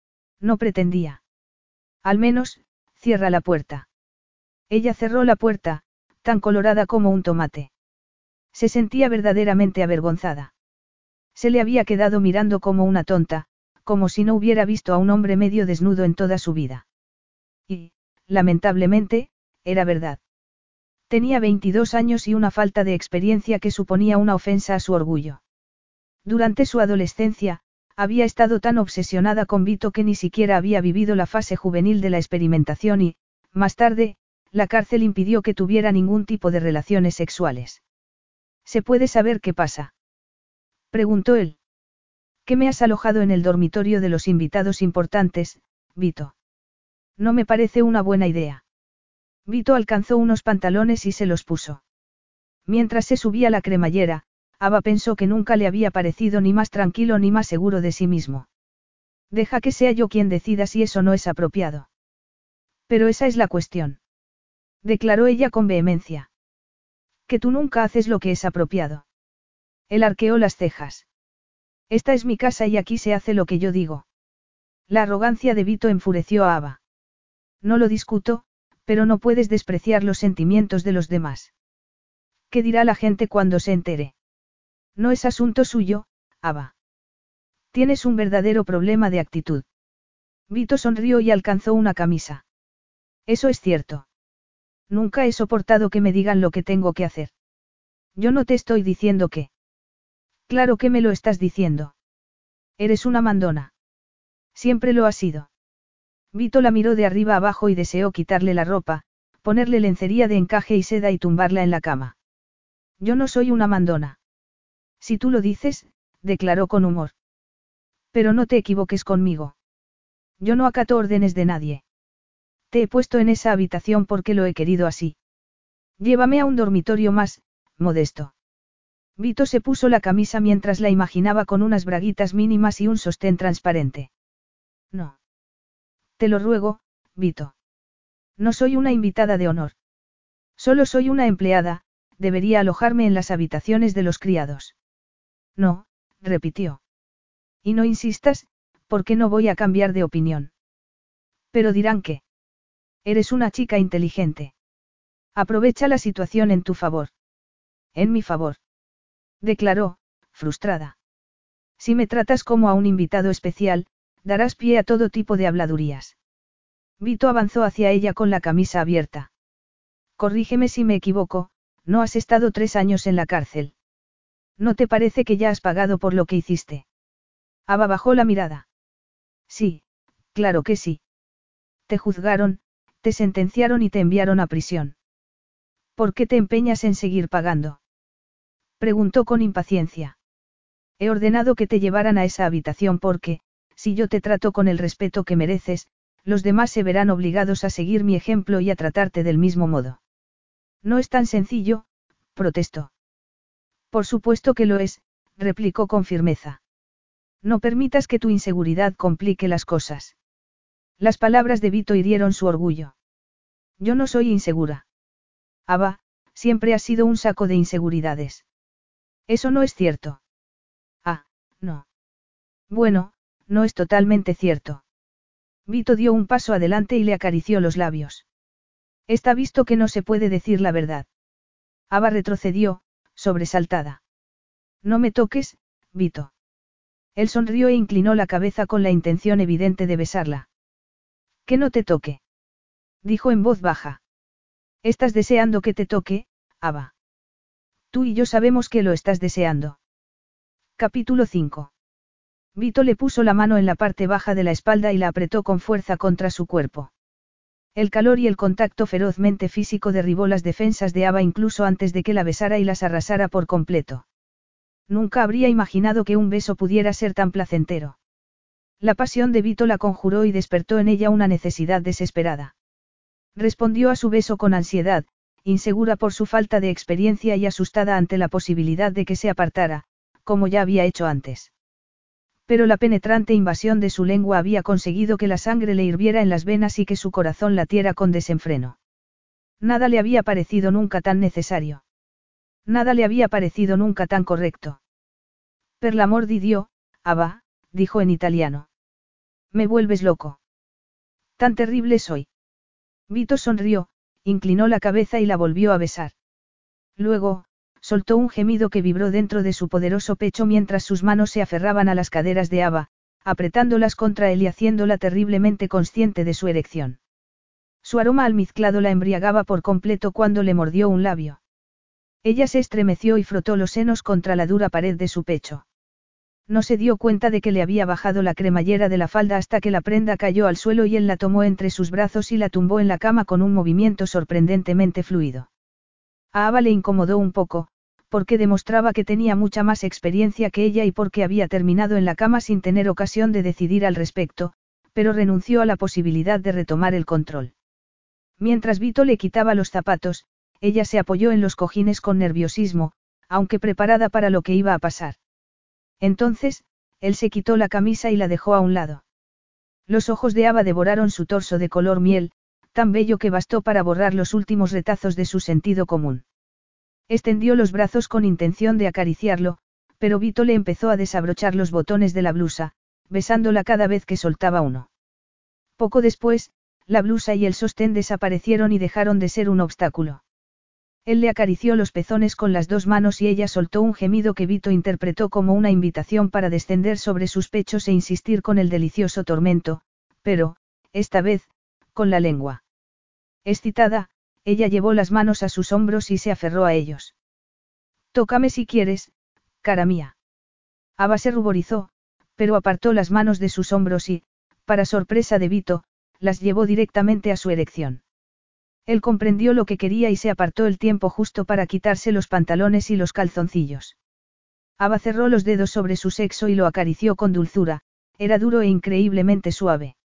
No pretendía. Al menos, cierra la puerta. Ella cerró la puerta, tan colorada como un tomate. Se sentía verdaderamente avergonzada. Se le había quedado mirando como una tonta, como si no hubiera visto a un hombre medio desnudo en toda su vida. Y, lamentablemente, era verdad. Tenía 22 años y una falta de experiencia que suponía una ofensa a su orgullo. Durante su adolescencia, había estado tan obsesionada con Vito que ni siquiera había vivido la fase juvenil de la experimentación y, más tarde, la cárcel impidió que tuviera ningún tipo de relaciones sexuales. ¿Se puede saber qué pasa? Preguntó él. ¿Qué me has alojado en el dormitorio de los invitados importantes, Vito? No me parece una buena idea. Vito alcanzó unos pantalones y se los puso. Mientras se subía la cremallera, Ava pensó que nunca le había parecido ni más tranquilo ni más seguro de sí mismo. Deja que sea yo quien decida si eso no es apropiado. Pero esa es la cuestión. Declaró ella con vehemencia. Que tú nunca haces lo que es apropiado. Él arqueó las cejas. Esta es mi casa y aquí se hace lo que yo digo. La arrogancia de Vito enfureció a Ava. No lo discuto, pero no puedes despreciar los sentimientos de los demás. ¿Qué dirá la gente cuando se entere? No es asunto suyo, Ava. Tienes un verdadero problema de actitud. Vito sonrió y alcanzó una camisa. Eso es cierto. Nunca he soportado que me digan lo que tengo que hacer. Yo no te estoy diciendo que. Claro que me lo estás diciendo. Eres una mandona. Siempre lo has sido. Vito la miró de arriba abajo y deseó quitarle la ropa, ponerle lencería de encaje y seda y tumbarla en la cama. Yo no soy una mandona. Si tú lo dices, declaró con humor. Pero no te equivoques conmigo. Yo no acato órdenes de nadie. Te he puesto en esa habitación porque lo he querido así. Llévame a un dormitorio más, modesto. Vito se puso la camisa mientras la imaginaba con unas braguitas mínimas y un sostén transparente. No. Te lo ruego, Vito. No soy una invitada de honor. Solo soy una empleada, debería alojarme en las habitaciones de los criados. No, repitió. Y no insistas, porque no voy a cambiar de opinión. Pero dirán que. Eres una chica inteligente. Aprovecha la situación en tu favor. En mi favor. Declaró, frustrada. Si me tratas como a un invitado especial, darás pie a todo tipo de habladurías. Vito avanzó hacia ella con la camisa abierta. Corrígeme si me equivoco, no has estado 3 años en la cárcel. ¿No te parece que ya has pagado por lo que hiciste? Ava bajó la mirada. Sí, claro que sí. Te juzgaron, te sentenciaron y te enviaron a prisión. ¿Por qué te empeñas en seguir pagando? Preguntó con impaciencia. He ordenado que te llevaran a esa habitación porque, si yo te trato con el respeto que mereces, los demás se verán obligados a seguir mi ejemplo y a tratarte del mismo modo. No es tan sencillo, protestó. Por supuesto que lo es, replicó con firmeza. No permitas que tu inseguridad complique las cosas. Las palabras de Vito hirieron su orgullo. Yo no soy insegura. Ava, siempre has sido un saco de inseguridades. Eso no es cierto. Ah, no. Bueno, no es totalmente cierto. Vito dio un paso adelante y le acarició los labios. Está visto que no se puede decir la verdad. Ava retrocedió, sobresaltada. No me toques, Vito. Él sonrió e inclinó la cabeza con la intención evidente de besarla. Que no te toque. Dijo en voz baja. Estás deseando que te toque, Ava. Tú y yo sabemos que lo estás deseando. Capítulo 5. Vito le puso la mano en la parte baja de la espalda y la apretó con fuerza contra su cuerpo. El calor y el contacto ferozmente físico derribó las defensas de Ava incluso antes de que la besara y las arrasara por completo. Nunca habría imaginado que un beso pudiera ser tan placentero. La pasión de Vito la conjuró y despertó en ella una necesidad desesperada. Respondió a su beso con ansiedad, insegura por su falta de experiencia y asustada ante la posibilidad de que se apartara, como ya había hecho antes. Pero la penetrante invasión de su lengua había conseguido que la sangre le hirviera en las venas y que su corazón latiera con desenfreno. Nada le había parecido nunca tan necesario. Nada le había parecido nunca tan correcto. Per l'amor di Dio, Ava, dijo en italiano. Me vuelves loco. Tan terrible soy. Vito sonrió, inclinó la cabeza y la volvió a besar. Luego, soltó un gemido que vibró dentro de su poderoso pecho mientras sus manos se aferraban a las caderas de Ava, apretándolas contra él y haciéndola terriblemente consciente de su erección. Su aroma almizclado la embriagaba por completo cuando le mordió un labio. Ella se estremeció y frotó los senos contra la dura pared de su pecho. No se dio cuenta de que le había bajado la cremallera de la falda hasta que la prenda cayó al suelo y él la tomó entre sus brazos y la tumbó en la cama con un movimiento sorprendentemente fluido. A Ava le incomodó un poco, porque demostraba que tenía mucha más experiencia que ella y porque había terminado en la cama sin tener ocasión de decidir al respecto, pero renunció a la posibilidad de retomar el control. Mientras Vito le quitaba los zapatos, ella se apoyó en los cojines con nerviosismo, aunque preparada para lo que iba a pasar. Entonces, él se quitó la camisa y la dejó a un lado. Los ojos de Ava devoraron su torso de color miel, tan bello que bastó para borrar los últimos retazos de su sentido común. Extendió los brazos con intención de acariciarlo, pero Vito le empezó a desabrochar los botones de la blusa, besándola cada vez que soltaba uno. Poco después, la blusa y el sostén desaparecieron y dejaron de ser un obstáculo. Él le acarició los pezones con las dos manos y ella soltó un gemido que Vito interpretó como una invitación para descender sobre sus pechos e insistir con el delicioso tormento, pero, esta vez, con la lengua. Excitada, ella llevó las manos a sus hombros y se aferró a ellos. Tócame si quieres, cara mía. Ava se ruborizó, pero apartó las manos de sus hombros y, para sorpresa de Vito, las llevó directamente a su erección. Él comprendió lo que quería y se apartó el tiempo justo para quitarse los pantalones y los calzoncillos. Ava cerró los dedos sobre su sexo y lo acarició con dulzura, era duro e increíblemente suave.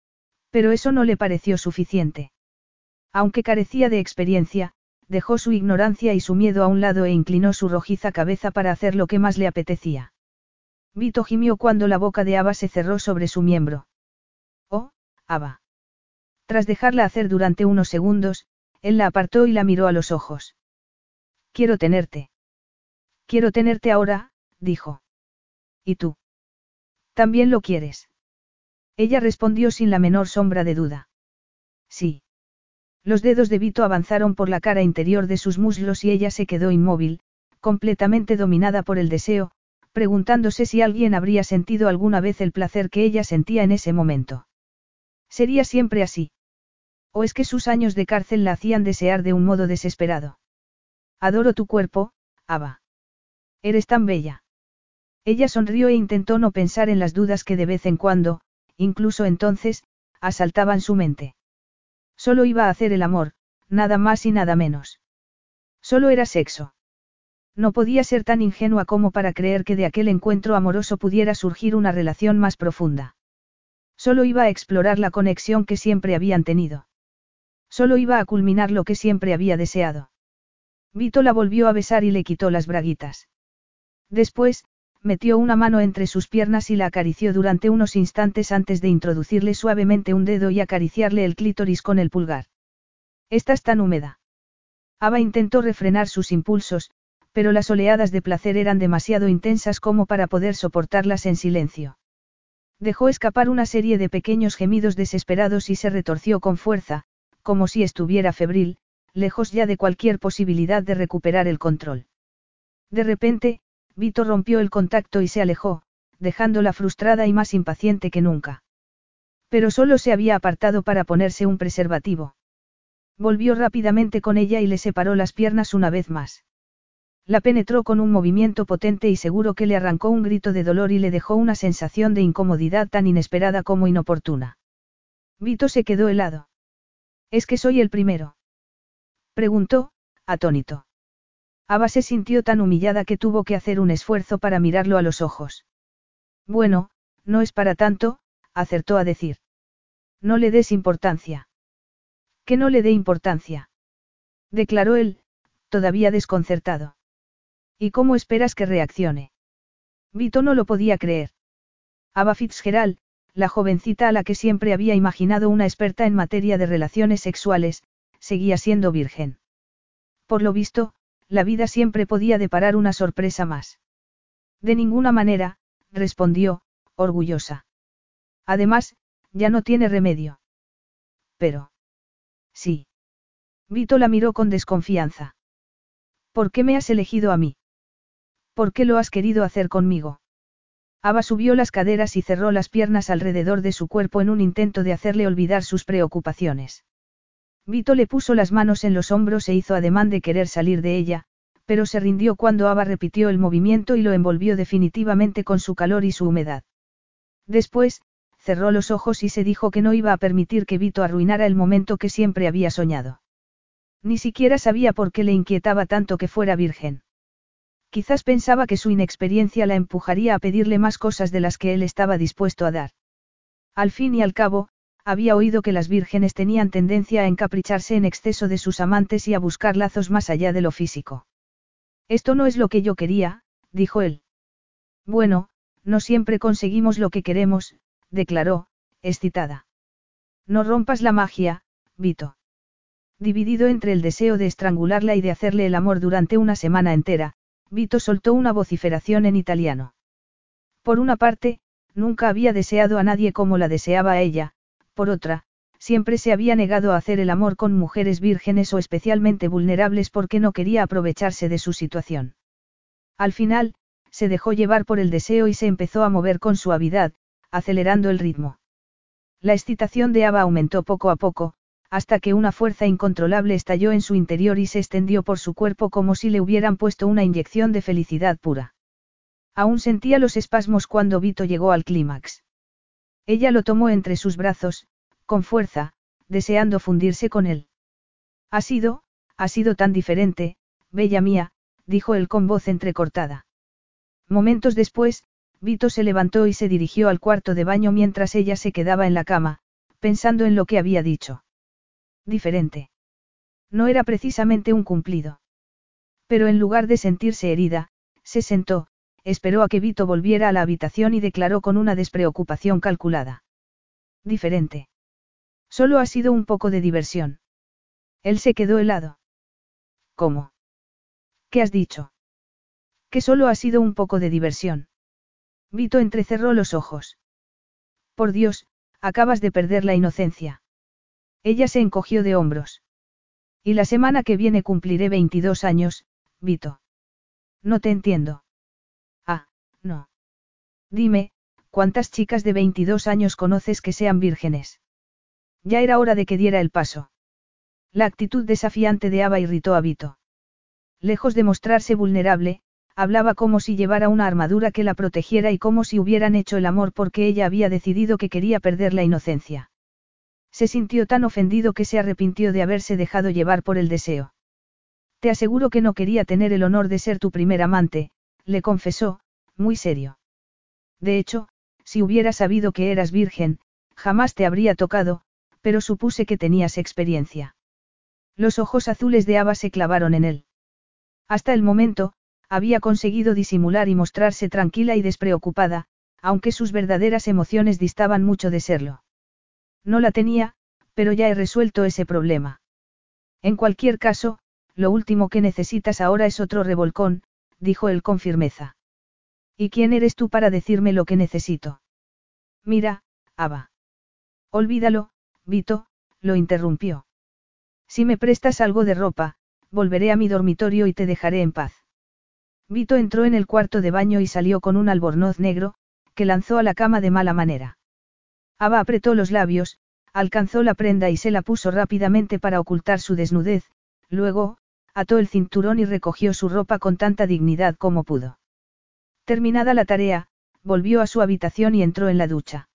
Pero eso no le pareció suficiente. Aunque carecía de experiencia, dejó su ignorancia y su miedo a un lado e inclinó su rojiza cabeza para hacer lo que más le apetecía. Vito gimió cuando la boca de Ava se cerró sobre su miembro. Oh, Ava. Tras dejarla hacer durante unos segundos, él la apartó y la miró a los ojos. Quiero tenerte. Quiero tenerte ahora, dijo. ¿Y tú? ¿También lo quieres? Ella respondió sin la menor sombra de duda. Sí. Los dedos de Vito avanzaron por la cara interior de sus muslos y ella se quedó inmóvil, completamente dominada por el deseo, preguntándose si alguien habría sentido alguna vez el placer que ella sentía en ese momento. ¿Sería siempre así? ¿O es que sus años de cárcel la hacían desear de un modo desesperado? Adoro tu cuerpo, Ava. Eres tan bella. Ella sonrió e intentó no pensar en las dudas que de vez en cuando, incluso entonces, asaltaban su mente. Solo iba a hacer el amor, nada más y nada menos. Solo era sexo. No podía ser tan ingenua como para creer que de aquel encuentro amoroso pudiera surgir una relación más profunda. Solo iba a explorar la conexión que siempre habían tenido. Solo iba a culminar lo que siempre había deseado. Vito la volvió a besar y le quitó las braguitas. Después, metió una mano entre sus piernas y la acarició durante unos instantes antes de introducirle suavemente un dedo y acariciarle el clítoris con el pulgar. Estás tan húmeda. Ava intentó refrenar sus impulsos, pero las oleadas de placer eran demasiado intensas como para poder soportarlas en silencio. Dejó escapar una serie de pequeños gemidos desesperados y se retorció con fuerza, como si estuviera febril, lejos ya de cualquier posibilidad de recuperar el control. De repente, Vito rompió el contacto y se alejó, dejándola frustrada y más impaciente que nunca. Pero solo se había apartado para ponerse un preservativo. Volvió rápidamente con ella y le separó las piernas una vez más. La penetró con un movimiento potente y seguro que le arrancó un grito de dolor y le dejó una sensación de incomodidad tan inesperada como inoportuna. Vito se quedó helado. ¿Es que soy el primero?, preguntó, atónito. Ava se sintió tan humillada que tuvo que hacer un esfuerzo para mirarlo a los ojos. Bueno, no es para tanto, acertó a decir. No le des importancia. Que no le dé importancia, declaró él, todavía desconcertado. ¿Y cómo esperas que reaccione? Vito no lo podía creer. Ava Fitzgerald, la jovencita a la que siempre había imaginado una experta en materia de relaciones sexuales, seguía siendo virgen. Por lo visto, la vida siempre podía deparar una sorpresa más. De ninguna manera, respondió, orgullosa. Además, ya no tiene remedio. Pero. Sí. Vito la miró con desconfianza. ¿Por qué me has elegido a mí? ¿Por qué lo has querido hacer conmigo? Ava subió las caderas y cerró las piernas alrededor de su cuerpo en un intento de hacerle olvidar sus preocupaciones. Vito le puso las manos en los hombros e hizo ademán de querer salir de ella, pero se rindió cuando Ava repitió el movimiento y lo envolvió definitivamente con su calor y su humedad. Después, cerró los ojos y se dijo que no iba a permitir que Vito arruinara el momento que siempre había soñado. Ni siquiera sabía por qué le inquietaba tanto que fuera virgen. Quizás pensaba que su inexperiencia la empujaría a pedirle más cosas de las que él estaba dispuesto a dar. Al fin y al cabo, había oído que las vírgenes tenían tendencia a encapricharse en exceso de sus amantes y a buscar lazos más allá de lo físico. Esto no es lo que yo quería, dijo él. Bueno, no siempre conseguimos lo que queremos, declaró, excitada. No rompas la magia, Vito. Dividido entre el deseo de estrangularla y de hacerle el amor durante una semana entera, Vito soltó una vociferación en italiano. Por una parte, nunca había deseado a nadie como la deseaba a ella, por otra, siempre se había negado a hacer el amor con mujeres vírgenes o especialmente vulnerables porque no quería aprovecharse de su situación. Al final, se dejó llevar por el deseo y se empezó a mover con suavidad, acelerando el ritmo. La excitación de Ava aumentó poco a poco, hasta que una fuerza incontrolable estalló en su interior y se extendió por su cuerpo como si le hubieran puesto una inyección de felicidad pura. Aún sentía los espasmos cuando Vito llegó al clímax. Ella lo tomó entre sus brazos, con fuerza, deseando fundirse con él. Ha sido tan diferente, bella mía, dijo él con voz entrecortada. Momentos después, Vito se levantó y se dirigió al cuarto de baño mientras ella se quedaba en la cama, pensando en lo que había dicho. Diferente. No era precisamente un cumplido. Pero en lugar de sentirse herida, se sentó, esperó a que Vito volviera a la habitación y declaró con una despreocupación calculada. Diferente. Solo ha sido un poco de diversión. Él se quedó helado. ¿Cómo? ¿Qué has dicho? Que solo ha sido un poco de diversión. Vito entrecerró los ojos. Por Dios, acabas de perder la inocencia. Ella se encogió de hombros. Y la semana que viene cumpliré 22 años, Vito. No te entiendo. Ah, no. Dime, ¿cuántas chicas de 22 años conoces que sean vírgenes? Ya era hora de que diera el paso. La actitud desafiante de Ava irritó a Vito. Lejos de mostrarse vulnerable, hablaba como si llevara una armadura que la protegiera y como si hubieran hecho el amor porque ella había decidido que quería perder la inocencia. Se sintió tan ofendido que se arrepintió de haberse dejado llevar por el deseo. Te aseguro que no quería tener el honor de ser tu primer amante, le confesó, muy serio. De hecho, si hubiera sabido que eras virgen, jamás te habría tocado, pero supuse que tenías experiencia. Los ojos azules de Ava se clavaron en él. Hasta el momento, había conseguido disimular y mostrarse tranquila y despreocupada, aunque sus verdaderas emociones distaban mucho de serlo. No la tenía, pero ya he resuelto ese problema. En cualquier caso, lo último que necesitas ahora es otro revolcón, dijo él con firmeza. ¿Y quién eres tú para decirme lo que necesito? Mira, Ava. Olvídalo, Vito, lo interrumpió. Si me prestas algo de ropa, volveré a mi dormitorio y te dejaré en paz. Vito entró en el cuarto de baño y salió con un albornoz negro, que lanzó a la cama de mala manera. Ava apretó los labios, alcanzó la prenda y se la puso rápidamente para ocultar su desnudez, luego, ató el cinturón y recogió su ropa con tanta dignidad como pudo. Terminada la tarea, volvió a su habitación y entró en la ducha.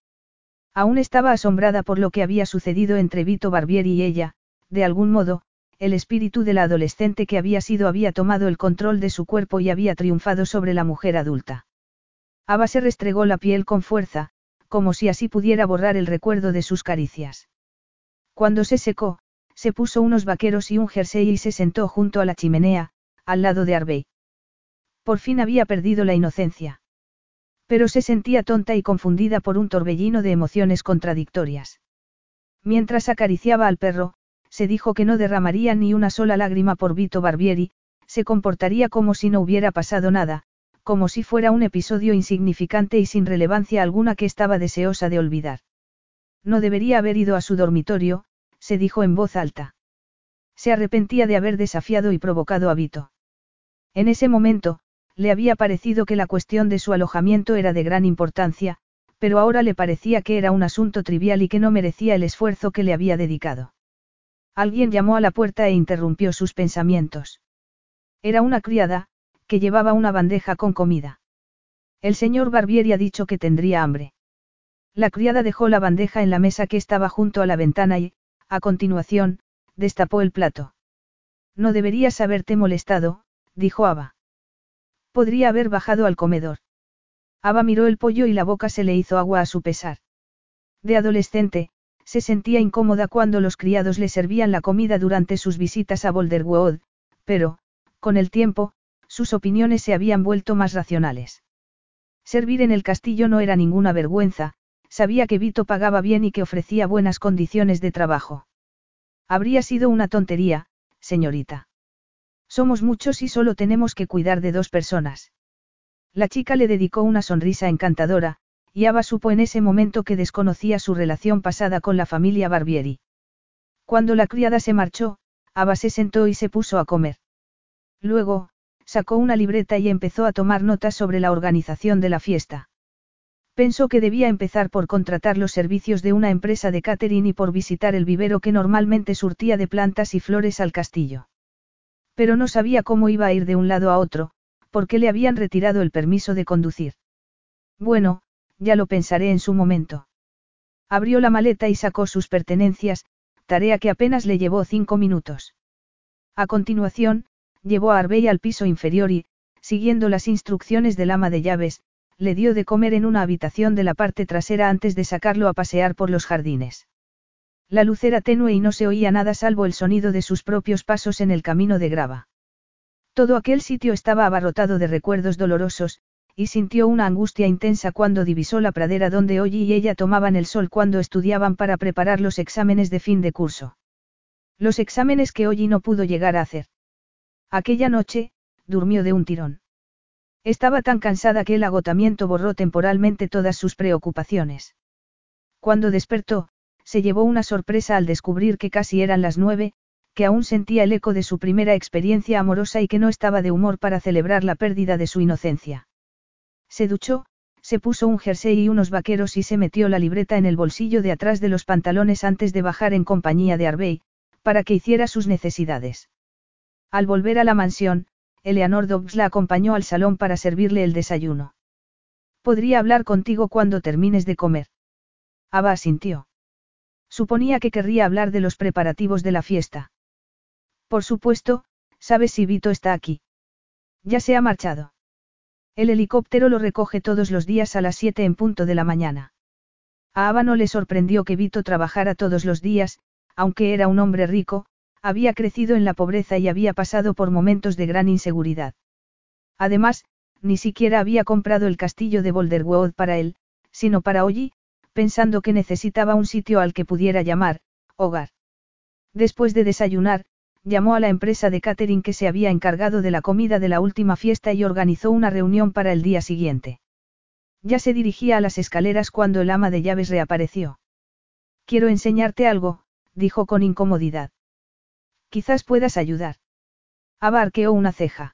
Aún estaba asombrada por lo que había sucedido entre Vito Barbieri y ella, de algún modo, el espíritu de la adolescente que había sido había tomado el control de su cuerpo y había triunfado sobre la mujer adulta. Ava se restregó la piel con fuerza, como si así pudiera borrar el recuerdo de sus caricias. Cuando se secó, se puso unos vaqueros y un jersey y se sentó junto a la chimenea, al lado de Harvey. Por fin había perdido la inocencia. Pero se sentía tonta y confundida por un torbellino de emociones contradictorias. Mientras acariciaba al perro, se dijo que no derramaría ni una sola lágrima por Vito Barbieri, se comportaría como si no hubiera pasado nada, como si fuera un episodio insignificante y sin relevancia alguna que estaba deseosa de olvidar. No debería haber ido a su dormitorio, se dijo en voz alta. Se arrepentía de haber desafiado y provocado a Vito. En ese momento, le había parecido que la cuestión de su alojamiento era de gran importancia, pero ahora le parecía que era un asunto trivial y que no merecía el esfuerzo que le había dedicado. Alguien llamó a la puerta e interrumpió sus pensamientos. Era una criada, que llevaba una bandeja con comida. El señor Barbieri ha dicho que tendría hambre. La criada dejó la bandeja en la mesa que estaba junto a la ventana y, a continuación, destapó el plato. No deberías haberte molestado, dijo Ava. Podría haber bajado al comedor. Ava miró el pollo y la boca se le hizo agua a su pesar. De adolescente, se sentía incómoda cuando los criados le servían la comida durante sus visitas a Boulderwood, pero, con el tiempo, sus opiniones se habían vuelto más racionales. Servir en el castillo no era ninguna vergüenza, sabía que Vito pagaba bien y que ofrecía buenas condiciones de trabajo. Habría sido una tontería, señorita. Somos muchos y solo tenemos que cuidar de 2 personas. La chica le dedicó una sonrisa encantadora, y Ava supo en ese momento que desconocía su relación pasada con la familia Barbieri. Cuando la criada se marchó, Ava se sentó y se puso a comer. Luego, sacó una libreta y empezó a tomar notas sobre la organización de la fiesta. Pensó que debía empezar por contratar los servicios de una empresa de catering y por visitar el vivero que normalmente surtía de plantas y flores al castillo. Pero no sabía cómo iba a ir de un lado a otro, porque le habían retirado el permiso de conducir. Bueno, ya lo pensaré en su momento. Abrió la maleta y sacó sus pertenencias, tarea que apenas le llevó 5 minutos. A continuación, llevó a Harvey al piso inferior y, siguiendo las instrucciones del ama de llaves, le dio de comer en una habitación de la parte trasera antes de sacarlo a pasear por los jardines. La luz era tenue y no se oía nada salvo el sonido de sus propios pasos en el camino de grava. Todo aquel sitio estaba abarrotado de recuerdos dolorosos, y sintió una angustia intensa cuando divisó la pradera donde Ollie y ella tomaban el sol cuando estudiaban para preparar los exámenes de fin de curso. Los exámenes que Ollie no pudo llegar a hacer. Aquella noche, durmió de un tirón. Estaba tan cansada que el agotamiento borró temporalmente todas sus preocupaciones. Cuando despertó, se llevó una sorpresa al descubrir que casi eran las 9, que aún sentía el eco de su primera experiencia amorosa y que no estaba de humor para celebrar la pérdida de su inocencia. Se duchó, se puso un jersey y unos vaqueros y se metió la libreta en el bolsillo de atrás de los pantalones antes de bajar en compañía de Harvey, para que hiciera sus necesidades. Al volver a la mansión, Eleanor Dobbs la acompañó al salón para servirle el desayuno. «¿Podría hablar contigo cuando termines de comer?» Ava asintió. Suponía que querría hablar de los preparativos de la fiesta. Por supuesto, ¿sabes si Vito está aquí? Ya se ha marchado. El helicóptero lo recoge todos los días a las 7 en punto de la mañana. A Ava no le sorprendió que Vito trabajara todos los días, aunque era un hombre rico, había crecido en la pobreza y había pasado por momentos de gran inseguridad. Además, ni siquiera había comprado el castillo de Boulderwood para él, sino para Ollie, pensando que necesitaba un sitio al que pudiera llamar hogar. Después de desayunar, llamó a la empresa de catering que se había encargado de la comida de la última fiesta y organizó una reunión para el día siguiente. Ya se dirigía a las escaleras cuando el ama de llaves reapareció. Quiero enseñarte algo, dijo con incomodidad. Quizás puedas ayudar. Ava arqueó una ceja.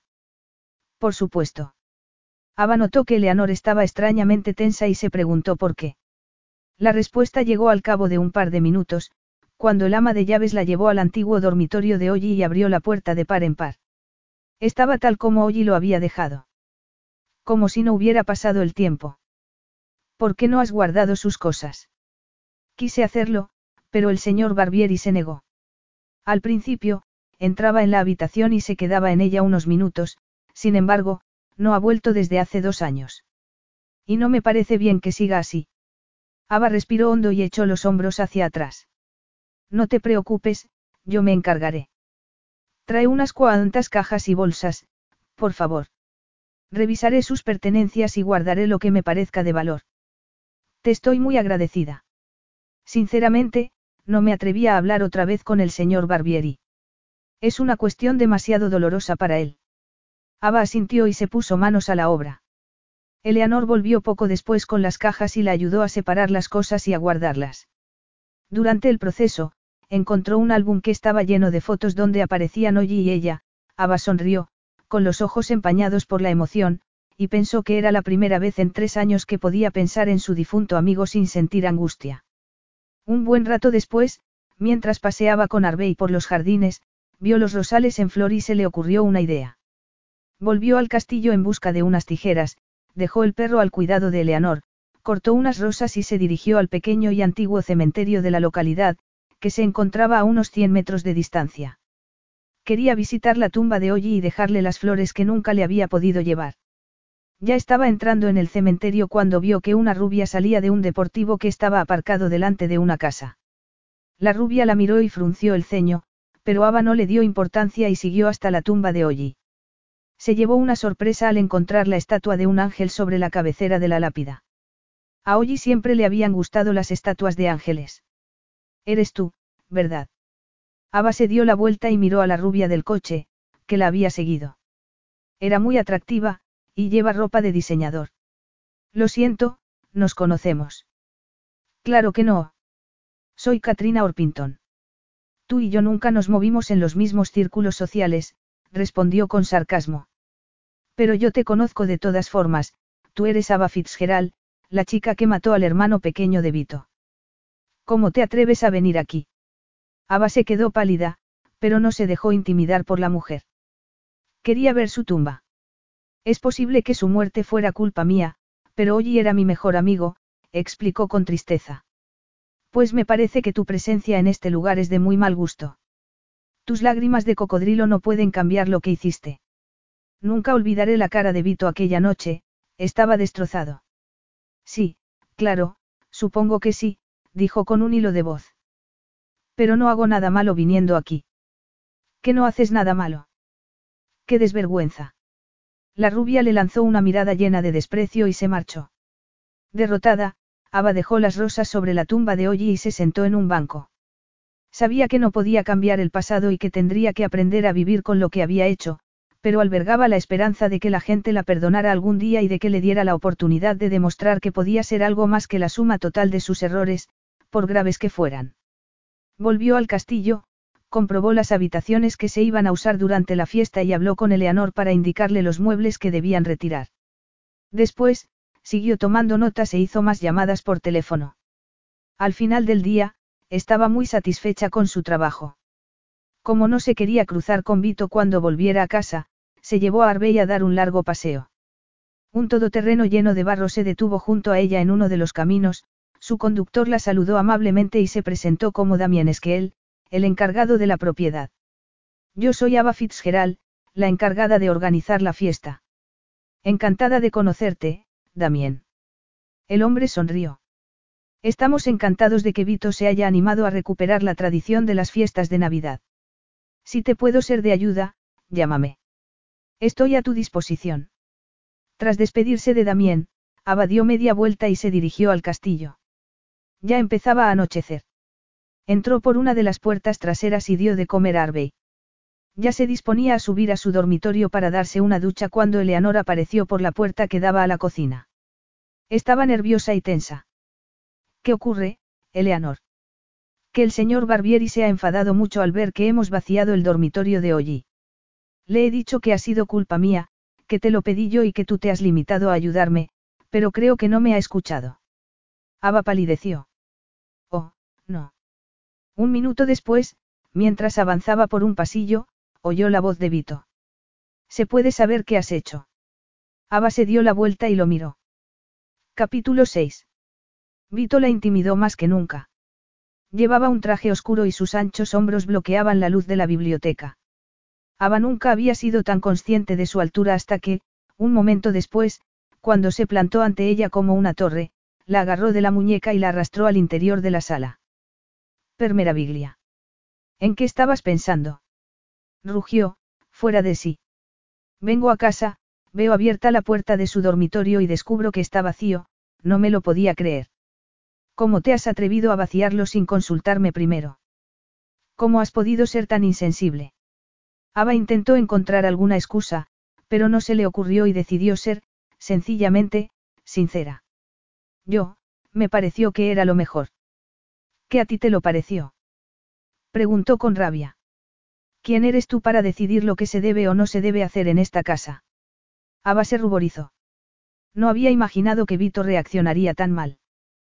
Por supuesto. Ava notó que Eleanor estaba extrañamente tensa y se preguntó por qué. La respuesta llegó al cabo de un par de minutos, cuando el ama de llaves la llevó al antiguo dormitorio de Ollie y abrió la puerta de par en par. Estaba tal como Ollie lo había dejado. Como si no hubiera pasado el tiempo. ¿Por qué no has guardado sus cosas? Quise hacerlo, pero el señor Barbieri se negó. Al principio, entraba en la habitación y se quedaba en ella unos minutos, sin embargo, no ha vuelto desde hace 2 años. Y no me parece bien que siga así. Ava respiró hondo y echó los hombros hacia atrás. No te preocupes, yo me encargaré. Trae unas cuantas cajas y bolsas, por favor. Revisaré sus pertenencias y guardaré lo que me parezca de valor. Te estoy muy agradecida. Sinceramente, no me atrevía a hablar otra vez con el señor Barbieri. Es una cuestión demasiado dolorosa para él. Ava asintió y se puso manos a la obra. Eleanor volvió poco después con las cajas y la ayudó a separar las cosas y a guardarlas. Durante el proceso, encontró un álbum que estaba lleno de fotos donde aparecían Ollie y ella. Ava sonrió, con los ojos empañados por la emoción, y pensó que era la primera vez en 3 años que podía pensar en su difunto amigo sin sentir angustia. Un buen rato después, mientras paseaba con Harvey por los jardines, vio los rosales en flor y se le ocurrió una idea. Volvió al castillo en busca de unas tijeras, dejó el perro al cuidado de Eleanor, cortó unas rosas y se dirigió al pequeño y antiguo cementerio de la localidad, que se encontraba a unos 100 metros de distancia. Quería visitar la tumba de Ollie y dejarle las flores que nunca le había podido llevar. Ya estaba entrando en el cementerio cuando vio que una rubia salía de un deportivo que estaba aparcado delante de una casa. La rubia la miró y frunció el ceño, pero Ava no le dio importancia y siguió hasta la tumba de Ollie. Se llevó una sorpresa al encontrar la estatua de un ángel sobre la cabecera de la lápida. A Ollie siempre le habían gustado las estatuas de ángeles. Eres tú, ¿verdad? Ava se dio la vuelta y miró a la rubia del coche, que la había seguido. Era muy atractiva, y lleva ropa de diseñador. Lo siento, nos conocemos. Claro que no. Soy Katrina Orpington. Tú y yo nunca nos movimos en los mismos círculos sociales, respondió con sarcasmo. Pero yo te conozco de todas formas, tú eres Ava Fitzgerald, la chica que mató al hermano pequeño de Vito. ¿Cómo te atreves a venir aquí? Ava se quedó pálida, pero no se dejó intimidar por la mujer. Quería ver su tumba. Es posible que su muerte fuera culpa mía, pero Ollie era mi mejor amigo, explicó con tristeza. Pues me parece que tu presencia en este lugar es de muy mal gusto. Tus lágrimas de cocodrilo no pueden cambiar lo que hiciste. Nunca olvidaré la cara de Vito aquella noche, estaba destrozado. Sí, claro, supongo que sí, dijo con un hilo de voz. Pero no hago nada malo viniendo aquí. ¿Que no haces nada malo? ¡Qué desvergüenza! La rubia le lanzó una mirada llena de desprecio y se marchó. Derrotada, Ava dejó las rosas sobre la tumba de Ollie y se sentó en un banco. Sabía que no podía cambiar el pasado y que tendría que aprender a vivir con lo que había hecho, pero albergaba la esperanza de que la gente la perdonara algún día y de que le diera la oportunidad de demostrar que podía ser algo más que la suma total de sus errores, por graves que fueran. Volvió al castillo, comprobó las habitaciones que se iban a usar durante la fiesta y habló con Eleanor para indicarle los muebles que debían retirar. Después, siguió tomando notas e hizo más llamadas por teléfono. Al final del día, estaba muy satisfecha con su trabajo. Como no se quería cruzar con Vito cuando volviera a casa, se llevó a Harvey a dar un largo paseo. Un todoterreno lleno de barro se detuvo junto a ella en uno de los caminos, su conductor la saludó amablemente y se presentó como Damien Esquel, el encargado de la propiedad. Yo soy Ava Fitzgerald, la encargada de organizar la fiesta. Encantada de conocerte, Damien. El hombre sonrió. Estamos encantados de que Vito se haya animado a recuperar la tradición de las fiestas de Navidad. Si te puedo ser de ayuda, llámame. Estoy a tu disposición. Tras despedirse de Damien, Ava dio media vuelta y se dirigió al castillo. Ya empezaba a anochecer. Entró por una de las puertas traseras y dio de comer a Harvey. Ya se disponía a subir a su dormitorio para darse una ducha cuando Eleanor apareció por la puerta que daba a la cocina. Estaba nerviosa y tensa. ¿Qué ocurre, Eleanor? Que el señor Barbieri se ha enfadado mucho al ver que hemos vaciado el dormitorio de Ollie. Le he dicho que ha sido culpa mía, que te lo pedí yo y que tú te has limitado a ayudarme, pero creo que no me ha escuchado. Ava palideció. Oh, no. Un minuto después, mientras avanzaba por un pasillo, oyó la voz de Vito. ¿Se puede saber qué has hecho? Ava se dio la vuelta y lo miró. Capítulo 6. Vito la intimidó más que nunca. Llevaba un traje oscuro y sus anchos hombros bloqueaban la luz de la biblioteca. Ava nunca había sido tan consciente de su altura hasta que, un momento después, cuando se plantó ante ella como una torre, la agarró de la muñeca y la arrastró al interior de la sala. Per meraviglia. ¿En qué estabas pensando? Rugió, fuera de sí. Vengo a casa, veo abierta la puerta de su dormitorio y descubro que está vacío, no me lo podía creer. ¿Cómo te has atrevido a vaciarlo sin consultarme primero? ¿Cómo has podido ser tan insensible? Ava intentó encontrar alguna excusa, pero no se le ocurrió y decidió ser, sencillamente, sincera. Me pareció que era lo mejor. ¿Qué a ti te lo pareció? Preguntó con rabia. ¿Quién eres tú para decidir lo que se debe o no se debe hacer en esta casa? Ava se ruborizó. No había imaginado que Vito reaccionaría tan mal.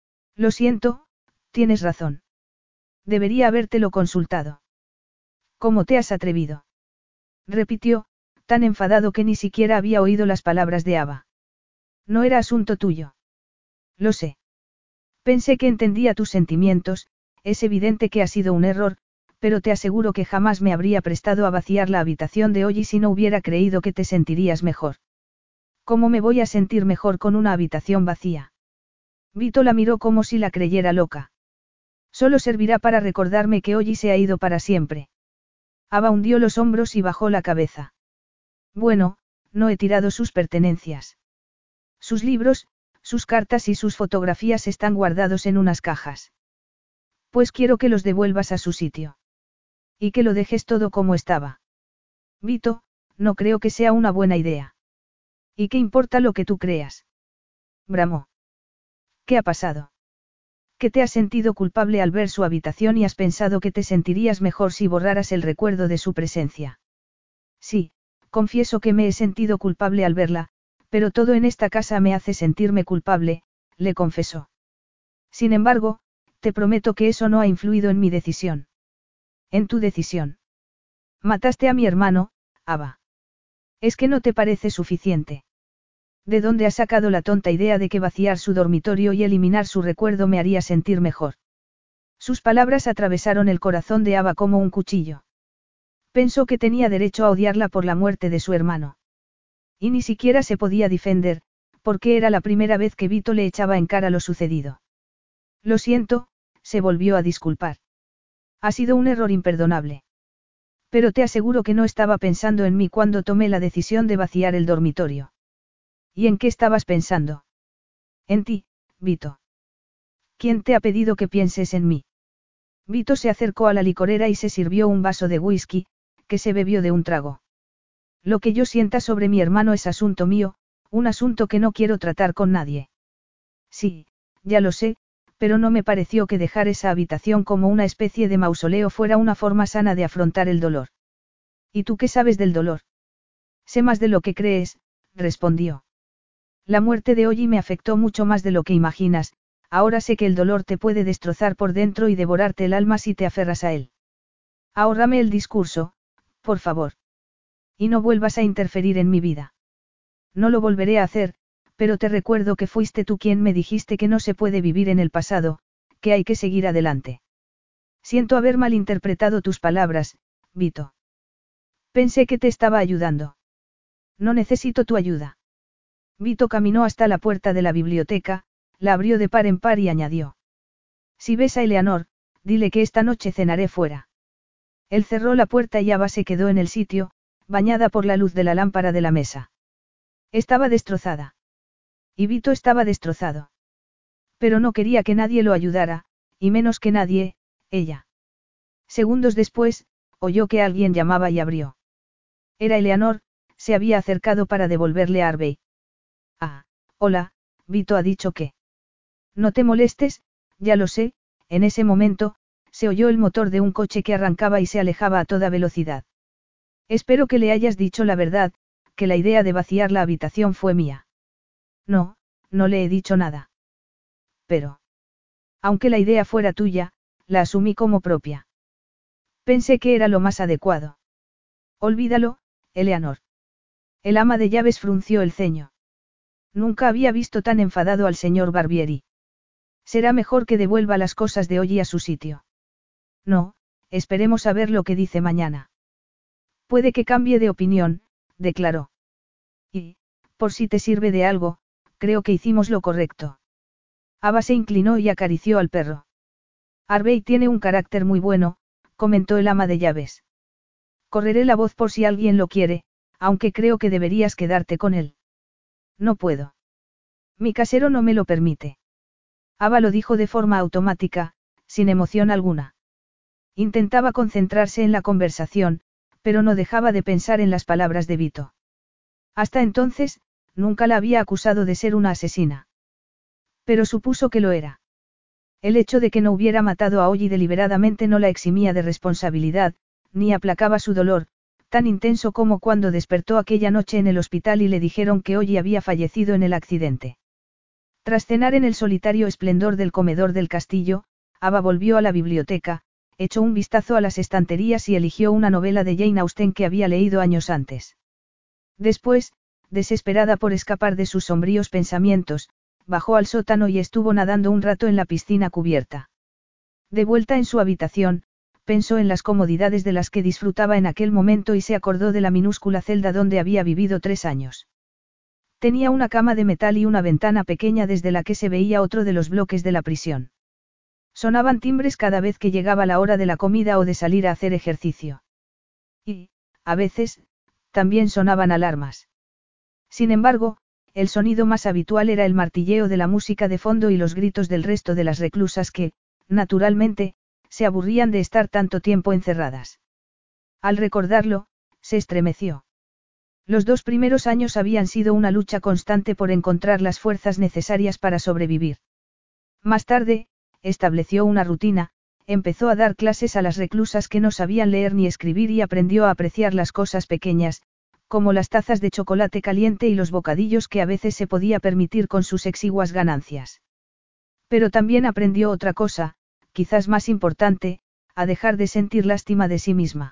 Lo siento, tienes razón. Debería habértelo consultado. ¿Cómo te has atrevido? Repitió, tan enfadado que ni siquiera había oído las palabras de Ava. No era asunto tuyo. Lo sé. Pensé que entendía tus sentimientos, es evidente que ha sido un error, pero te aseguro que jamás me habría prestado a vaciar la habitación de Ollie si no hubiera creído que te sentirías mejor. ¿Cómo me voy a sentir mejor con una habitación vacía? Vito la miró como si la creyera loca. Solo servirá para recordarme que Ollie se ha ido para siempre. Ava hundió los hombros y bajó la cabeza. Bueno, no he tirado sus pertenencias. Sus libros, sus cartas y sus fotografías están guardados en unas cajas. Pues quiero que los devuelvas a su sitio. Y que lo dejes todo como estaba. Vito, no creo que sea una buena idea. ¿Y qué importa lo que tú creas? Bramó. ¿Qué ha pasado? ¿Que te has sentido culpable al ver su habitación y has pensado que te sentirías mejor si borraras el recuerdo de su presencia? Sí, confieso que me he sentido culpable al verla, pero todo en esta casa me hace sentirme culpable, le confesó. Sin embargo, te prometo que eso no ha influido en mi decisión. ¿En tu decisión? Mataste a mi hermano, Ava. ¿Es que no te parece suficiente? ¿De dónde has sacado la tonta idea de que vaciar su dormitorio y eliminar su recuerdo me haría sentir mejor? Sus palabras atravesaron el corazón de Ava como un cuchillo. Pensó que tenía derecho a odiarla por la muerte de su hermano. Y ni siquiera se podía defender, porque era la primera vez que Vito le echaba en cara lo sucedido. Lo siento, se volvió a disculpar. Ha sido un error imperdonable. Pero te aseguro que no estaba pensando en mí cuando tomé la decisión de vaciar el dormitorio. ¿Y en qué estabas pensando? En ti, Vito. ¿Quién te ha pedido que pienses en mí? Vito se acercó a la licorera y se sirvió un vaso de whisky, que se bebió de un trago. Lo que yo sienta sobre mi hermano es asunto mío, un asunto que no quiero tratar con nadie. Sí, ya lo sé, pero no me pareció que dejar esa habitación como una especie de mausoleo fuera una forma sana de afrontar el dolor. ¿Y tú qué sabes del dolor? Sé más de lo que crees, respondió. La muerte de Ollie me afectó mucho más de lo que imaginas, ahora sé que el dolor te puede destrozar por dentro y devorarte el alma si te aferras a él. Ahórrame el discurso, por favor. Y no vuelvas a interferir en mi vida. No lo volveré a hacer, pero te recuerdo que fuiste tú quien me dijiste que no se puede vivir en el pasado, que hay que seguir adelante. Siento haber malinterpretado tus palabras, Vito. Pensé que te estaba ayudando. No necesito tu ayuda. Vito caminó hasta la puerta de la biblioteca, la abrió de par en par y añadió. Si ves a Eleanor, dile que esta noche cenaré fuera. Él cerró la puerta y Ava se quedó en el sitio, bañada por la luz de la lámpara de la mesa. Estaba destrozada. Y Vito estaba destrozado. Pero no quería que nadie lo ayudara, y menos que nadie, ella. Segundos después, oyó que alguien llamaba y abrió. Era Eleanor, se había acercado para devolverle a Harvey. Ah, hola, Vito ha dicho que. No te molestes, ya lo sé, en ese momento, se oyó el motor de un coche que arrancaba y se alejaba a toda velocidad. Espero que le hayas dicho la verdad, que la idea de vaciar la habitación fue mía. No, no le he dicho nada. Pero. Aunque la idea fuera tuya, la asumí como propia. Pensé que era lo más adecuado. Olvídalo, Eleanor. El ama de llaves frunció el ceño. Nunca había visto tan enfadado al señor Barbieri. Será mejor que devuelva las cosas de hoy a su sitio. No, esperemos a ver lo que dice mañana. Puede que cambie de opinión, declaró. Y, por si te sirve de algo, creo que hicimos lo correcto. Ava se inclinó y acarició al perro. Harvey tiene un carácter muy bueno, comentó el ama de llaves. Correré la voz por si alguien lo quiere, aunque creo que deberías quedarte con él. No puedo. Mi casero no me lo permite. Ava lo dijo de forma automática, sin emoción alguna. Intentaba concentrarse en la conversación, pero no dejaba de pensar en las palabras de Vito. Hasta entonces, nunca la había acusado de ser una asesina. Pero supuso que lo era. El hecho de que no hubiera matado a Ollie deliberadamente no la eximía de responsabilidad, ni aplacaba su dolor, tan intenso como cuando despertó aquella noche en el hospital y le dijeron que Ollie había fallecido en el accidente. Tras cenar en el solitario esplendor del comedor del castillo, Ava volvió a la biblioteca, echó un vistazo a las estanterías y eligió una novela de Jane Austen que había leído años antes. Después, desesperada por escapar de sus sombríos pensamientos, bajó al sótano y estuvo nadando un rato en la piscina cubierta. De vuelta en su habitación, pensó en las comodidades de las que disfrutaba en aquel momento y se acordó de la minúscula celda donde había vivido 3 años. Tenía una cama de metal y una ventana pequeña desde la que se veía otro de los bloques de la prisión. Sonaban timbres cada vez que llegaba la hora de la comida o de salir a hacer ejercicio. Y, a veces, también sonaban alarmas. Sin embargo, el sonido más habitual era el martilleo de la música de fondo y los gritos del resto de las reclusas que, naturalmente, se aburrían de estar tanto tiempo encerradas. Al recordarlo, se estremeció. Los 2 primeros años habían sido una lucha constante por encontrar las fuerzas necesarias para sobrevivir. Más tarde, estableció una rutina, empezó a dar clases a las reclusas que no sabían leer ni escribir y aprendió a apreciar las cosas pequeñas, como las tazas de chocolate caliente y los bocadillos que a veces se podía permitir con sus exiguas ganancias. Pero también aprendió otra cosa, quizás más importante, a dejar de sentir lástima de sí misma.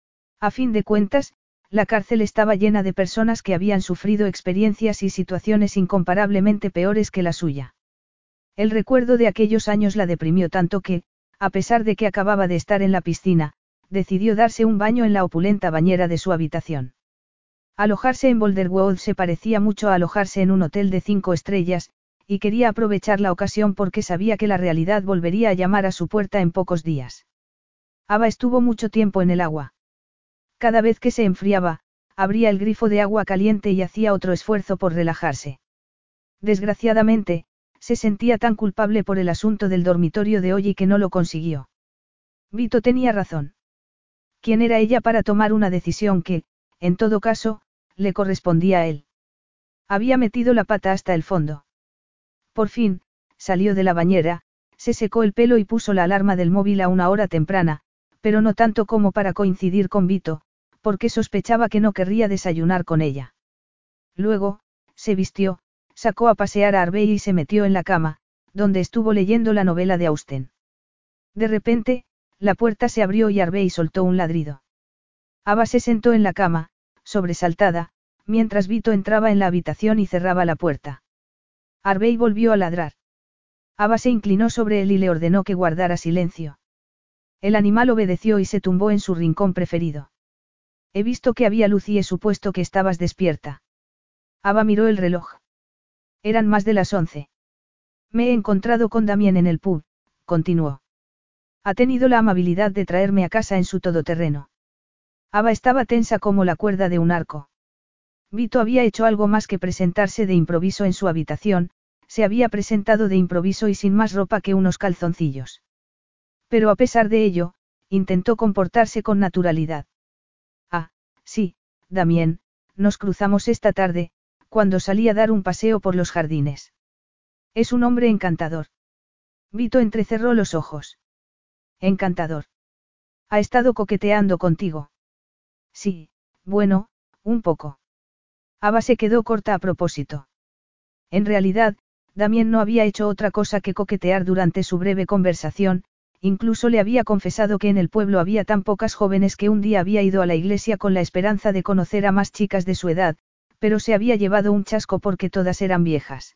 A fin de cuentas, la cárcel estaba llena de personas que habían sufrido experiencias y situaciones incomparablemente peores que la suya. El recuerdo de aquellos años la deprimió tanto que, a pesar de que acababa de estar en la piscina, decidió darse un baño en la opulenta bañera de su habitación. Alojarse en Boulderwood se parecía mucho a alojarse en un hotel de 5 estrellas, y quería aprovechar la ocasión porque sabía que la realidad volvería a llamar a su puerta en pocos días. Ava estuvo mucho tiempo en el agua. Cada vez que se enfriaba, abría el grifo de agua caliente y hacía otro esfuerzo por relajarse. Desgraciadamente, se sentía tan culpable por el asunto del dormitorio de Ollie que no lo consiguió. Vito tenía razón. ¿Quién era ella para tomar una decisión que, en todo caso, le correspondía a él? Había metido la pata hasta el fondo. Por fin, salió de la bañera, se secó el pelo y puso la alarma del móvil a una hora temprana, pero no tanto como para coincidir con Vito, porque sospechaba que no querría desayunar con ella. Luego, se vistió, sacó a pasear a Harvey y se metió en la cama, donde estuvo leyendo la novela de Austen. De repente, la puerta se abrió y Harvey soltó un ladrido. Ava se sentó en la cama, sobresaltada, mientras Vito entraba en la habitación y cerraba la puerta. Harvey volvió a ladrar. Ava se inclinó sobre él y le ordenó que guardara silencio. El animal obedeció y se tumbó en su rincón preferido. He visto que había luz y he supuesto que estabas despierta. Ava miró el reloj. Eran más de las 11. Me he encontrado con Damien en el pub, continuó. Ha tenido la amabilidad de traerme a casa en su todoterreno. Ava estaba tensa como la cuerda de un arco. Vito había hecho algo más que presentarse de improviso en su habitación, se había presentado de improviso y sin más ropa que unos calzoncillos. Pero a pesar de ello, intentó comportarse con naturalidad. Ah, sí, Damien, nos cruzamos esta tarde, cuando salí a dar un paseo por los jardines. Es un hombre encantador. Vito entrecerró los ojos. Encantador. ¿Ha estado coqueteando contigo? Sí, bueno, un poco. Ava se quedó corta a propósito. En realidad, Damien no había hecho otra cosa que coquetear durante su breve conversación, incluso le había confesado que en el pueblo había tan pocas jóvenes que un día había ido a la iglesia con la esperanza de conocer a más chicas de su edad, pero se había llevado un chasco porque todas eran viejas.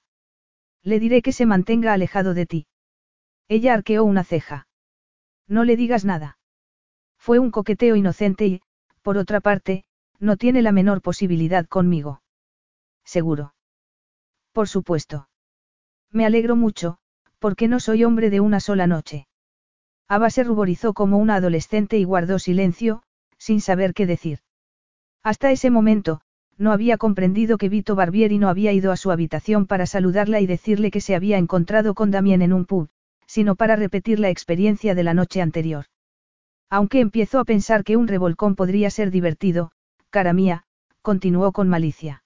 Le diré que se mantenga alejado de ti. Ella arqueó una ceja. No le digas nada. Fue un coqueteo inocente y, por otra parte, no tiene la menor posibilidad conmigo. Seguro. Por supuesto. Me alegro mucho, porque no soy hombre de una sola noche. Ava se ruborizó como una adolescente y guardó silencio, sin saber qué decir. Hasta ese momento, no había comprendido que Vito Barbieri no había ido a su habitación para saludarla y decirle que se había encontrado con Damien en un pub, sino para repetir la experiencia de la noche anterior. Aunque empezó a pensar que un revolcón podría ser divertido, cara mía, continuó con malicia.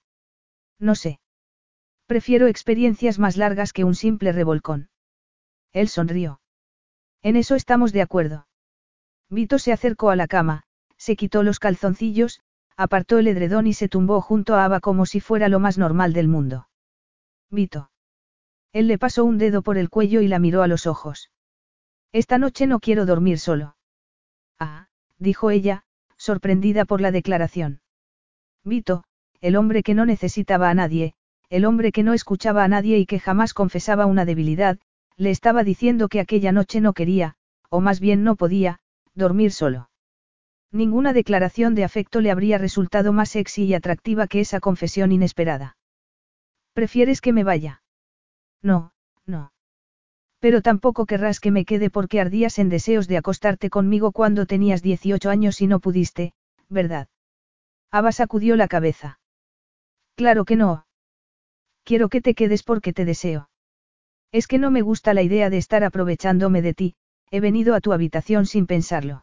No sé. Prefiero experiencias más largas que un simple revolcón. Él sonrió. En eso estamos de acuerdo. Vito se acercó a la cama, se quitó los calzoncillos, apartó el edredón y se tumbó junto a Ava como si fuera lo más normal del mundo. Vito. Él le pasó un dedo por el cuello y la miró a los ojos. Esta noche no quiero dormir solo. Ah, dijo ella, sorprendida por la declaración. Vito, el hombre que no necesitaba a nadie, el hombre que no escuchaba a nadie y que jamás confesaba una debilidad, le estaba diciendo que aquella noche no quería, o más bien no podía, dormir solo. Ninguna declaración de afecto le habría resultado más sexy y atractiva que esa confesión inesperada. ¿Prefieres que me vaya? No, no. Pero tampoco querrás que me quede porque ardías en deseos de acostarte conmigo cuando tenías 18 años y no pudiste, ¿verdad? Ava sacudió la cabeza. Claro que no. Quiero que te quedes porque te deseo. Es que no me gusta la idea de estar aprovechándome de ti, he venido a tu habitación sin pensarlo.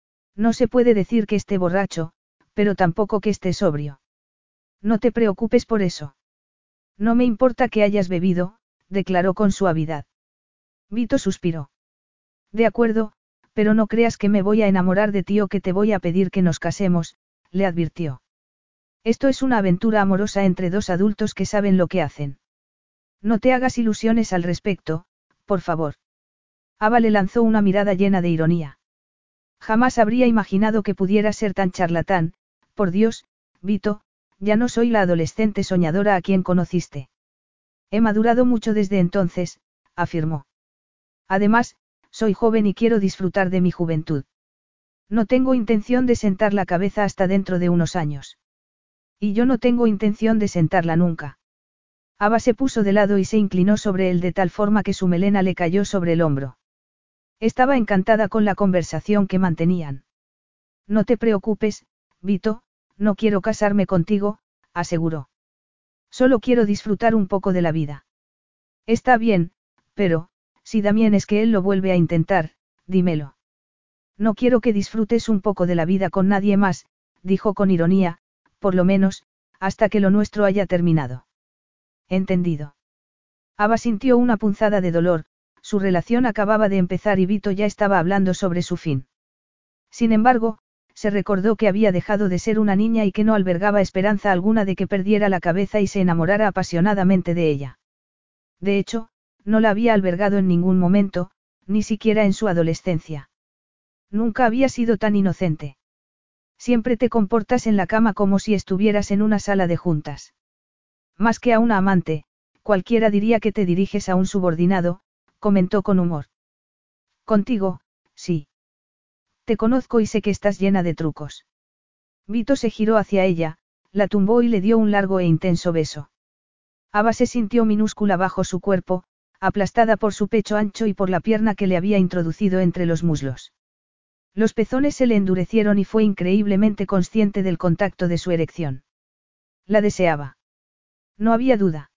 No se puede decir que esté borracho, pero tampoco que esté sobrio. No te preocupes por eso. No me importa que hayas bebido, declaró con suavidad. Vito suspiró. De acuerdo, pero no creas que me voy a enamorar de ti o que te voy a pedir que nos casemos, le advirtió. Esto es una aventura amorosa entre dos adultos que saben lo que hacen. No te hagas ilusiones al respecto, por favor. Ava le lanzó una mirada llena de ironía. Jamás habría imaginado que pudiera ser tan charlatán, por Dios, Vito, ya no soy la adolescente soñadora a quien conociste. He madurado mucho desde entonces, afirmó. Además, soy joven y quiero disfrutar de mi juventud. No tengo intención de sentar la cabeza hasta dentro de unos años. Y yo no tengo intención de sentarla nunca. Ava se puso de lado y se inclinó sobre él de tal forma que su melena le cayó sobre el hombro. Estaba encantada con la conversación que mantenían. No te preocupes, Vito, no quiero casarme contigo, aseguró. Solo quiero disfrutar un poco de la vida. Está bien, pero, si Damien es que él lo vuelve a intentar, dímelo. No quiero que disfrutes un poco de la vida con nadie más, dijo con ironía, por lo menos, hasta que lo nuestro haya terminado. Entendido. Ava sintió una punzada de dolor, su relación acababa de empezar y Vito ya estaba hablando sobre su fin. Sin embargo, se recordó que había dejado de ser una niña y que no albergaba esperanza alguna de que perdiera la cabeza y se enamorara apasionadamente de ella. De hecho, no la había albergado en ningún momento, ni siquiera en su adolescencia. Nunca había sido tan inocente. Siempre te comportas en la cama como si estuvieras en una sala de juntas. Más que a una amante, cualquiera diría que te diriges a un subordinado, comentó con humor. Contigo, sí. Te conozco y sé que estás llena de trucos. Vito se giró hacia ella, la tumbó y le dio un largo e intenso beso. Ava se sintió minúscula bajo su cuerpo, aplastada por su pecho ancho y por la pierna que le había introducido entre los muslos. Los pezones se le endurecieron y fue increíblemente consciente del contacto de su erección. La deseaba. No había duda.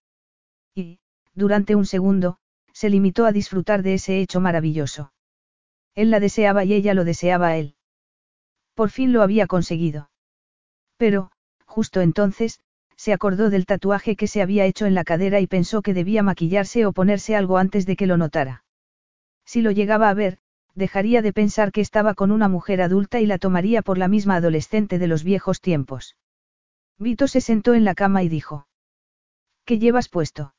Y, durante un segundo, se limitó a disfrutar de ese hecho maravilloso. Él la deseaba y ella lo deseaba a él. Por fin lo había conseguido. Pero, justo entonces, se acordó del tatuaje que se había hecho en la cadera y pensó que debía maquillarse o ponerse algo antes de que lo notara. Si lo llegaba a ver, dejaría de pensar que estaba con una mujer adulta y la tomaría por la misma adolescente de los viejos tiempos. Vito se sentó en la cama y dijo: ¿Qué llevas puesto?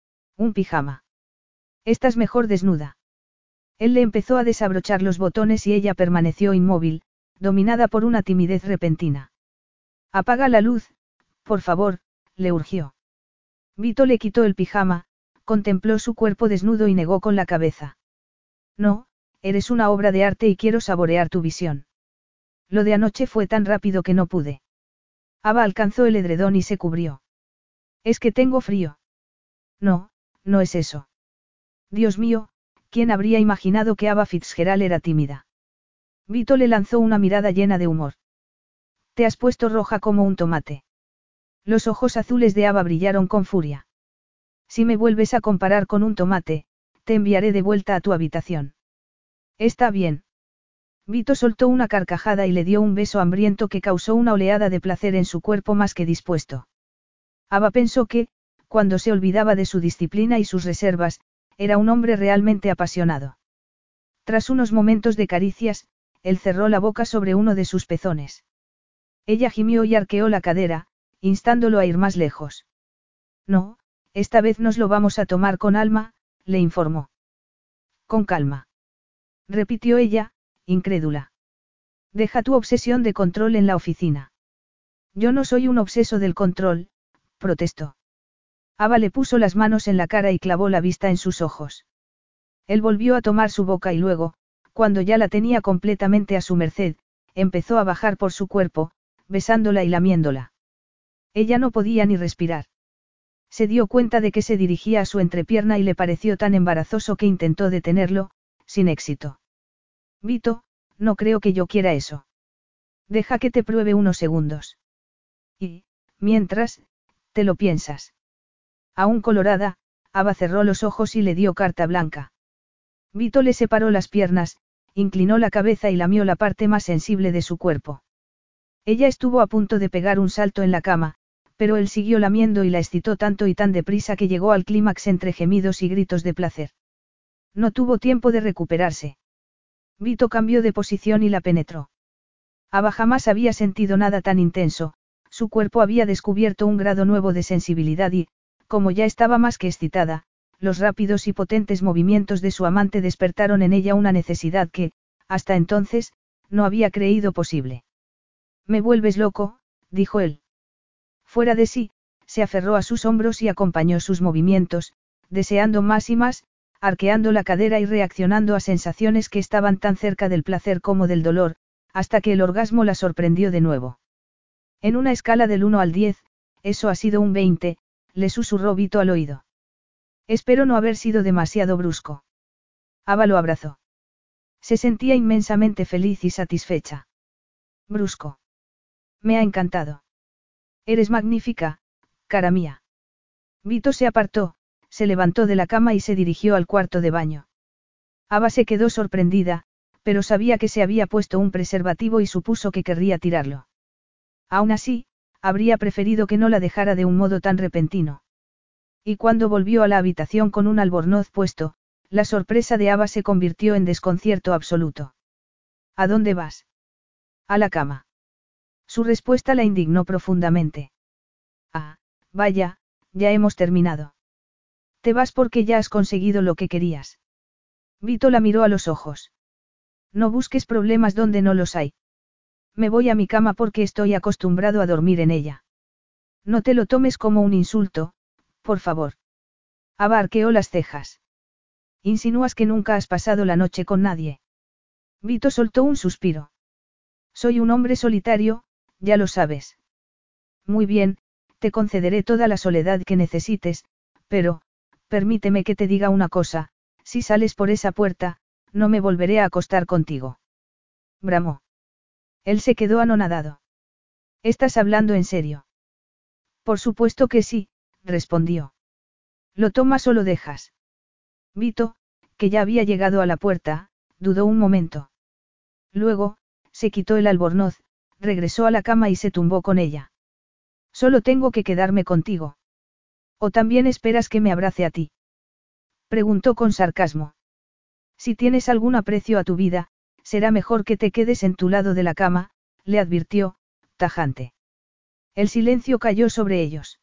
Un pijama. Estás mejor desnuda. Él le empezó a desabrochar los botones y ella permaneció inmóvil, dominada por una timidez repentina. Apaga la luz, por favor, le urgió. Vito le quitó el pijama, contempló su cuerpo desnudo y negó con la cabeza. No, eres una obra de arte y quiero saborear tu visión. Lo de anoche fue tan rápido que no pude. Ava alcanzó el edredón y se cubrió. Es que tengo frío. No, no es eso. Dios mío, ¿quién habría imaginado que Ava Fitzgerald era tímida? Vito le lanzó una mirada llena de humor. Te has puesto roja como un tomate. Los ojos azules de Ava brillaron con furia. Si me vuelves a comparar con un tomate, te enviaré de vuelta a tu habitación. Está bien. Vito soltó una carcajada y le dio un beso hambriento que causó una oleada de placer en su cuerpo más que dispuesto. Ava pensó que, cuando se olvidaba de su disciplina y sus reservas, era un hombre realmente apasionado. Tras unos momentos de caricias, él cerró la boca sobre uno de sus pezones. Ella gimió y arqueó la cadera, instándolo a ir más lejos. No, esta vez nos lo vamos a tomar con alma, le informó. Con calma. Repitió ella, incrédula. Deja tu obsesión de control en la oficina. Yo no soy un obseso del control, protestó. Ava le puso las manos en la cara y clavó la vista en sus ojos. Él volvió a tomar su boca y luego, cuando ya la tenía completamente a su merced, empezó a bajar por su cuerpo, besándola y lamiéndola. Ella no podía ni respirar. Se dio cuenta de que se dirigía a su entrepierna y le pareció tan embarazoso que intentó detenerlo, sin éxito. Vito, no creo que yo quiera eso. Deja que te pruebe unos segundos. Y, mientras, te lo piensas. Aún colorada, Ava cerró los ojos y le dio carta blanca. Vito le separó las piernas, inclinó la cabeza y lamió la parte más sensible de su cuerpo. Ella estuvo a punto de pegar un salto en la cama, pero él siguió lamiendo y la excitó tanto y tan deprisa que llegó al clímax entre gemidos y gritos de placer. No tuvo tiempo de recuperarse. Vito cambió de posición y la penetró. Ava jamás había sentido nada tan intenso, su cuerpo había descubierto un grado nuevo de sensibilidad y, como ya estaba más que excitada, los rápidos y potentes movimientos de su amante despertaron en ella una necesidad que, hasta entonces, no había creído posible. Me vuelves loco, dijo él. Fuera de sí, se aferró a sus hombros y acompañó sus movimientos, deseando más y más, arqueando la cadera y reaccionando a sensaciones que estaban tan cerca del placer como del dolor, hasta que el orgasmo la sorprendió de nuevo. En una escala del 1 al 10, eso ha sido un 20, le susurró Vito al oído. Espero no haber sido demasiado brusco. Ava lo abrazó. Se sentía inmensamente feliz y satisfecha. Brusco. Me ha encantado. Eres magnífica, cara mía. Vito se apartó, se levantó de la cama y se dirigió al cuarto de baño. Ava se quedó sorprendida, pero sabía que se había puesto un preservativo y supuso que querría tirarlo. Aún así, habría preferido que no la dejara de un modo tan repentino. Y cuando volvió a la habitación con un albornoz puesto, la sorpresa de Ava se convirtió en desconcierto absoluto. ¿A dónde vas? A la cama. Su respuesta la indignó profundamente. Ah, vaya, ya hemos terminado. Te vas porque ya has conseguido lo que querías. Vito la miró a los ojos. No busques problemas donde no los hay. Me voy a mi cama porque estoy acostumbrado a dormir en ella. No te lo tomes como un insulto, por favor. Ava arqueó las cejas. Insinúas que nunca has pasado la noche con nadie. Vito soltó un suspiro. Soy un hombre solitario, ya lo sabes. Muy bien, te concederé toda la soledad que necesites, pero, permíteme que te diga una cosa, si sales por esa puerta, no me volveré a acostar contigo. Bramó. Él se quedó anonadado. ¿Estás hablando en serio? Por supuesto que sí, respondió. ¿Lo tomas o lo dejas? Vito, que ya había llegado a la puerta, dudó un momento. Luego, se quitó el albornoz, regresó a la cama y se tumbó con ella. Solo tengo que quedarme contigo. ¿O también esperas que me abrace a ti? Preguntó con sarcasmo. Si tienes algún aprecio a tu vida, será mejor que te quedes en tu lado de la cama, le advirtió, tajante. El silencio cayó sobre ellos.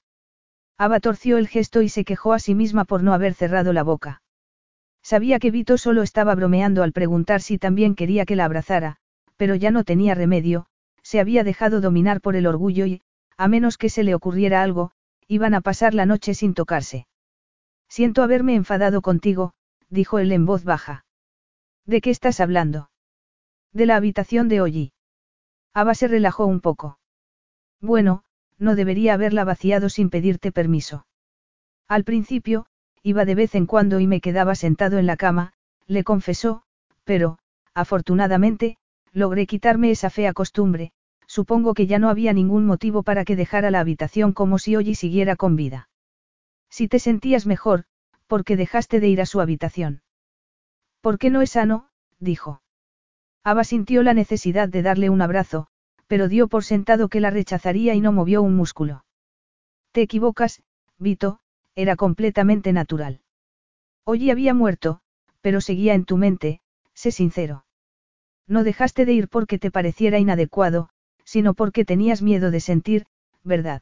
Ava torció el gesto y se quejó a sí misma por no haber cerrado la boca. Sabía que Vito solo estaba bromeando al preguntar si también quería que la abrazara, pero ya no tenía remedio, se había dejado dominar por el orgullo y, a menos que se le ocurriera algo, iban a pasar la noche sin tocarse. Siento haberme enfadado contigo, dijo él en voz baja. ¿De qué estás hablando? De la habitación de Ollie. Ava se relajó un poco. Bueno, no debería haberla vaciado sin pedirte permiso. Al principio, iba de vez en cuando y me quedaba sentado en la cama, le confesó, pero, afortunadamente, logré quitarme esa fea costumbre, supongo que ya no había ningún motivo para que dejara la habitación como si Ollie siguiera con vida. Si te sentías mejor, ¿por qué dejaste de ir a su habitación? ¿Por qué no es sano? Dijo. Ava sintió la necesidad de darle un abrazo, pero dio por sentado que la rechazaría y no movió un músculo. Te equivocas, Vito, era completamente natural. Ollie había muerto, pero seguía en tu mente, sé sincero. No dejaste de ir porque te pareciera inadecuado, sino porque tenías miedo de sentir, ¿verdad?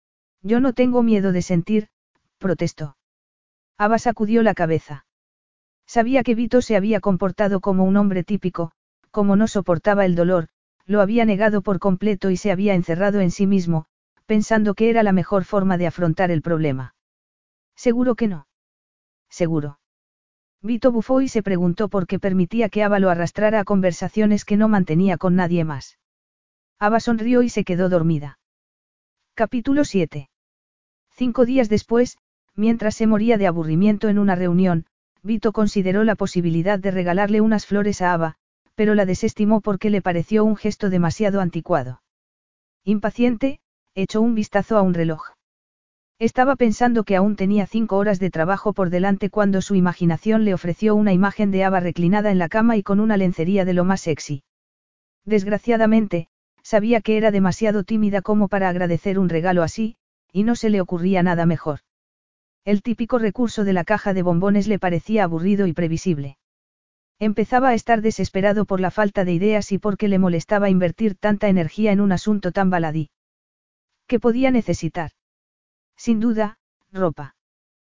Yo no tengo miedo de sentir, protestó. Ava sacudió la cabeza. Sabía que Vito se había comportado como un hombre típico, como no soportaba el dolor, lo había negado por completo y se había encerrado en sí mismo, pensando que era la mejor forma de afrontar el problema. ¿Seguro que no? Seguro. Vito bufó y se preguntó por qué permitía que Ava lo arrastrara a conversaciones que no mantenía con nadie más. Ava sonrió y se quedó dormida. Capítulo 7. 5 días después, mientras se moría de aburrimiento en una reunión, Vito consideró la posibilidad de regalarle unas flores a Ava, pero la desestimó porque le pareció un gesto demasiado anticuado. Impaciente, echó un vistazo a un reloj. Estaba pensando que aún tenía 5 horas de trabajo por delante cuando su imaginación le ofreció una imagen de Ava reclinada en la cama y con una lencería de lo más sexy. Desgraciadamente, sabía que era demasiado tímida como para agradecer un regalo así, y no se le ocurría nada mejor. El típico recurso de la caja de bombones le parecía aburrido y previsible. Empezaba a estar desesperado por la falta de ideas y porque le molestaba invertir tanta energía en un asunto tan baladí. ¿Qué podía necesitar? Sin duda, ropa.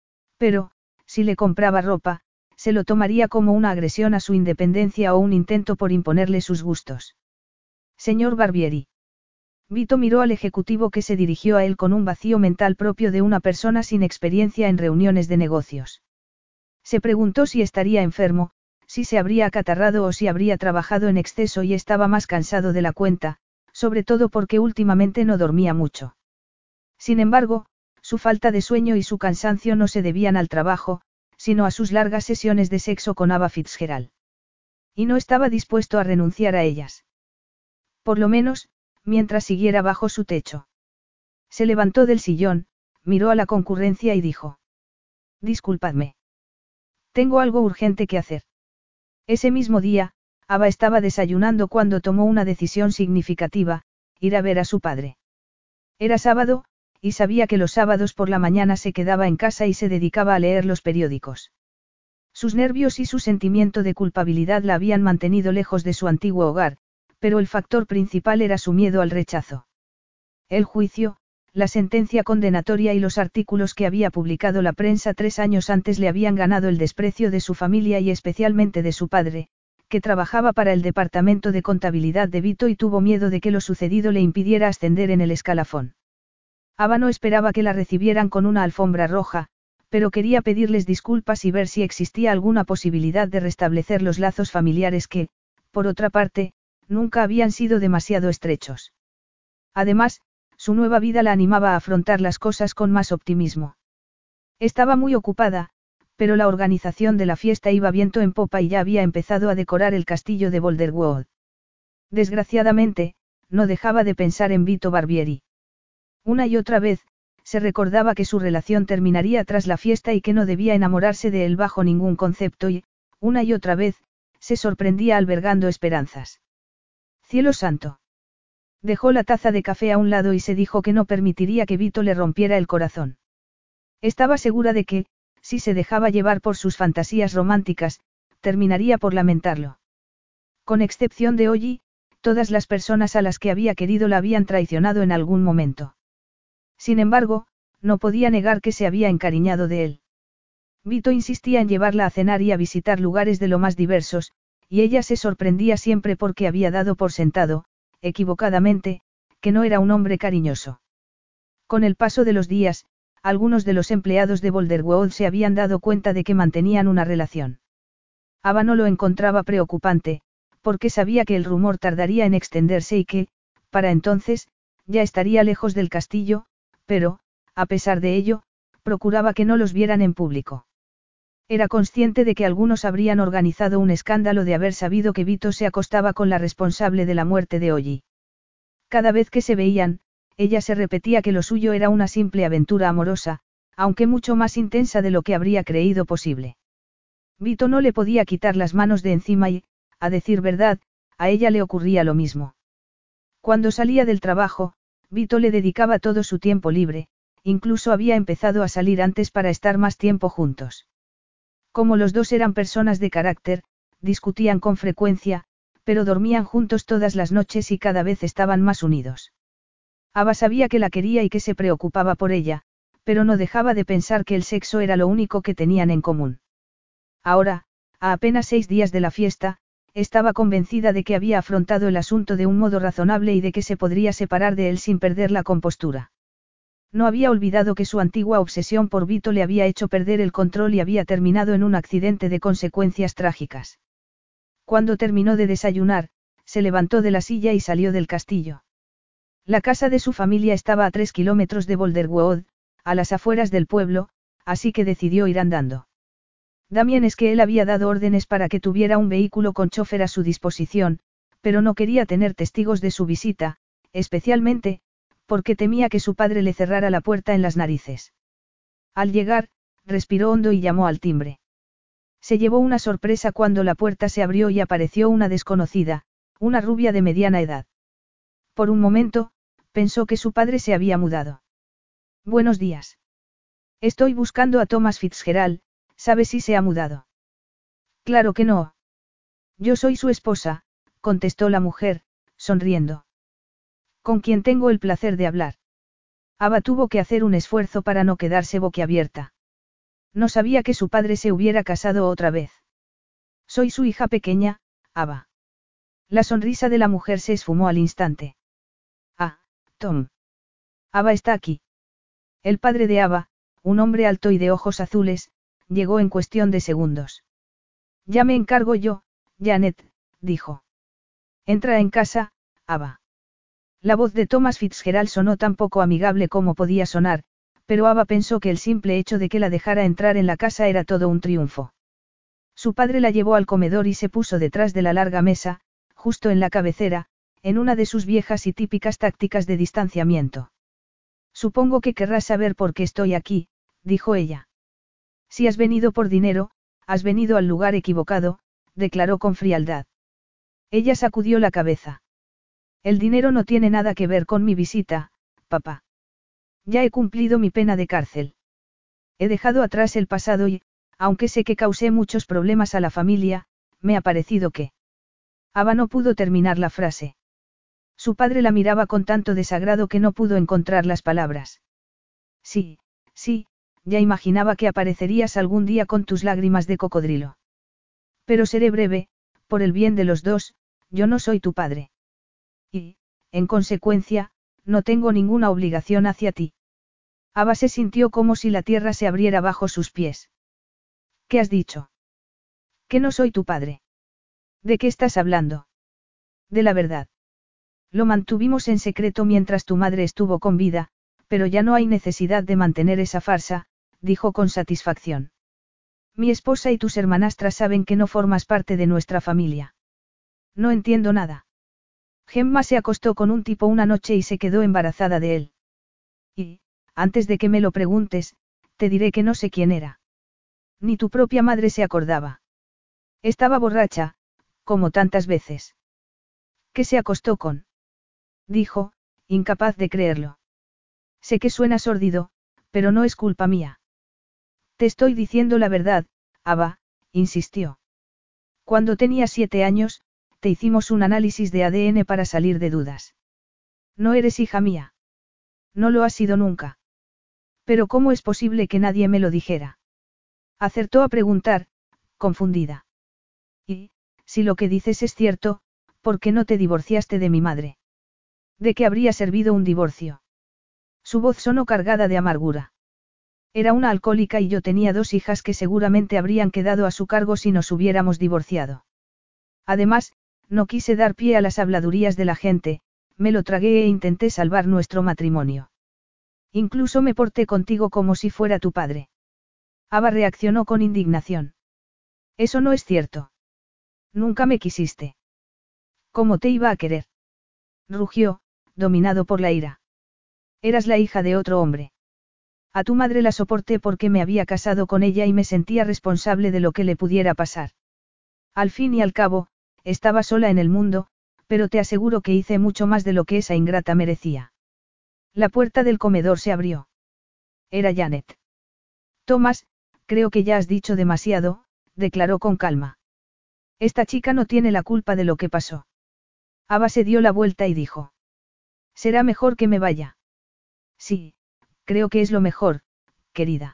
Pero, si le compraba ropa, se lo tomaría como una agresión a su independencia o un intento por imponerle sus gustos. Señor Barbieri. Vito miró al ejecutivo que se dirigió a él con un vacío mental propio de una persona sin experiencia en reuniones de negocios. Se preguntó si estaría enfermo, si se habría acatarrado o si habría trabajado en exceso y estaba más cansado de la cuenta, sobre todo porque últimamente no dormía mucho. Sin embargo, su falta de sueño y su cansancio no se debían al trabajo, sino a sus largas sesiones de sexo con Ava Fitzgerald. Y no estaba dispuesto a renunciar a ellas. Por lo menos, mientras siguiera bajo su techo. Se levantó del sillón, miró a la concurrencia y dijo. Disculpadme. Tengo algo urgente que hacer. Ese mismo día, Ava estaba desayunando cuando tomó una decisión significativa, ir a ver a su padre. Era sábado, y sabía que los sábados por la mañana se quedaba en casa y se dedicaba a leer los periódicos. Sus nervios y su sentimiento de culpabilidad la habían mantenido lejos de su antiguo hogar, pero el factor principal era su miedo al rechazo. El juicio, la sentencia condenatoria y los artículos que había publicado la prensa 3 años antes le habían ganado el desprecio de su familia y especialmente de su padre, que trabajaba para el departamento de contabilidad de Vito y tuvo miedo de que lo sucedido le impidiera ascender en el escalafón. Ava no esperaba que la recibieran con una alfombra roja, pero quería pedirles disculpas y ver si existía alguna posibilidad de restablecer los lazos familiares que, por otra parte, nunca habían sido demasiado estrechos. Además, su nueva vida la animaba a afrontar las cosas con más optimismo. Estaba muy ocupada, pero la organización de la fiesta iba viento en popa y ya había empezado a decorar el castillo de Boulderwood. Desgraciadamente, no dejaba de pensar en Vito Barbieri. Una y otra vez, se recordaba que su relación terminaría tras la fiesta y que no debía enamorarse de él bajo ningún concepto y, una y otra vez, se sorprendía albergando esperanzas. Cielo santo. Dejó la taza de café a un lado y se dijo que no permitiría que Vito le rompiera el corazón. Estaba segura de que, si se dejaba llevar por sus fantasías románticas, terminaría por lamentarlo. Con excepción de Ollie, todas las personas a las que había querido la habían traicionado en algún momento. Sin embargo, no podía negar que se había encariñado de él. Vito insistía en llevarla a cenar y a visitar lugares de lo más diversos, y ella se sorprendía siempre porque había dado por sentado, equivocadamente, que no era un hombre cariñoso. Con el paso de los días, algunos de los empleados de Boulderwood se habían dado cuenta de que mantenían una relación. Ava no lo encontraba preocupante, porque sabía que el rumor tardaría en extenderse y que, para entonces, ya estaría lejos del castillo, pero, a pesar de ello, procuraba que no los vieran en público. Era consciente de que algunos habrían organizado un escándalo de haber sabido que Vito se acostaba con la responsable de la muerte de Ollie. Cada vez que se veían, ella se repetía que lo suyo era una simple aventura amorosa, aunque mucho más intensa de lo que habría creído posible. Vito no le podía quitar las manos de encima y, a decir verdad, a ella le ocurría lo mismo. Cuando salía del trabajo, Vito le dedicaba todo su tiempo libre, incluso había empezado a salir antes para estar más tiempo juntos. Como los dos eran personas de carácter, discutían con frecuencia, pero dormían juntos todas las noches y cada vez estaban más unidos. Ava sabía que la quería y que se preocupaba por ella, pero no dejaba de pensar que el sexo era lo único que tenían en común. Ahora, a apenas 6 días de la fiesta, estaba convencida de que había afrontado el asunto de un modo razonable y de que se podría separar de él sin perder la compostura. No había olvidado que su antigua obsesión por Vito le había hecho perder el control y había terminado en un accidente de consecuencias trágicas. Cuando terminó de desayunar, se levantó de la silla y salió del castillo. La casa de su familia estaba a 3 kilómetros de Boulderwood, a las afueras del pueblo, así que decidió ir andando. Damien es que él había dado órdenes para que tuviera un vehículo con chofer a su disposición, pero no quería tener testigos de su visita, especialmente, porque temía que su padre le cerrara la puerta en las narices. Al llegar, respiró hondo y llamó al timbre. Se llevó una sorpresa cuando la puerta se abrió y apareció una desconocida, una rubia de mediana edad. Por un momento, pensó que su padre se había mudado. Buenos días. Estoy buscando a Thomas Fitzgerald, ¿sabe si se ha mudado? Claro que no. Yo soy su esposa, contestó la mujer, sonriendo. ¿Con quién tengo el placer de hablar? Ava tuvo que hacer un esfuerzo para no quedarse boquiabierta. No sabía que su padre se hubiera casado otra vez. Soy su hija pequeña, Ava. La sonrisa de la mujer se esfumó al instante. Ah, Tom. Ava está aquí. El padre de Ava, un hombre alto y de ojos azules, llegó en cuestión de segundos. Ya me encargo yo, Janet, dijo. Entra en casa, Ava. La voz de Thomas Fitzgerald sonó tan poco amigable como podía sonar, pero Ava pensó que el simple hecho de que la dejara entrar en la casa era todo un triunfo. Su padre la llevó al comedor y se puso detrás de la larga mesa, justo en la cabecera, en una de sus viejas y típicas tácticas de distanciamiento. Supongo que querrás saber por qué estoy aquí, dijo ella. Si has venido por dinero, has venido al lugar equivocado, declaró con frialdad. Ella sacudió la cabeza. El dinero no tiene nada que ver con mi visita, papá. Ya he cumplido mi pena de cárcel. He dejado atrás el pasado y, aunque sé que causé muchos problemas a la familia, me ha parecido que... Ava no pudo terminar la frase. Su padre la miraba con tanto desagrado que no pudo encontrar las palabras. Sí, sí, ya imaginaba que aparecerías algún día con tus lágrimas de cocodrilo. Pero seré breve, por el bien de los dos, yo no soy tu padre. Y, en consecuencia, no tengo ninguna obligación hacia ti. Ava se sintió como si la tierra se abriera bajo sus pies. ¿Qué has dicho? Que no soy tu padre. ¿De qué estás hablando? De la verdad. Lo mantuvimos en secreto mientras tu madre estuvo con vida, pero ya no hay necesidad de mantener esa farsa, dijo con satisfacción. Mi esposa y tus hermanastras saben que no formas parte de nuestra familia. No entiendo nada. Gemma se acostó con un tipo una noche y se quedó embarazada de él. Y, antes de que me lo preguntes, te diré que no sé quién era. Ni tu propia madre se acordaba. Estaba borracha, como tantas veces. ¿Qué se acostó con? dijo, incapaz de creerlo. Sé que suena sórdido, pero no es culpa mía. Te estoy diciendo la verdad, Ava, insistió. Cuando tenías 7 años, te hicimos un análisis de ADN para salir de dudas. No eres hija mía. No lo has sido nunca. Pero ¿cómo es posible que nadie me lo dijera? Acertó a preguntar, confundida. Y, si lo que dices es cierto, ¿por qué no te divorciaste de mi madre? ¿De qué habría servido un divorcio? Su voz sonó cargada de amargura. Era una alcohólica y yo tenía 2 hijas que seguramente habrían quedado a su cargo si nos hubiéramos divorciado. Además, no quise dar pie a las habladurías de la gente, me lo tragué e intenté salvar nuestro matrimonio. Incluso me porté contigo como si fuera tu padre. Ava reaccionó con indignación. Eso no es cierto. Nunca me quisiste. ¿Cómo te iba a querer? Rugió, dominado por la ira. Eras la hija de otro hombre. A tu madre la soporté porque me había casado con ella y me sentía responsable de lo que le pudiera pasar. Al fin y al cabo, estaba sola en el mundo, pero te aseguro que hice mucho más de lo que esa ingrata merecía. La puerta del comedor se abrió. Era Janet. Tomás, creo que ya has dicho demasiado, declaró con calma. Esta chica no tiene la culpa de lo que pasó. Ava se dio la vuelta y dijo. Será mejor que me vaya. Sí, creo que es lo mejor, querida.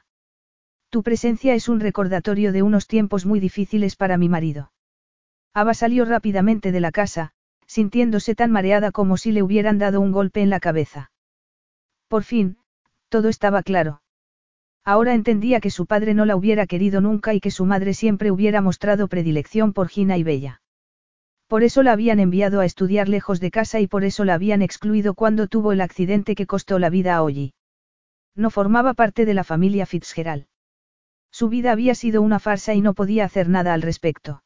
Tu presencia es un recordatorio de unos tiempos muy difíciles para mi marido. Ava salió rápidamente de la casa, sintiéndose tan mareada como si le hubieran dado un golpe en la cabeza. Por fin, todo estaba claro. Ahora entendía que su padre no la hubiera querido nunca y que su madre siempre hubiera mostrado predilección por Gina y Bella. Por eso la habían enviado a estudiar lejos de casa y por eso la habían excluido cuando tuvo el accidente que costó la vida a Ollie. No formaba parte de la familia Fitzgerald. Su vida había sido una farsa y no podía hacer nada al respecto.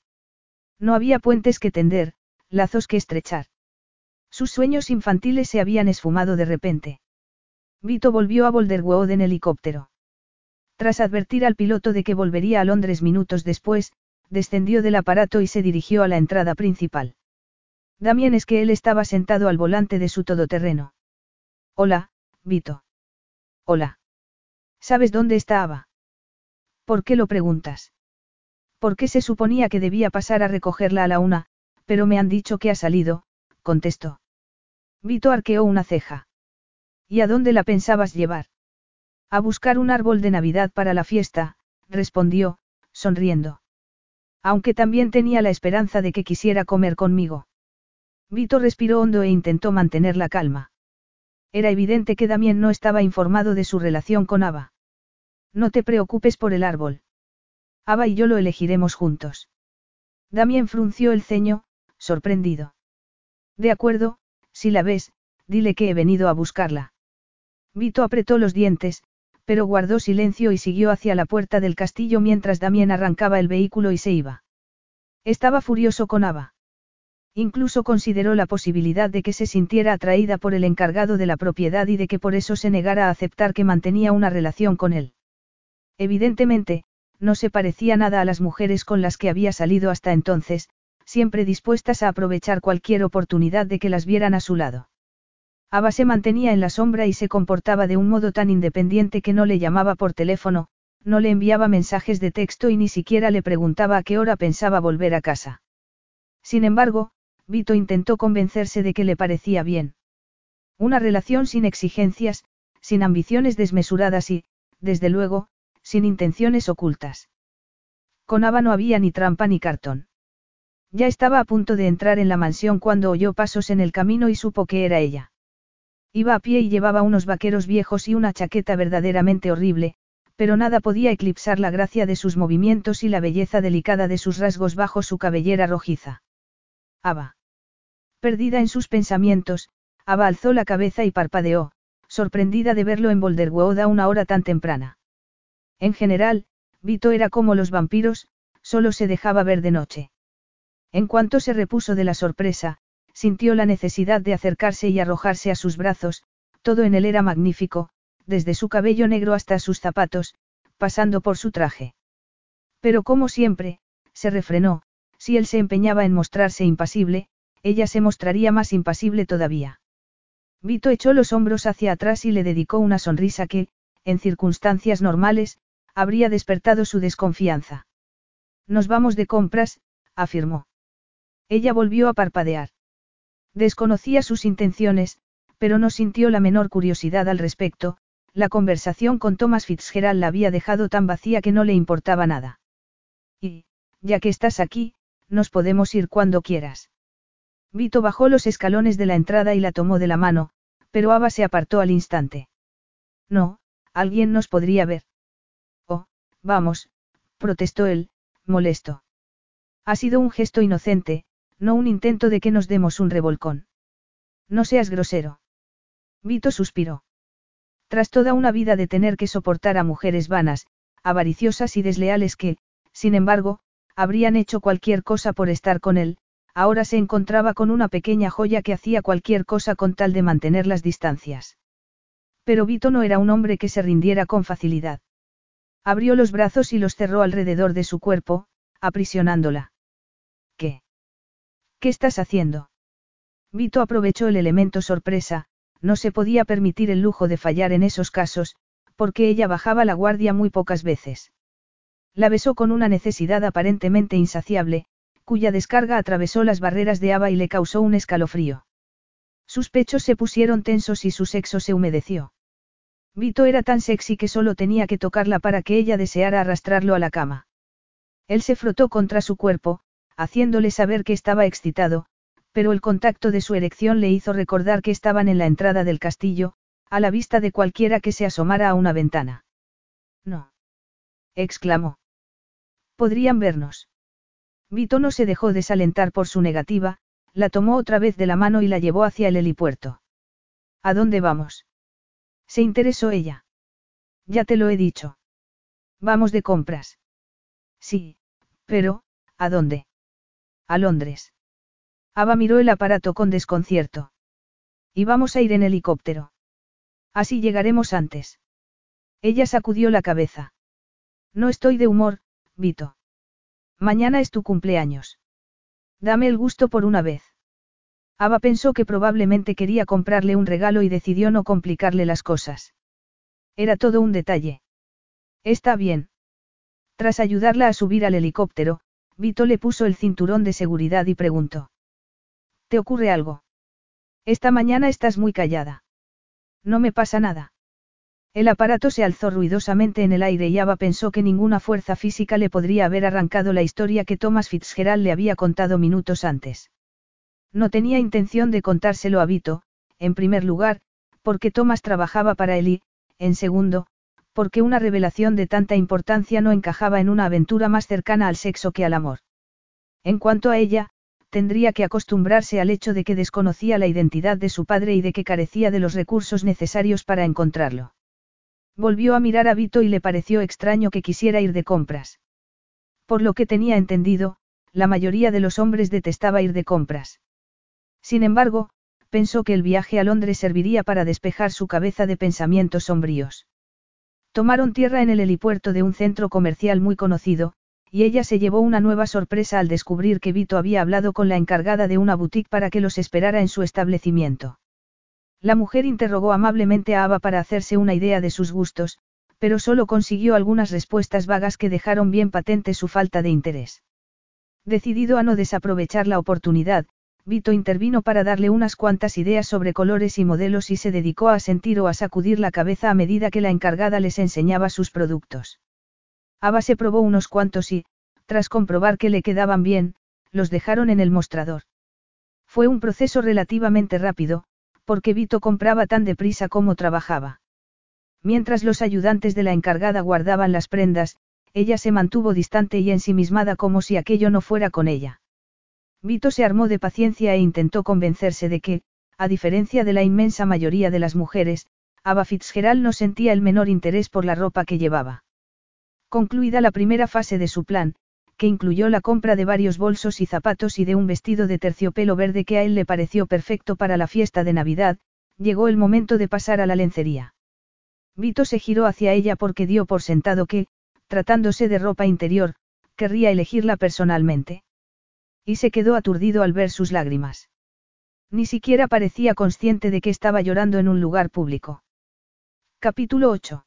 No había puentes que tender, lazos que estrechar. Sus sueños infantiles se habían esfumado de repente. Vito volvió a Boulderwood en helicóptero. Tras advertir al piloto de que volvería a Londres minutos después, descendió del aparato y se dirigió a la entrada principal. Damien es que él estaba sentado al volante de su todoterreno. Hola, Vito. Hola. ¿Sabes dónde está Ava? ¿Por qué lo preguntas? Porque se suponía que debía pasar a recogerla a la 1, pero me han dicho que ha salido, contestó. Vito arqueó una ceja. ¿Y a dónde la pensabas llevar? A buscar un árbol de Navidad para la fiesta, respondió, sonriendo. Aunque también tenía la esperanza de que quisiera comer conmigo. Vito respiró hondo e intentó mantener la calma. Era evidente que Damien no estaba informado de su relación con Ava. No te preocupes por el árbol. Ava y yo lo elegiremos juntos. Damien frunció el ceño, sorprendido. De acuerdo, si la ves, dile que he venido a buscarla. Vito apretó los dientes, pero guardó silencio y siguió hacia la puerta del castillo mientras Damien arrancaba el vehículo y se iba. Estaba furioso con Ava. Incluso consideró la posibilidad de que se sintiera atraída por el encargado de la propiedad y de que por eso se negara a aceptar que mantenía una relación con él. Evidentemente, no se parecía nada a las mujeres con las que había salido hasta entonces, siempre dispuestas a aprovechar cualquier oportunidad de que las vieran a su lado. Ava se mantenía en la sombra y se comportaba de un modo tan independiente que no le llamaba por teléfono, no le enviaba mensajes de texto y ni siquiera le preguntaba a qué hora pensaba volver a casa. Sin embargo, Vito intentó convencerse de que le parecía bien. Una relación sin exigencias, sin ambiciones desmesuradas y, desde luego, sin intenciones ocultas. Con Ava no había ni trampa ni cartón. Ya estaba a punto de entrar en la mansión cuando oyó pasos en el camino y supo que era ella. Iba a pie y llevaba unos vaqueros viejos y una chaqueta verdaderamente horrible, pero nada podía eclipsar la gracia de sus movimientos y la belleza delicada de sus rasgos bajo su cabellera rojiza. Ava. Perdida en sus pensamientos, Ava alzó la cabeza y parpadeó, sorprendida de verlo en Boulderwood a una hora tan temprana. En general, Vito era como los vampiros, solo se dejaba ver de noche. En cuanto se repuso de la sorpresa, sintió la necesidad de acercarse y arrojarse a sus brazos, todo en él era magnífico, desde su cabello negro hasta sus zapatos, pasando por su traje. Pero como siempre, se refrenó, si él se empeñaba en mostrarse impasible, ella se mostraría más impasible todavía. Vito echó los hombros hacia atrás y le dedicó una sonrisa que, en circunstancias normales, habría despertado su desconfianza. Nos vamos de compras, afirmó. Ella volvió a parpadear. Desconocía sus intenciones, pero no sintió la menor curiosidad al respecto. La conversación con Thomas Fitzgerald la había dejado tan vacía que no le importaba nada. Y, ya que estás aquí, nos podemos ir cuando quieras. Vito bajó los escalones de la entrada y la tomó de la mano, pero Ava se apartó al instante. No, alguien nos podría ver. Oh, vamos, protestó él, molesto. Ha sido un gesto inocente, no un intento de que nos demos un revolcón. No seas grosero. Vito suspiró. Tras toda una vida de tener que soportar a mujeres vanas, avariciosas y desleales que, sin embargo, habrían hecho cualquier cosa por estar con él, ahora se encontraba con una pequeña joya que hacía cualquier cosa con tal de mantener las distancias. Pero Vito no era un hombre que se rindiera con facilidad. Abrió los brazos y los cerró alrededor de su cuerpo, aprisionándola. ¿Qué? ¿Qué estás haciendo? Vito aprovechó el elemento sorpresa. No se podía permitir el lujo de fallar en esos casos, porque ella bajaba la guardia muy pocas veces. La besó con una necesidad aparentemente insaciable, cuya descarga atravesó las barreras de Ava y le causó un escalofrío. Sus pechos se pusieron tensos y su sexo se humedeció. Vito era tan sexy que solo tenía que tocarla para que ella deseara arrastrarlo a la cama. Él se frotó contra su cuerpo, haciéndole saber que estaba excitado, pero el contacto de su erección le hizo recordar que estaban en la entrada del castillo, a la vista de cualquiera que se asomara a una ventana. No. Exclamó. Podrían vernos. Vito no se dejó desalentar por su negativa, la tomó otra vez de la mano y la llevó hacia el helipuerto. ¿A dónde vamos? Se interesó ella. Ya te lo he dicho. Vamos de compras. Sí, pero, ¿a dónde? A Londres. Ava miró el aparato con desconcierto. Y vamos a ir en helicóptero. Así llegaremos antes. Ella sacudió la cabeza. No estoy de humor, Vito. Mañana es tu cumpleaños. Dame el gusto por una vez. Ava pensó que probablemente quería comprarle un regalo y decidió no complicarle las cosas. Era todo un detalle. Está bien. Tras ayudarla a subir al helicóptero, Vito le puso el cinturón de seguridad y preguntó. ¿Te ocurre algo? Esta mañana estás muy callada. No me pasa nada. El aparato se alzó ruidosamente en el aire y Ava pensó que ninguna fuerza física le podría haber arrancado la historia que Thomas Fitzgerald le había contado minutos antes. No tenía intención de contárselo a Vito, en primer lugar, porque Thomas trabajaba para él y, en segundo, porque una revelación de tanta importancia no encajaba en una aventura más cercana al sexo que al amor. En cuanto a ella, tendría que acostumbrarse al hecho de que desconocía la identidad de su padre y de que carecía de los recursos necesarios para encontrarlo. Volvió a mirar a Vito y le pareció extraño que quisiera ir de compras. Por lo que tenía entendido, la mayoría de los hombres detestaba ir de compras. Sin embargo, pensó que el viaje a Londres serviría para despejar su cabeza de pensamientos sombríos. Tomaron tierra en el helipuerto de un centro comercial muy conocido, y ella se llevó una nueva sorpresa al descubrir que Vito había hablado con la encargada de una boutique para que los esperara en su establecimiento. La mujer interrogó amablemente a Ava para hacerse una idea de sus gustos, pero solo consiguió algunas respuestas vagas que dejaron bien patente su falta de interés. Decidido a no desaprovechar la oportunidad, Vito intervino para darle unas cuantas ideas sobre colores y modelos y se dedicó a asentir o a sacudir la cabeza a medida que la encargada les enseñaba sus productos. Ava se probó unos cuantos y, tras comprobar que le quedaban bien, los dejaron en el mostrador. Fue un proceso relativamente rápido, porque Vito compraba tan deprisa como trabajaba. Mientras los ayudantes de la encargada guardaban las prendas, ella se mantuvo distante y ensimismada como si aquello no fuera con ella. Vito se armó de paciencia e intentó convencerse de que, a diferencia de la inmensa mayoría de las mujeres, Ava Fitzgerald no sentía el menor interés por la ropa que llevaba. Concluida la primera fase de su plan, que incluyó la compra de varios bolsos y zapatos y de un vestido de terciopelo verde que a él le pareció perfecto para la fiesta de Navidad, llegó el momento de pasar a la lencería. Vito se giró hacia ella porque dio por sentado que, tratándose de ropa interior, querría elegirla personalmente. Y se quedó aturdido al ver sus lágrimas. Ni siquiera parecía consciente de que estaba llorando en un lugar público. Capítulo 8.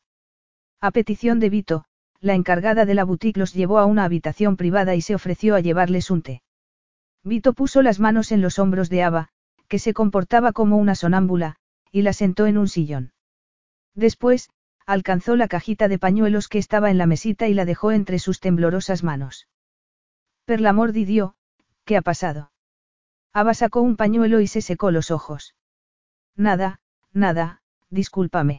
A petición de Vito, la encargada de la boutique los llevó a una habitación privada y se ofreció a llevarles un té. Vito puso las manos en los hombros de Ava, que se comportaba como una sonámbula, y la sentó en un sillón. Después, alcanzó la cajita de pañuelos que estaba en la mesita y la dejó entre sus temblorosas manos. Per l'amor di Dio, ¿qué ha pasado? Ava sacó un pañuelo y se secó los ojos. Nada, nada, discúlpame.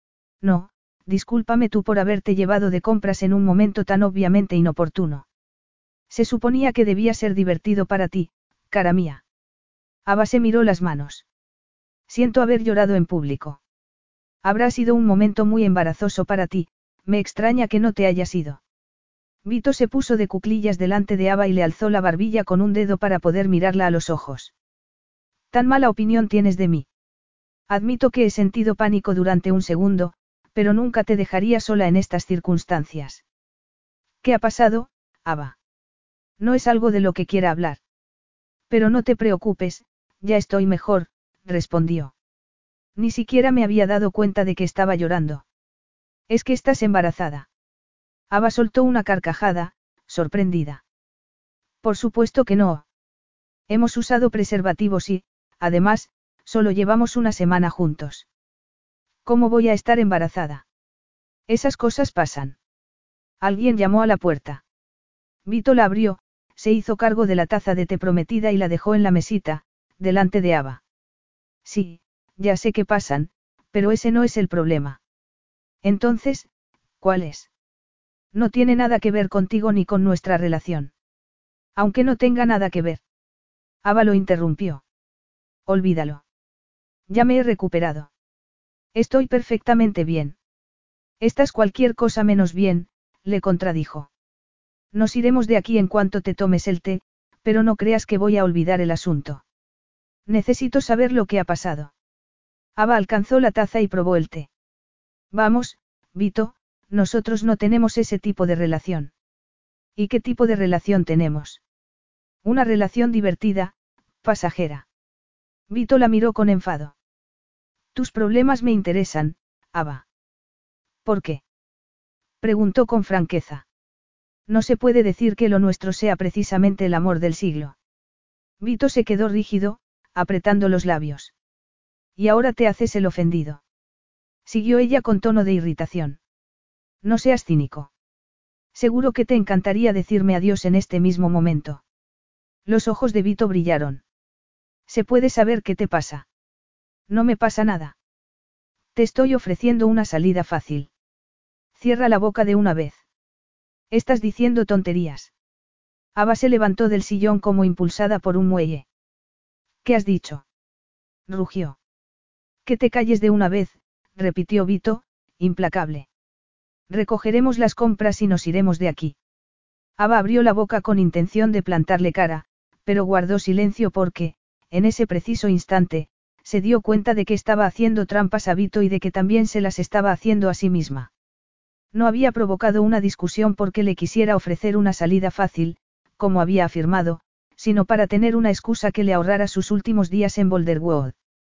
No, discúlpame tú por haberte llevado de compras en un momento tan obviamente inoportuno. Se suponía que debía ser divertido para ti, cara mía. Ava se miró las manos. Siento haber llorado en público. Habrá sido un momento muy embarazoso para ti, me extraña que no te hayas ido. Vito se puso de cuclillas delante de Ava y le alzó la barbilla con un dedo para poder mirarla a los ojos. ¿Tan mala opinión tienes de mí? Admito que he sentido pánico durante un segundo, pero nunca te dejaría sola en estas circunstancias. ¿Qué ha pasado, Ava? No es algo de lo que quiera hablar. Pero no te preocupes, ya estoy mejor, respondió. Ni siquiera me había dado cuenta de que estaba llorando. ¿Es que estás embarazada? Ava soltó una carcajada, sorprendida. Por supuesto que no. Hemos usado preservativos y, además, solo llevamos una semana juntos. ¿Cómo voy a estar embarazada? Esas cosas pasan. Alguien llamó a la puerta. Vito la abrió, se hizo cargo de la taza de té prometida y la dejó en la mesita, delante de Ava. Sí, ya sé que pasan, pero ese no es el problema. Entonces, ¿cuál es? No tiene nada que ver contigo ni con nuestra relación. Aunque no tenga nada que ver. Ava lo interrumpió. Olvídalo. Ya me he recuperado. Estoy perfectamente bien. Estás cualquier cosa menos bien, le contradijo. Nos iremos de aquí en cuanto te tomes el té, pero no creas que voy a olvidar el asunto. Necesito saber lo que ha pasado. Ava alcanzó la taza y probó el té. Vamos, Vito, nosotros no tenemos ese tipo de relación. ¿Y qué tipo de relación tenemos? Una relación divertida, pasajera. Vito la miró con enfado. Tus problemas me interesan, Ava. ¿Por qué? Preguntó con franqueza. No se puede decir que lo nuestro sea precisamente el amor del siglo. Vito se quedó rígido, apretando los labios. Y ahora te haces el ofendido. Siguió ella con tono de irritación. No seas cínico. Seguro que te encantaría decirme adiós en este mismo momento. Los ojos de Vito brillaron. ¿Se puede saber qué te pasa? No me pasa nada. Te estoy ofreciendo una salida fácil. Cierra la boca de una vez. Estás diciendo tonterías. Ava se levantó del sillón como impulsada por un muelle. ¿Qué has dicho? Rugió. Que te calles de una vez, repitió Vito, implacable. Recogeremos las compras y nos iremos de aquí. Ava abrió la boca con intención de plantarle cara, pero guardó silencio porque, en ese preciso instante, se dio cuenta de que estaba haciendo trampas a Vito y de que también se las estaba haciendo a sí misma. No había provocado una discusión porque le quisiera ofrecer una salida fácil, como había afirmado, sino para tener una excusa que le ahorrara sus últimos días en Boulderwood.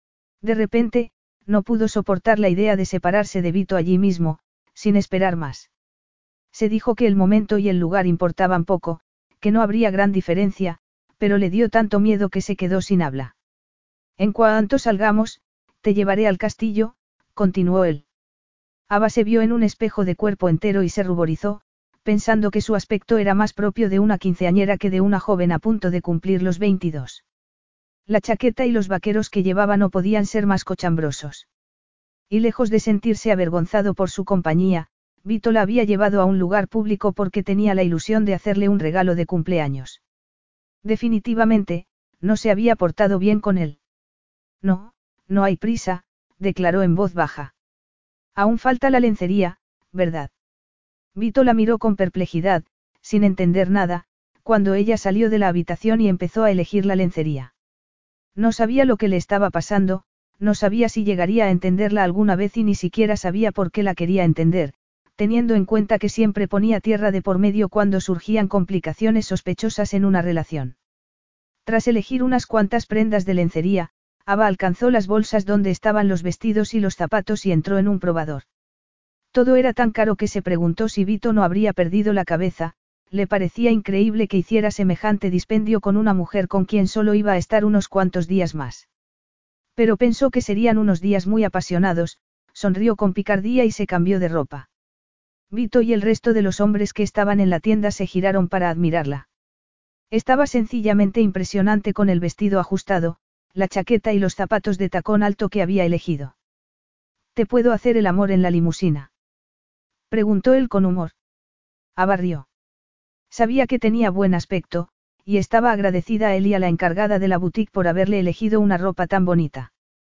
De repente, no pudo soportar la idea de separarse de Vito allí mismo, sin esperar más. Se dijo que el momento y el lugar importaban poco, que no habría gran diferencia, pero le dio tanto miedo que se quedó sin habla. En cuanto salgamos, te llevaré al castillo, continuó él. Ava se vio en un espejo de cuerpo entero y se ruborizó, pensando que su aspecto era más propio de una quinceañera que de una joven a punto de cumplir los 22. La chaqueta y los vaqueros que llevaba no podían ser más cochambrosos. Y lejos de sentirse avergonzado por su compañía, Vito la había llevado a un lugar público porque tenía la ilusión de hacerle un regalo de cumpleaños. Definitivamente, no se había portado bien con él. No, no hay prisa, declaró en voz baja. Aún falta la lencería, ¿verdad? Vito la miró con perplejidad, sin entender nada, cuando ella salió de la habitación y empezó a elegir la lencería. No sabía lo que le estaba pasando, no sabía si llegaría a entenderla alguna vez y ni siquiera sabía por qué la quería entender, teniendo en cuenta que siempre ponía tierra de por medio cuando surgían complicaciones sospechosas en una relación. Tras elegir unas cuantas prendas de lencería, Ava alcanzó las bolsas donde estaban los vestidos y los zapatos y entró en un probador. Todo era tan caro que se preguntó si Vito no habría perdido la cabeza, le parecía increíble que hiciera semejante dispendio con una mujer con quien solo iba a estar unos cuantos días más. Pero pensó que serían unos días muy apasionados, sonrió con picardía y se cambió de ropa. Vito y el resto de los hombres que estaban en la tienda se giraron para admirarla. Estaba sencillamente impresionante con el vestido ajustado, la chaqueta y los zapatos de tacón alto que había elegido. ¿Te puedo hacer el amor en la limusina?, preguntó él con humor. Ava rió. Sabía que tenía buen aspecto, y estaba agradecida a él y a la encargada de la boutique por haberle elegido una ropa tan bonita.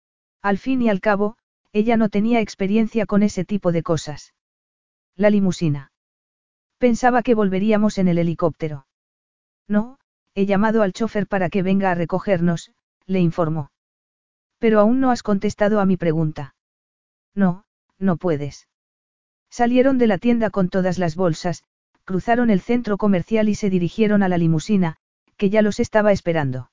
Al fin y al cabo, ella no tenía experiencia con ese tipo de cosas. La limusina. Pensaba que volveríamos en el helicóptero. No, he llamado al chofer para que venga a recogernos, le informó. Pero aún no has contestado a mi pregunta. No, no puedes. Salieron de la tienda con todas las bolsas, cruzaron el centro comercial y se dirigieron a la limusina, que ya los estaba esperando.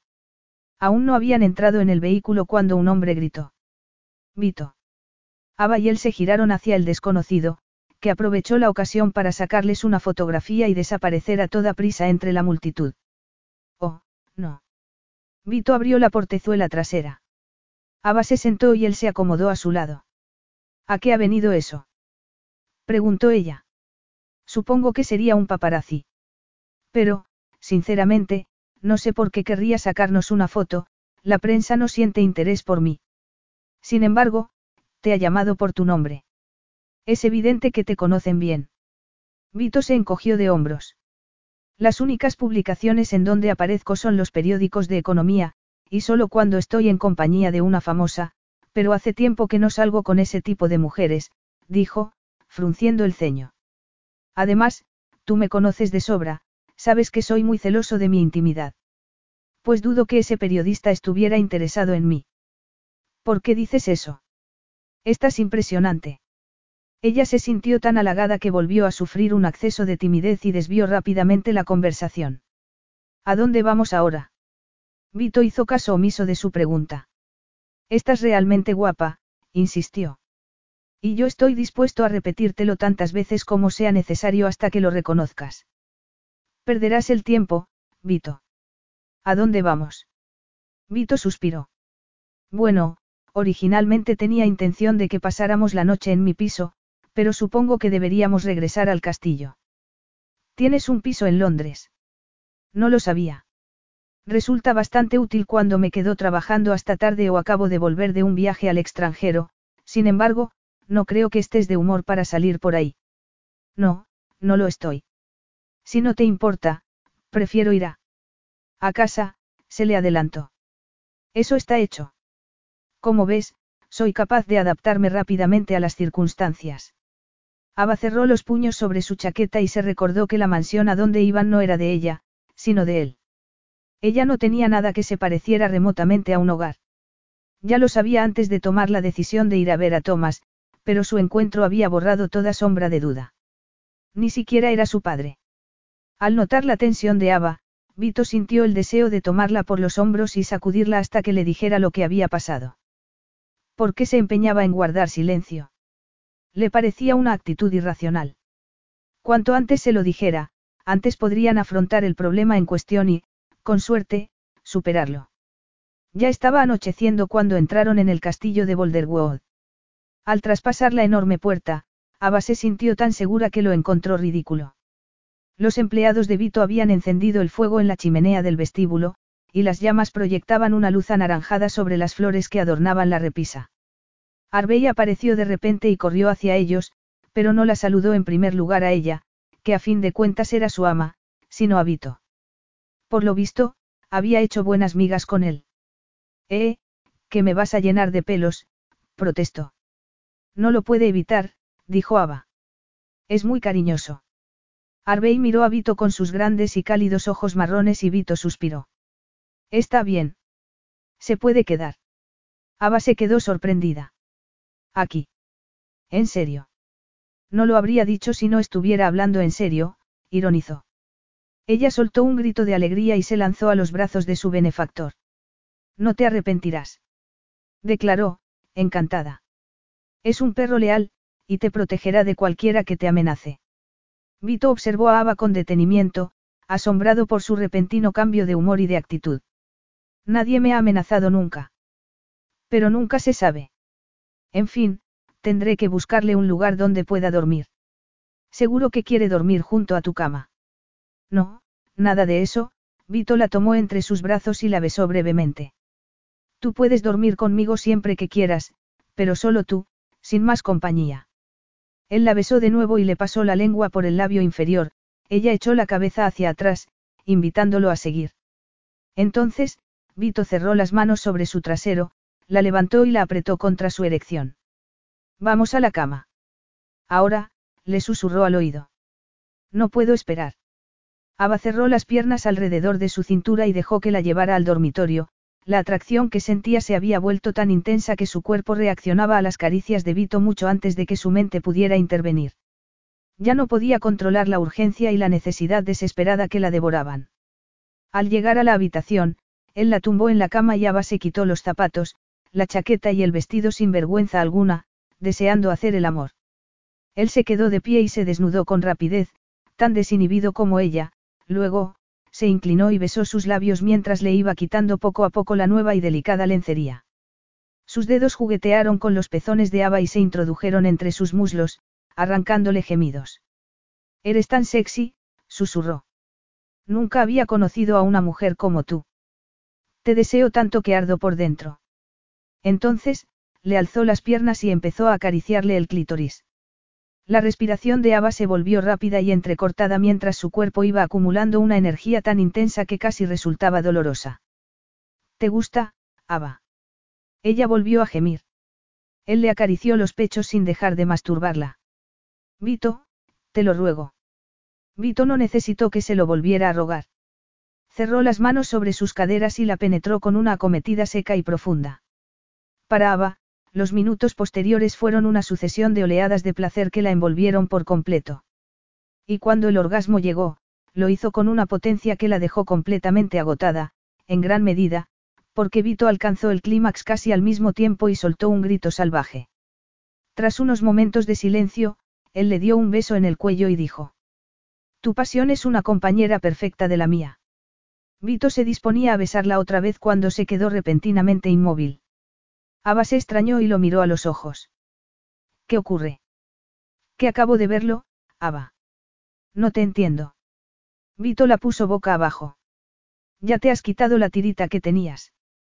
Aún no habían entrado en el vehículo cuando un hombre gritó. Vito. Ava y él se giraron hacia el desconocido, que aprovechó la ocasión para sacarles una fotografía y desaparecer a toda prisa entre la multitud. Oh, no. Vito abrió la portezuela trasera. Ava se sentó y él se acomodó a su lado. ¿A qué ha venido eso?, preguntó ella. Supongo que sería un paparazzi. Pero, sinceramente, no sé por qué querría sacarnos una foto, la prensa no siente interés por mí. Sin embargo, te ha llamado por tu nombre. Es evidente que te conocen bien. Vito se encogió de hombros. Las únicas publicaciones en donde aparezco son los periódicos de economía, y solo cuando estoy en compañía de una famosa, pero hace tiempo que no salgo con ese tipo de mujeres, dijo, frunciendo el ceño. Además, tú me conoces de sobra, sabes que soy muy celoso de mi intimidad. Pues dudo que ese periodista estuviera interesado en mí. ¿Por qué dices eso? Estás impresionante. Ella se sintió tan halagada que volvió a sufrir un acceso de timidez y desvió rápidamente la conversación. ¿A dónde vamos ahora? Vito hizo caso omiso de su pregunta. Estás realmente guapa, insistió. Y yo estoy dispuesto a repetírtelo tantas veces como sea necesario hasta que lo reconozcas. Perderás el tiempo, Vito. ¿A dónde vamos? Vito suspiró. Bueno, originalmente tenía intención de que pasáramos la noche en mi piso, pero supongo que deberíamos regresar al castillo. ¿Tienes un piso en Londres? No lo sabía. Resulta bastante útil cuando me quedo trabajando hasta tarde o acabo de volver de un viaje al extranjero, sin embargo, no creo que estés de humor para salir por ahí. No, no lo estoy. Si no te importa, prefiero ir a casa, se le adelantó. Eso está hecho. Como ves, soy capaz de adaptarme rápidamente a las circunstancias. Ava cerró los puños sobre su chaqueta y se recordó que la mansión a donde iban no era de ella, sino de él. Ella no tenía nada que se pareciera remotamente a un hogar. Ya lo sabía antes de tomar la decisión de ir a ver a Thomas, pero su encuentro había borrado toda sombra de duda. Ni siquiera era su padre. Al notar la tensión de Ava, Vito sintió el deseo de tomarla por los hombros y sacudirla hasta que le dijera lo que había pasado. ¿Por qué se empeñaba en guardar silencio? Le parecía una actitud irracional. Cuanto antes se lo dijera, antes podrían afrontar el problema en cuestión y, con suerte, superarlo. Ya estaba anocheciendo cuando entraron en el castillo de Boulderwood. Al traspasar la enorme puerta, Ava se sintió tan segura que lo encontró ridículo. Los empleados de Vito habían encendido el fuego en la chimenea del vestíbulo, y las llamas proyectaban una luz anaranjada sobre las flores que adornaban la repisa. Harvey apareció de repente y corrió hacia ellos, pero no la saludó en primer lugar a ella, que a fin de cuentas era su ama, sino a Vito. Por lo visto, había hecho buenas migas con él. Que me vas a llenar de pelos, protestó. No lo puede evitar, dijo Ava. Es muy cariñoso. Harvey miró a Vito con sus grandes y cálidos ojos marrones y Vito suspiró. Está bien. Se puede quedar. Ava se quedó sorprendida. Aquí. ¿En serio? No lo habría dicho si no estuviera hablando en serio, ironizó. Ella soltó un grito de alegría y se lanzó a los brazos de su benefactor. No te arrepentirás. declaró, encantada. Es un perro leal, y te protegerá de cualquiera que te amenace. Vito observó a Ava con detenimiento, asombrado por su repentino cambio de humor y de actitud. Nadie me ha amenazado nunca. Pero nunca se sabe. En fin, tendré que buscarle un lugar donde pueda dormir. Seguro que quiere dormir junto a tu cama. No, nada de eso. Vito la tomó entre sus brazos y la besó brevemente. Tú puedes dormir conmigo siempre que quieras, pero solo tú, sin más compañía. Él la besó de nuevo y le pasó la lengua por el labio inferior, ella echó la cabeza hacia atrás, invitándolo a seguir. Entonces, Vito cerró las manos sobre su trasero, la levantó y la apretó contra su erección. Vamos a la cama. Ahora, le susurró al oído. No puedo esperar. Ava cerró las piernas alrededor de su cintura y dejó que la llevara al dormitorio. La atracción que sentía se había vuelto tan intensa que su cuerpo reaccionaba a las caricias de Vito mucho antes de que su mente pudiera intervenir. Ya no podía controlar la urgencia y la necesidad desesperada que la devoraban. Al llegar a la habitación, él la tumbó en la cama y Ava se quitó los zapatos, la chaqueta y el vestido sin vergüenza alguna, deseando hacer el amor. Él se quedó de pie y se desnudó con rapidez, tan desinhibido como ella, luego, se inclinó y besó sus labios mientras le iba quitando poco a poco la nueva y delicada lencería. Sus dedos juguetearon con los pezones de Ava y se introdujeron entre sus muslos, arrancándole gemidos. Eres tan sexy, susurró. Nunca había conocido a una mujer como tú. Te deseo tanto que ardo por dentro. Entonces, le alzó las piernas y empezó a acariciarle el clítoris. La respiración de Ava se volvió rápida y entrecortada mientras su cuerpo iba acumulando una energía tan intensa que casi resultaba dolorosa. ¿Te gusta, Ava? Ella volvió a gemir. Él le acarició los pechos sin dejar de masturbarla. Vito, te lo ruego. Vito no necesitó que se lo volviera a rogar. Cerró las manos sobre sus caderas y la penetró con una acometida seca y profunda. Para Ava, los minutos posteriores fueron una sucesión de oleadas de placer que la envolvieron por completo. Y cuando el orgasmo llegó, lo hizo con una potencia que la dejó completamente agotada, en gran medida, porque Vito alcanzó el clímax casi al mismo tiempo y soltó un grito salvaje. Tras unos momentos de silencio, él le dio un beso en el cuello y dijo: Tu pasión es una compañera perfecta de la mía. Vito se disponía a besarla otra vez cuando se quedó repentinamente inmóvil. Ava se extrañó y lo miró a los ojos. ¿Qué ocurre? Que acabo de verlo, Ava. No te entiendo. Vito la puso boca abajo. Ya te has quitado la tirita que tenías.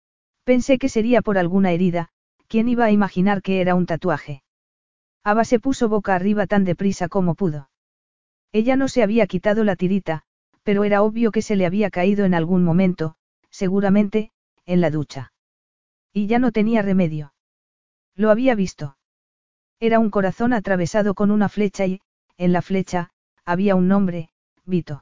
Pensé que sería por alguna herida, ¿quién iba a imaginar que era un tatuaje? Ava se puso boca arriba tan deprisa como pudo. Ella no se había quitado la tirita, pero era obvio que se le había caído en algún momento, seguramente, en la ducha. Y ya no tenía remedio. Lo había visto. Era un corazón atravesado con una flecha y, en la flecha, había un nombre, Vito.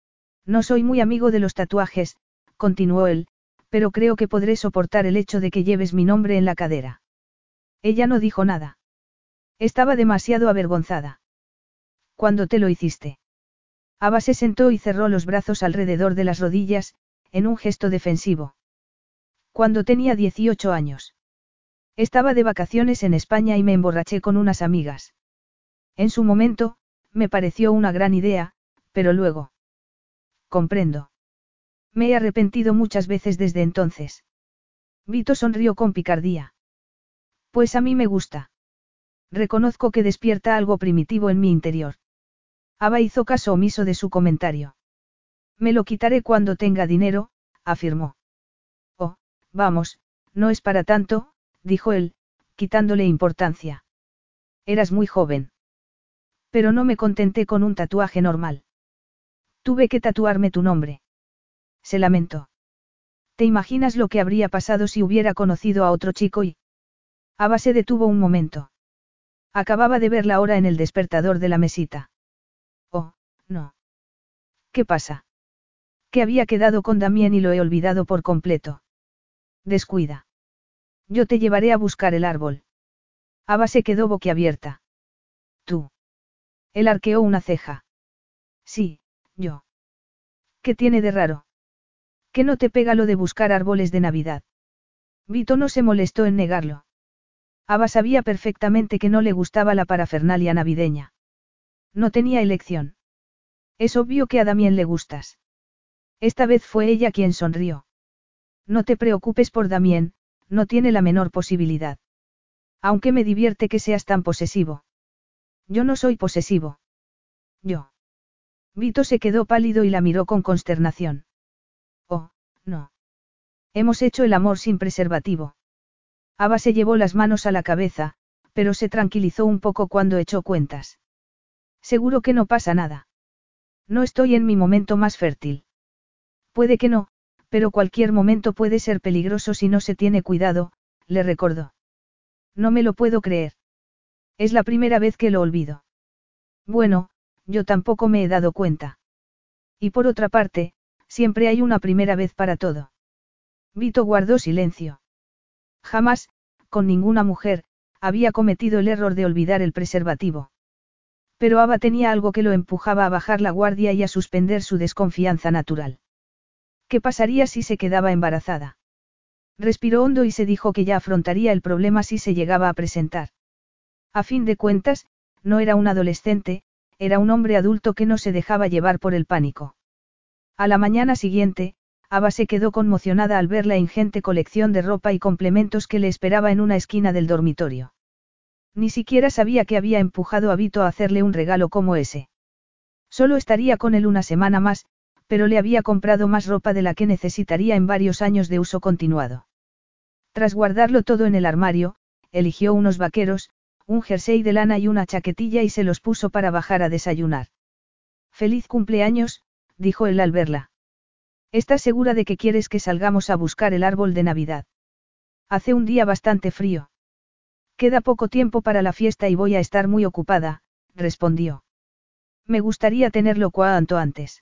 No soy muy amigo de los tatuajes, continuó él, pero creo que podré soportar el hecho de que lleves mi nombre en la cadera. Ella no dijo nada. Estaba demasiado avergonzada. ¿Cuándo te lo hiciste? Ava se sentó y cerró los brazos alrededor de las rodillas, en un gesto defensivo. Cuando tenía 18 años. Estaba de vacaciones en España y me emborraché con unas amigas. En su momento, me pareció una gran idea, pero luego. Comprendo. Me he arrepentido muchas veces desde entonces. Vito sonrió con picardía. Pues a mí me gusta. Reconozco que despierta algo primitivo en mi interior. Ava hizo caso omiso de su comentario. Me lo quitaré cuando tenga dinero, afirmó. Oh, vamos, no es para tanto, dijo él, quitándole importancia. Eras muy joven. Pero no me contenté con un tatuaje normal. Tuve que tatuarme tu nombre. Se lamentó. ¿Te imaginas lo que habría pasado si hubiera conocido a otro chico y... Ava se detuvo un momento. Acababa de ver la hora en el despertador de la mesita. Oh, no. ¿Qué pasa? Que había quedado con Damien y lo he olvidado por completo. Descuida. Yo te llevaré a buscar el árbol. Ava se quedó boquiabierta. Tú. Él arqueó una ceja. Sí, yo. ¿Qué tiene de raro? ¿Que no te pega lo de buscar árboles de Navidad? Vito no se molestó en negarlo. Ava sabía perfectamente que no le gustaba la parafernalia navideña. No tenía elección. Es obvio que a Damien le gustas. Esta vez fue ella quien sonrió. No te preocupes por Damien, no tiene la menor posibilidad. Aunque me divierte que seas tan posesivo. Yo no soy posesivo. Yo. Vito se quedó pálido y la miró con consternación. Oh, no. Hemos hecho el amor sin preservativo. Ava se llevó las manos a la cabeza, pero se tranquilizó un poco cuando echó cuentas. Seguro que no pasa nada. No estoy en mi momento más fértil. Puede que no, pero cualquier momento puede ser peligroso si no se tiene cuidado, le recordó. No me lo puedo creer. Es la primera vez que lo olvido. Bueno, yo tampoco me he dado cuenta. Y por otra parte, siempre hay una primera vez para todo. Vito guardó silencio. Jamás, con ninguna mujer, había cometido el error de olvidar el preservativo. Pero Ava tenía algo que lo empujaba a bajar la guardia y a suspender su desconfianza natural. ¿Qué pasaría si se quedaba embarazada? Respiró hondo y se dijo que ya afrontaría el problema si se llegaba a presentar. A fin de cuentas, no era un adolescente, era un hombre adulto que no se dejaba llevar por el pánico. A la mañana siguiente, Ava se quedó conmocionada al ver la ingente colección de ropa y complementos que le esperaba en una esquina del dormitorio. Ni siquiera sabía que había empujado a Vito a hacerle un regalo como ese. Solo estaría con él una semana más, pero le había comprado más ropa de la que necesitaría en varios años de uso continuado. Tras guardarlo todo en el armario, eligió unos vaqueros, un jersey de lana y una chaquetilla y se los puso para bajar a desayunar. «Feliz cumpleaños», dijo él al verla. «¿Estás segura de que quieres que salgamos a buscar el árbol de Navidad? Hace un día bastante frío». «Queda poco tiempo para la fiesta y voy a estar muy ocupada», respondió. «Me gustaría tenerlo cuanto antes».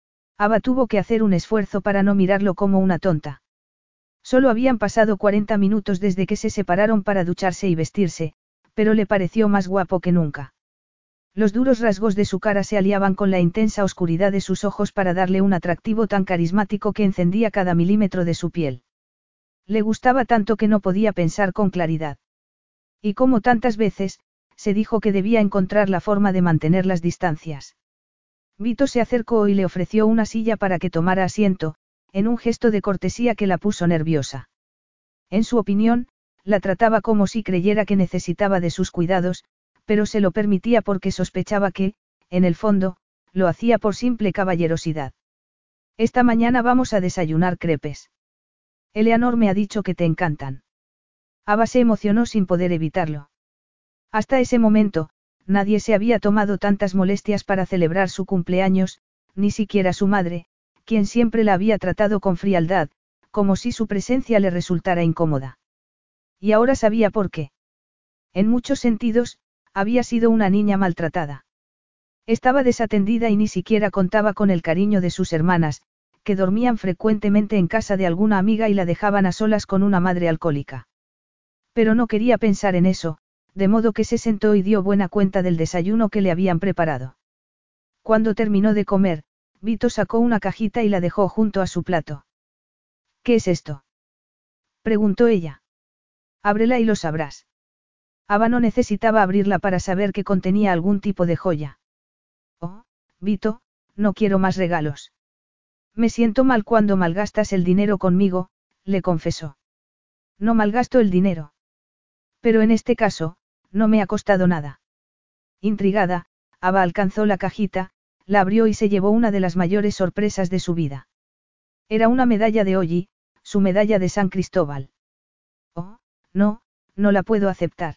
Ava tuvo que hacer un esfuerzo para no mirarlo como una tonta. Solo habían pasado 40 minutos desde que se separaron para ducharse y vestirse, pero le pareció más guapo que nunca. Los duros rasgos de su cara se aliaban con la intensa oscuridad de sus ojos para darle un atractivo tan carismático que encendía cada milímetro de su piel. Le gustaba tanto que no podía pensar con claridad. Y como tantas veces, se dijo que debía encontrar la forma de mantener las distancias. Vito se acercó y le ofreció una silla para que tomara asiento, en un gesto de cortesía que la puso nerviosa. En su opinión, la trataba como si creyera que necesitaba de sus cuidados, pero se lo permitía porque sospechaba que, en el fondo, lo hacía por simple caballerosidad. «Esta mañana vamos a desayunar crepes. Eleanor me ha dicho que te encantan». Ava se emocionó sin poder evitarlo. Hasta ese momento, nadie se había tomado tantas molestias para celebrar su cumpleaños, ni siquiera su madre, quien siempre la había tratado con frialdad, como si su presencia le resultara incómoda. Y ahora sabía por qué. En muchos sentidos, había sido una niña maltratada. Estaba desatendida y ni siquiera contaba con el cariño de sus hermanas, que dormían frecuentemente en casa de alguna amiga y la dejaban a solas con una madre alcohólica. Pero no quería pensar en eso, de modo que se sentó y dio buena cuenta del desayuno que le habían preparado. Cuando terminó de comer, Vito sacó una cajita y la dejó junto a su plato. «¿Qué es esto?», preguntó ella. «Ábrela y lo sabrás». Ava no necesitaba abrirla para saber que contenía algún tipo de joya. «Oh, Vito, no quiero más regalos. Me siento mal cuando malgastas el dinero conmigo», le confesó. «No malgasto el dinero. Pero en este caso, no me ha costado nada». Intrigada, Ava alcanzó la cajita, la abrió y se llevó una de las mayores sorpresas de su vida. Era una medalla de Ollie, su medalla de San Cristóbal. «Oh, no, no la puedo aceptar».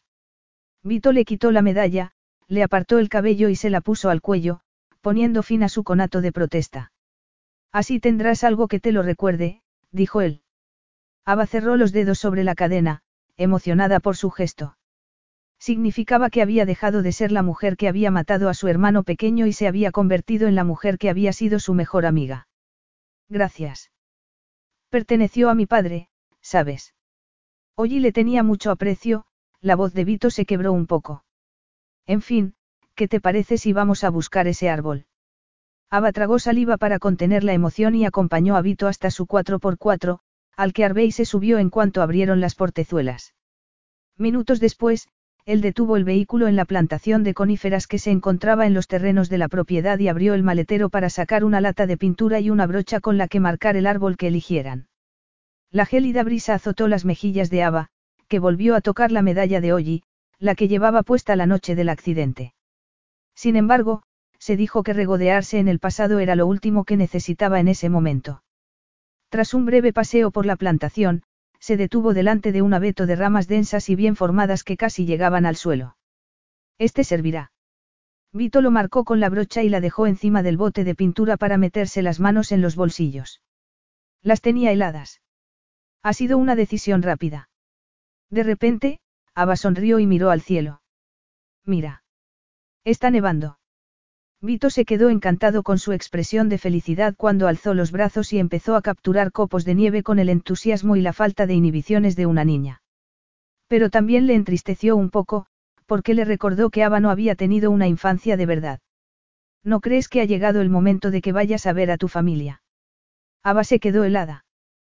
Vito le quitó la medalla, le apartó el cabello y se la puso al cuello, poniendo fin a su conato de protesta. «Así tendrás algo que te lo recuerde», dijo él. Ava cerró los dedos sobre la cadena, emocionada por su gesto. Significaba que había dejado de ser la mujer que había matado a su hermano pequeño y se había convertido en la mujer que había sido su mejor amiga. «Gracias. Perteneció a mi padre, ¿sabes?». Ollie le tenía mucho aprecio, la voz de Vito se quebró un poco. «En fin, ¿qué te parece si vamos a buscar ese árbol?». Ava tragó saliva para contener la emoción y acompañó a Vito hasta su 4x4, Alkearbey se subió en cuanto abrieron las portezuelas. Minutos después, él detuvo el vehículo en la plantación de coníferas que se encontraba en los terrenos de la propiedad y abrió el maletero para sacar una lata de pintura y una brocha con la que marcar el árbol que eligieran. La gélida brisa azotó las mejillas de Ava, que volvió a tocar la medalla de Ollie, la que llevaba puesta la noche del accidente. Sin embargo, se dijo que regodearse en el pasado era lo último que necesitaba en ese momento. Tras un breve paseo por la plantación, se detuvo delante de un abeto de ramas densas y bien formadas que casi llegaban al suelo. Este servirá. Vito lo marcó con la brocha y la dejó encima del bote de pintura para meterse las manos en los bolsillos. Las tenía heladas. Ha sido una decisión rápida. De repente, Ava sonrió y miró al cielo. Mira. Está nevando. Vito se quedó encantado con su expresión de felicidad cuando alzó los brazos y empezó a capturar copos de nieve con el entusiasmo y la falta de inhibiciones de una niña. Pero también le entristeció un poco, porque le recordó que Ava no había tenido una infancia de verdad. ¿No crees que ha llegado el momento de que vayas a ver a tu familia? Ava se quedó helada.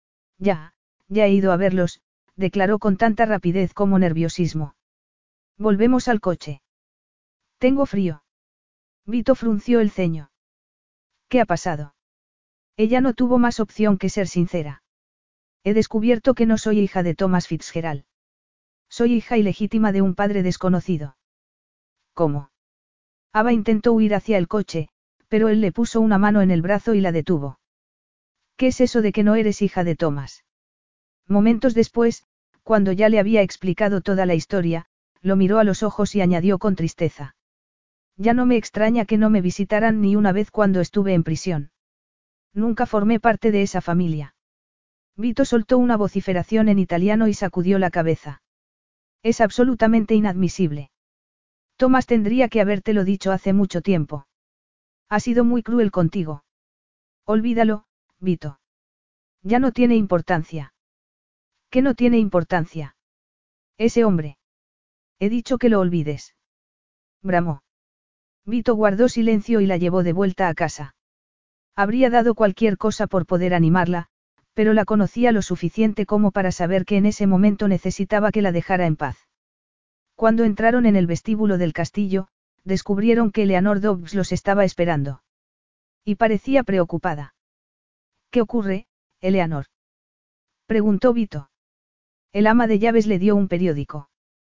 Ya he ido a verlos, declaró con tanta rapidez como nerviosismo. Volvemos al coche. Tengo frío. Vito frunció el ceño. ¿Qué ha pasado? Ella no tuvo más opción que ser sincera. He descubierto que no soy hija de Thomas Fitzgerald. Soy hija ilegítima de un padre desconocido. ¿Cómo? Ava intentó huir hacia el coche, pero él le puso una mano en el brazo y la detuvo. ¿Qué es eso de que no eres hija de Thomas? Momentos después, cuando ya le había explicado toda la historia, lo miró a los ojos y añadió con tristeza. Ya no me extraña que no me visitaran ni una vez cuando estuve en prisión. Nunca formé parte de esa familia. Vito soltó una vociferación en italiano y sacudió la cabeza. Es absolutamente inadmisible. Tomás tendría que habértelo dicho hace mucho tiempo. Ha sido muy cruel contigo. Olvídalo, Vito. Ya no tiene importancia. ¿Qué no tiene importancia? Ese hombre. He dicho que lo olvides. Bramó. Vito guardó silencio y la llevó de vuelta a casa. Habría dado cualquier cosa por poder animarla, pero la conocía lo suficiente como para saber que en ese momento necesitaba que la dejara en paz. Cuando entraron en el vestíbulo del castillo, descubrieron que Eleanor Dobbs los estaba esperando. Y parecía preocupada. ¿Qué ocurre, Eleanor? Preguntó Vito. El ama de llaves le dio un periódico.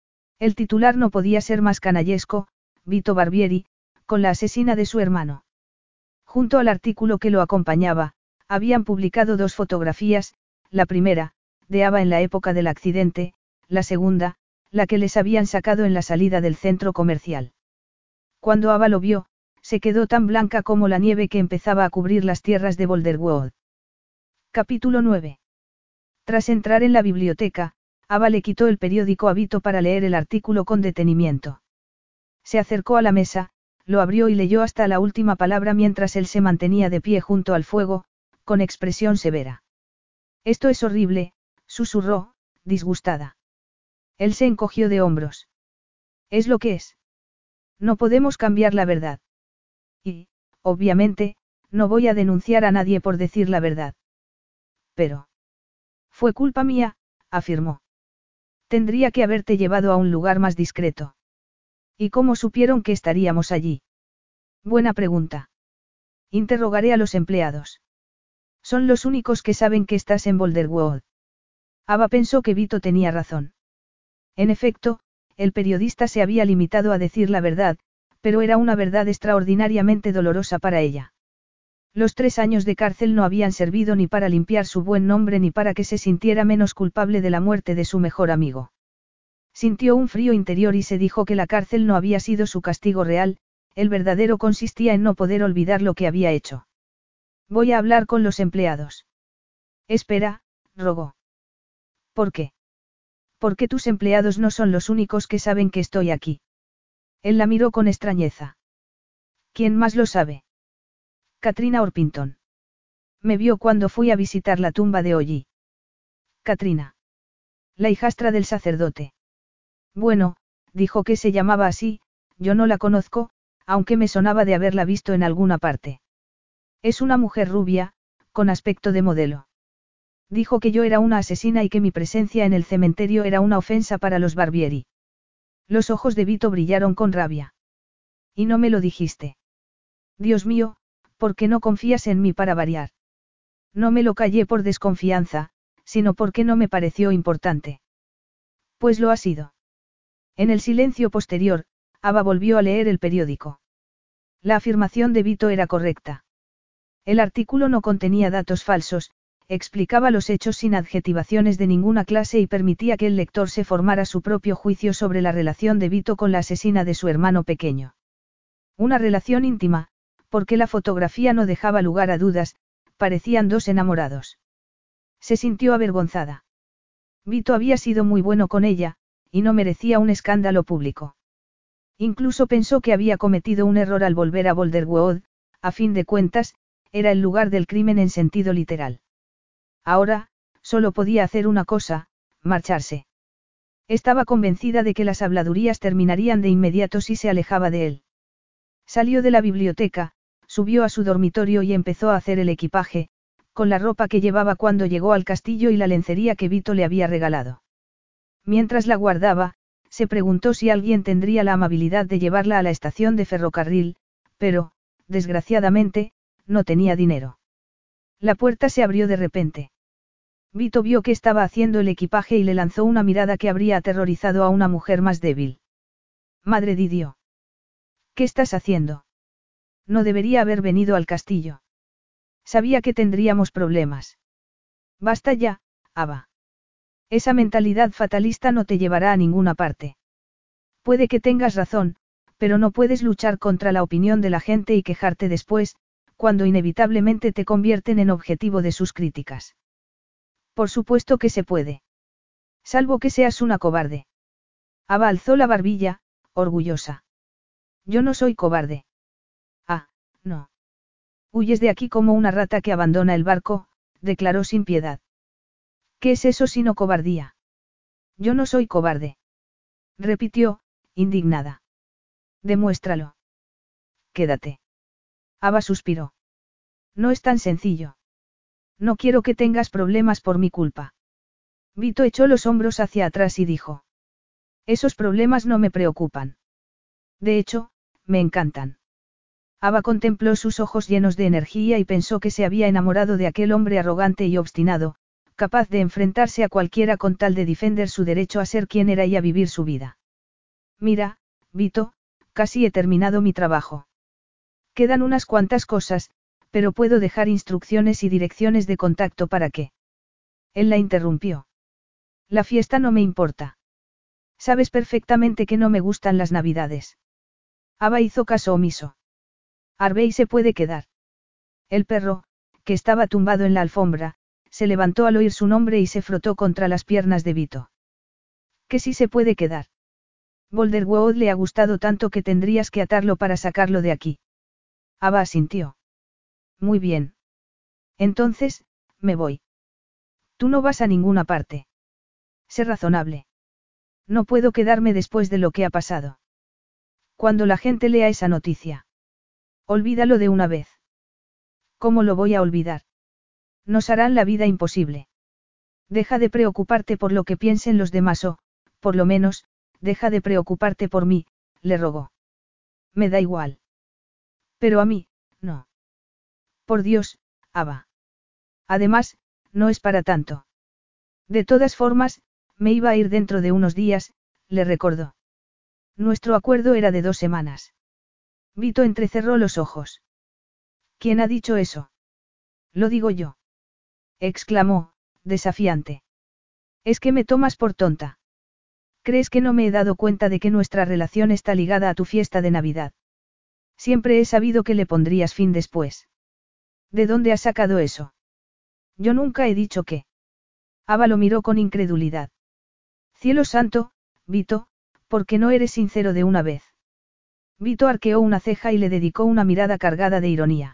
El titular no podía ser más canallesco, Vito Barbieri, con la asesina de su hermano. Junto al artículo que lo acompañaba, habían publicado dos fotografías, la primera, de Ava en la época del accidente, la segunda, la que les habían sacado en la salida del centro comercial. Cuando Ava lo vio, se quedó tan blanca como la nieve que empezaba a cubrir las tierras de Boulderwood. Capítulo 9. Tras entrar en la biblioteca, Ava le quitó el periódico a Vito para leer el artículo con detenimiento. Se acercó a la mesa, lo abrió y leyó hasta la última palabra mientras él se mantenía de pie junto al fuego, con expresión severa. Esto es horrible, susurró, disgustada. Él se encogió de hombros. Es lo que es. No podemos cambiar la verdad. Y, obviamente, no voy a denunciar a nadie por decir la verdad. Pero. Fue culpa mía, afirmó. Tendría que haberte llevado a un lugar más discreto. ¿Y cómo supieron que estaríamos allí? Buena pregunta. Interrogaré a los empleados. Son los únicos que saben que estás en Boulderwood. Ava pensó que Vito tenía razón. En efecto, el periodista se había limitado a decir la verdad, pero era una verdad extraordinariamente dolorosa para ella. Los 3 años de cárcel no habían servido ni para limpiar su buen nombre ni para que se sintiera menos culpable de la muerte de su mejor amigo. Sintió un frío interior y se dijo que la cárcel no había sido su castigo real, el verdadero consistía en no poder olvidar lo que había hecho. Voy a hablar con los empleados. Espera, rogó. ¿Por qué? Porque tus empleados no son los únicos que saben que estoy aquí. Él la miró con extrañeza. ¿Quién más lo sabe? Katrina Orpington. Me vio cuando fui a visitar la tumba de Ollie. Katrina. La hijastra del sacerdote. Bueno, dijo que se llamaba así, yo no la conozco, aunque me sonaba de haberla visto en alguna parte. Es una mujer rubia, con aspecto de modelo. Dijo que yo era una asesina y que mi presencia en el cementerio era una ofensa para los Barbieri. Los ojos de Vito brillaron con rabia. Y no me lo dijiste. Dios mío, ¿por qué no confías en mí para variar? No me lo callé por desconfianza, sino porque no me pareció importante. Pues lo ha sido. En el silencio posterior, Ava volvió a leer el periódico. La afirmación de Vito era correcta. El artículo no contenía datos falsos, explicaba los hechos sin adjetivaciones de ninguna clase y permitía que el lector se formara su propio juicio sobre la relación de Vito con la asesina de su hermano pequeño. Una relación íntima, porque la fotografía no dejaba lugar a dudas, parecían dos enamorados. Se sintió avergonzada. Vito había sido muy bueno con ella, y no merecía un escándalo público. Incluso pensó que había cometido un error al volver a Boulderwood, a fin de cuentas, era el lugar del crimen en sentido literal. Ahora, solo podía hacer una cosa, marcharse. Estaba convencida de que las habladurías terminarían de inmediato si se alejaba de él. Salió de la biblioteca, subió a su dormitorio y empezó a hacer el equipaje, con la ropa que llevaba cuando llegó al castillo y la lencería que Vito le había regalado. Mientras la guardaba, se preguntó si alguien tendría la amabilidad de llevarla a la estación de ferrocarril, pero, desgraciadamente, no tenía dinero. La puerta se abrió de repente. Vito vio que estaba haciendo el equipaje y le lanzó una mirada que habría aterrorizado a una mujer más débil. Madre de Dios. ¿Qué estás haciendo? No debería haber venido al castillo. Sabía que tendríamos problemas. Basta ya, Ava. Esa mentalidad fatalista no te llevará a ninguna parte. Puede que tengas razón, pero no puedes luchar contra la opinión de la gente y quejarte después, cuando inevitablemente te convierten en objetivo de sus críticas. Por supuesto que se puede. Salvo que seas una cobarde. Ava alzó la barbilla, orgullosa. Yo no soy cobarde. Ah, no. Huyes de aquí como una rata que abandona el barco, declaró sin piedad. ¿Qué es eso sino cobardía? Yo no soy cobarde. Repitió, indignada. Demuéstralo. Quédate. Ava suspiró. No es tan sencillo. No quiero que tengas problemas por mi culpa. Vito echó los hombros hacia atrás y dijo. Esos problemas no me preocupan. De hecho, me encantan. Ava contempló sus ojos llenos de energía y pensó que se había enamorado de aquel hombre arrogante y obstinado, capaz de enfrentarse a cualquiera con tal de defender su derecho a ser quien era y a vivir su vida. Mira, Vito, casi he terminado mi trabajo. Quedan unas cuantas cosas, pero puedo dejar instrucciones y direcciones de contacto para qué. Él la interrumpió. La fiesta no me importa. Sabes perfectamente que no me gustan las Navidades. Ava hizo caso omiso. Harvey se puede quedar. El perro, que estaba tumbado en la alfombra, se levantó al oír su nombre y se frotó contra las piernas de Vito. Que sí se puede quedar. Boulderwood le ha gustado tanto que tendrías que atarlo para sacarlo de aquí. Ava asintió. Muy bien. Entonces, me voy. Tú no vas a ninguna parte. Sé razonable. No puedo quedarme después de lo que ha pasado. Cuando la gente lea esa noticia. Olvídalo de una vez. ¿Cómo lo voy a olvidar? Nos harán la vida imposible. Deja de preocuparte por lo que piensen los demás o, por lo menos, deja de preocuparte por mí, le rogó. Me da igual. Pero a mí, no. Por Dios, Ava. Además, no es para tanto. De todas formas, me iba a ir dentro de unos días, le recordó. Nuestro acuerdo era de 2 semanas. Vito entrecerró los ojos. ¿Quién ha dicho eso? Lo digo yo. Exclamó, desafiante. Es que me tomas por tonta. ¿Crees que no me he dado cuenta de que nuestra relación está ligada a tu fiesta de Navidad? Siempre he sabido que le pondrías fin después. ¿De dónde has sacado eso? Yo nunca he dicho que. Ava lo miró con incredulidad. Cielo santo, Vito, ¿por qué no eres sincero de una vez? Vito arqueó una ceja y le dedicó una mirada cargada de ironía.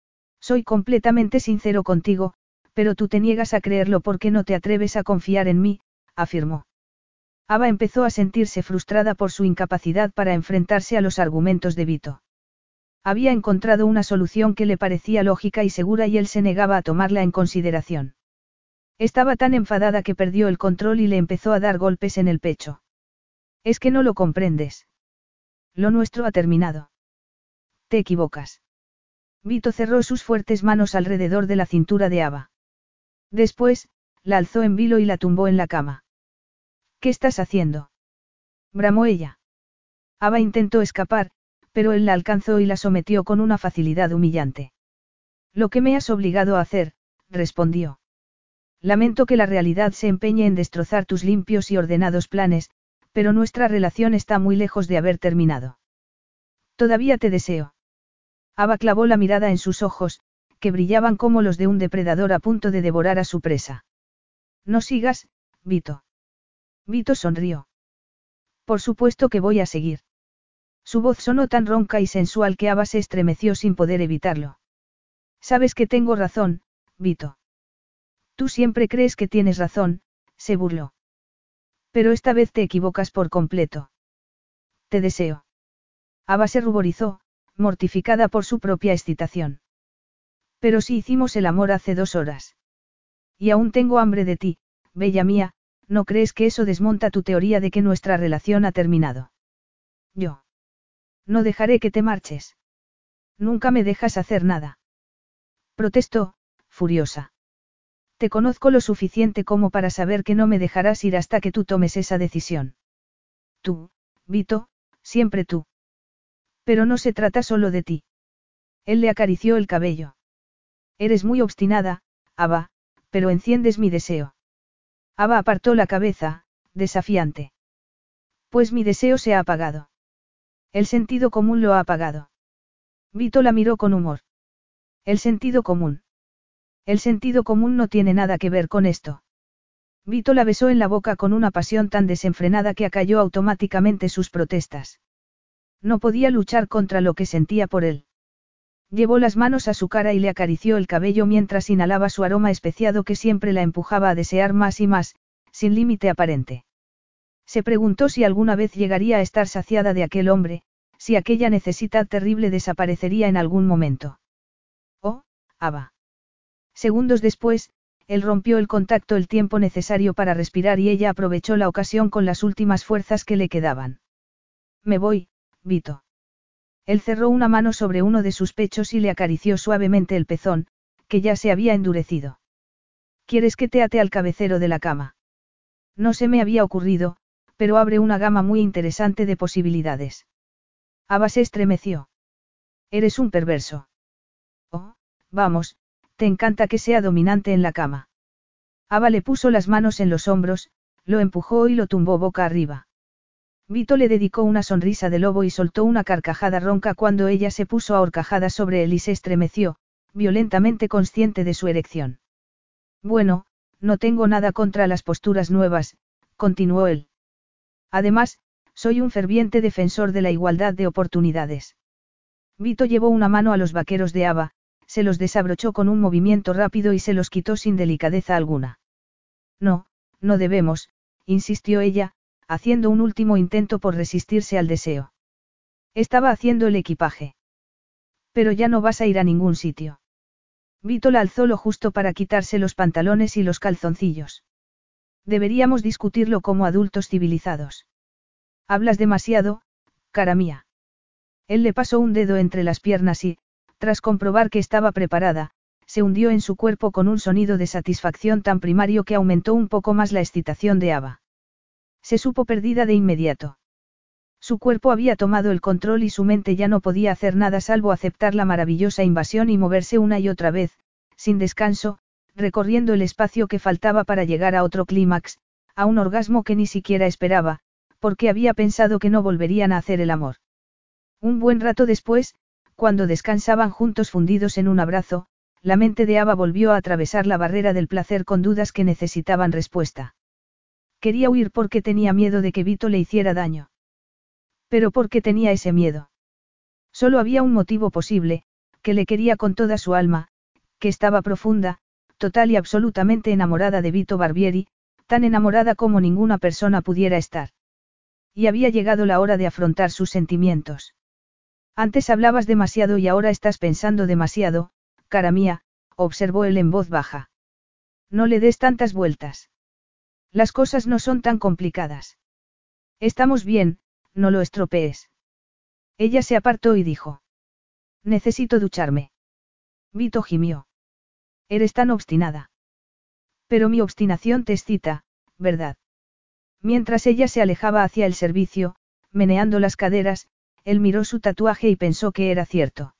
Soy completamente sincero contigo, pero tú te niegas a creerlo porque no te atreves a confiar en mí, afirmó. Ava empezó a sentirse frustrada por su incapacidad para enfrentarse a los argumentos de Vito. Había encontrado una solución que le parecía lógica y segura y él se negaba a tomarla en consideración. Estaba tan enfadada que perdió el control y le empezó a dar golpes en el pecho. Es que no lo comprendes. Lo nuestro ha terminado. Te equivocas. Vito cerró sus fuertes manos alrededor de la cintura de Ava. Después, la alzó en vilo y la tumbó en la cama. ¿Qué estás haciendo? Bramó ella. Ava intentó escapar, pero él la alcanzó y la sometió con una facilidad humillante. Lo que me has obligado a hacer, respondió. Lamento que la realidad se empeñe en destrozar tus limpios y ordenados planes, pero nuestra relación está muy lejos de haber terminado. Todavía te deseo. Ava clavó la mirada en sus ojos, que brillaban como los de un depredador a punto de devorar a su presa. No sigas, Vito. Vito sonrió. Por supuesto que voy a seguir. Su voz sonó tan ronca y sensual que Ava se estremeció sin poder evitarlo. Sabes que tengo razón, Vito. Tú siempre crees que tienes razón, se burló. Pero esta vez te equivocas por completo. Te deseo. Ava se ruborizó, mortificada por su propia excitación. Pero si hicimos el amor hace 2 horas. Y aún tengo hambre de ti, bella mía, ¿no crees que eso desmonta tu teoría de que nuestra relación ha terminado? Yo. No dejaré que te marches. Nunca me dejas hacer nada. Protestó, furiosa. Te conozco lo suficiente como para saber que no me dejarás ir hasta que tú tomes esa decisión. Tú, Vito, siempre tú. Pero no se trata solo de ti. Él le acarició el cabello. Eres muy obstinada, Ava, pero enciendes mi deseo. Ava apartó la cabeza, desafiante. Pues mi deseo se ha apagado. El sentido común lo ha apagado. Vito la miró con humor. El sentido común. El sentido común no tiene nada que ver con esto. Vito la besó en la boca con una pasión tan desenfrenada que acalló automáticamente sus protestas. No podía luchar contra lo que sentía por él. Llevó las manos a su cara y le acarició el cabello mientras inhalaba su aroma especiado que siempre la empujaba a desear más y más, sin límite aparente. Se preguntó si alguna vez llegaría a estar saciada de aquel hombre, si aquella necesidad terrible desaparecería en algún momento. Oh, Ava. Segundos después, él rompió el contacto el tiempo necesario para respirar y ella aprovechó la ocasión con las últimas fuerzas que le quedaban. Me voy, Vito. Él cerró una mano sobre uno de sus pechos y le acarició suavemente el pezón, que ya se había endurecido. ¿Quieres que te ate al cabecero de la cama? No se me había ocurrido, pero abre una gama muy interesante de posibilidades. Ava se estremeció. Eres un perverso. Oh, vamos, te encanta que sea dominante en la cama. Ava le puso las manos en los hombros, lo empujó y lo tumbó boca arriba. Vito le dedicó una sonrisa de lobo y soltó una carcajada ronca cuando ella se puso a horcajadas sobre él y se estremeció, violentamente consciente de su erección. Bueno, no tengo nada contra las posturas nuevas, continuó él. Además, soy un ferviente defensor de la igualdad de oportunidades. Vito llevó una mano a los vaqueros de Ava, se los desabrochó con un movimiento rápido y se los quitó sin delicadeza alguna. No, no debemos, insistió ella, haciendo un último intento por resistirse al deseo. Estaba haciendo el equipaje. Pero ya no vas a ir a ningún sitio. Vito la alzó lo justo para quitarse los pantalones y los calzoncillos. Deberíamos discutirlo como adultos civilizados. Hablas demasiado, cara mía. Él le pasó un dedo entre las piernas y, tras comprobar que estaba preparada, se hundió en su cuerpo con un sonido de satisfacción tan primario que aumentó un poco más la excitación de Ava. Se supo perdida de inmediato. Su cuerpo había tomado el control y su mente ya no podía hacer nada salvo aceptar la maravillosa invasión y moverse una y otra vez, sin descanso, recorriendo el espacio que faltaba para llegar a otro clímax, a un orgasmo que ni siquiera esperaba, porque había pensado que no volverían a hacer el amor. Un buen rato después, cuando descansaban juntos fundidos en un abrazo, la mente de Ava volvió a atravesar la barrera del placer con dudas que necesitaban respuesta. Quería huir porque tenía miedo de que Vito le hiciera daño. Pero ¿por qué tenía ese miedo? Solo había un motivo posible, que le quería con toda su alma, que estaba profunda, total y absolutamente enamorada de Vito Barbieri, tan enamorada como ninguna persona pudiera estar. Y había llegado la hora de afrontar sus sentimientos. Antes hablabas demasiado y ahora estás pensando demasiado, cara mía, observó él en voz baja. No le des tantas vueltas. Las cosas no son tan complicadas. Estamos bien, no lo estropees. Ella se apartó y dijo. Necesito ducharme. Vito gimió. Eres tan obstinada. Pero mi obstinación te excita, ¿verdad? Mientras ella se alejaba hacia el servicio, meneando las caderas, él miró su tatuaje y pensó que era cierto.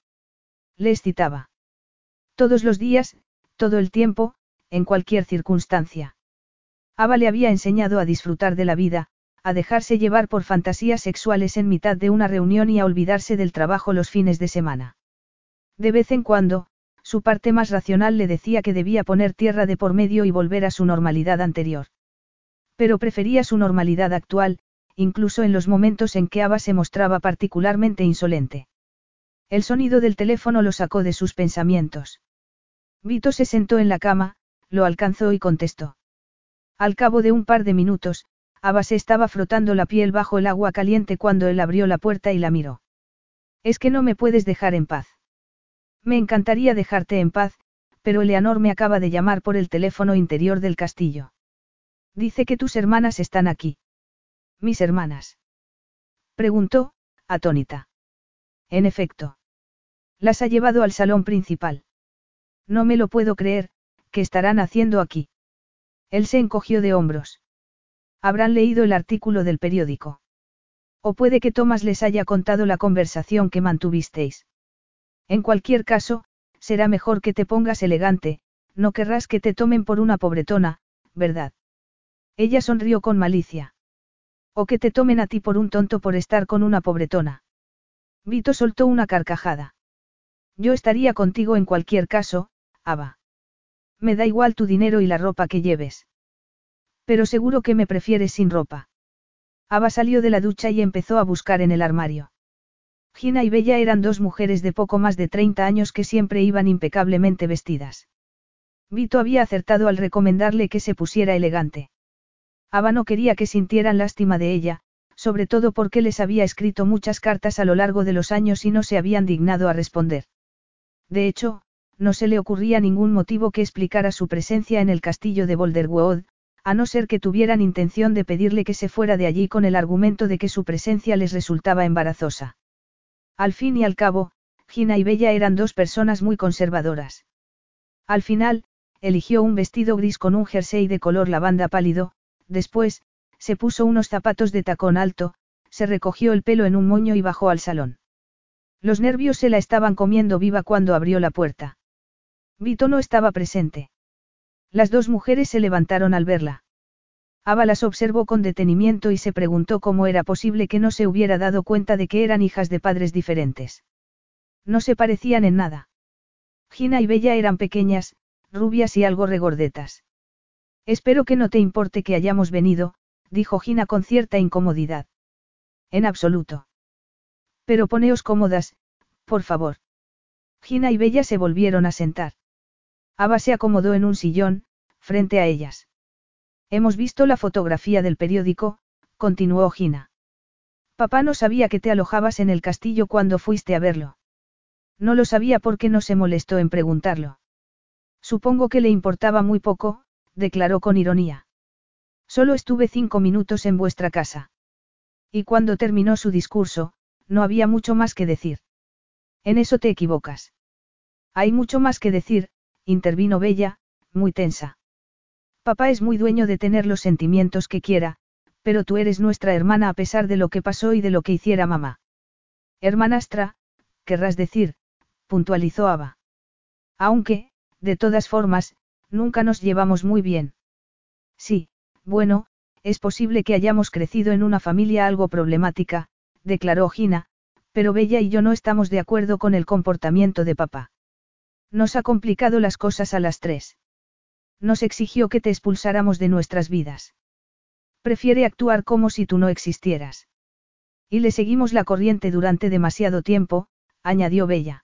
Le excitaba. Todos los días, todo el tiempo, en cualquier circunstancia. Ava le había enseñado a disfrutar de la vida, a dejarse llevar por fantasías sexuales en mitad de una reunión y a olvidarse del trabajo los fines de semana. De vez en cuando, su parte más racional le decía que debía poner tierra de por medio y volver a su normalidad anterior. Pero prefería su normalidad actual, incluso en los momentos en que Ava se mostraba particularmente insolente. El sonido del teléfono lo sacó de sus pensamientos. Vito se sentó en la cama, lo alcanzó y contestó. Al cabo de un par de minutos, Ava se estaba frotando la piel bajo el agua caliente cuando él abrió la puerta y la miró. Es que no me puedes dejar en paz. Me encantaría dejarte en paz, pero Eleanor me acaba de llamar por el teléfono interior del castillo. Dice que tus hermanas están aquí. ¿Mis hermanas? Preguntó, atónita. En efecto. Las ha llevado al salón principal. No me lo puedo creer, ¿qué estarán haciendo aquí? Él se encogió de hombros. Habrán leído el artículo del periódico. O puede que Thomas les haya contado la conversación que mantuvisteis. En cualquier caso, será mejor que te pongas elegante, no querrás que te tomen por una pobretona, ¿verdad? Ella sonrió con malicia. O que te tomen a ti por un tonto por estar con una pobretona. Vito soltó una carcajada. Yo estaría contigo en cualquier caso, Ava. Me da igual tu dinero y la ropa que lleves. Pero seguro que me prefieres sin ropa. Ava salió de la ducha y empezó a buscar en el armario. Gina y Bella eran dos mujeres de poco más de 30 años que siempre iban impecablemente vestidas. Vito había acertado al recomendarle que se pusiera elegante. Ava no quería que sintieran lástima de ella, sobre todo porque les había escrito muchas cartas a lo largo de los años y no se habían dignado a responder. De hecho, no se le ocurría ningún motivo que explicara su presencia en el castillo de Boulderwood, a no ser que tuvieran intención de pedirle que se fuera de allí con el argumento de que su presencia les resultaba embarazosa. Al fin y al cabo, Gina y Bella eran dos personas muy conservadoras. Al final, eligió un vestido gris con un jersey de color lavanda pálido, después, se puso unos zapatos de tacón alto, se recogió el pelo en un moño y bajó al salón. Los nervios se la estaban comiendo viva cuando abrió la puerta. Vito no estaba presente. Las dos mujeres se levantaron al verla. Ava las observó con detenimiento y se preguntó cómo era posible que no se hubiera dado cuenta de que eran hijas de padres diferentes. No se parecían en nada. Gina y Bella eran pequeñas, rubias y algo regordetas. Espero que no te importe que hayamos venido, dijo Gina con cierta incomodidad. En absoluto. Pero poneos cómodas, por favor. Gina y Bella se volvieron a sentar. Ava se acomodó en un sillón, frente a ellas. Hemos visto la fotografía del periódico, continuó Gina. Papá no sabía que te alojabas en el castillo cuando fuiste a verlo. No lo sabía porque no se molestó en preguntarlo. Supongo que le importaba muy poco, declaró con ironía. Solo estuve 5 minutos en vuestra casa. Y cuando terminó su discurso, no había mucho más que decir. En eso te equivocas. Hay mucho más que decir, intervino Bella, muy tensa. Papá es muy dueño de tener los sentimientos que quiera, pero tú eres nuestra hermana a pesar de lo que pasó y de lo que hiciera mamá. Hermanastra, querrás decir, puntualizó Ava. Aunque, de todas formas, nunca nos llevamos muy bien. Sí, bueno, es posible que hayamos crecido en una familia algo problemática, declaró Gina, pero Bella y yo no estamos de acuerdo con el comportamiento de papá. Nos ha complicado las cosas a las tres. Nos exigió que te expulsáramos de nuestras vidas. Prefiere actuar como si tú no existieras. Y le seguimos la corriente durante demasiado tiempo, añadió Bella.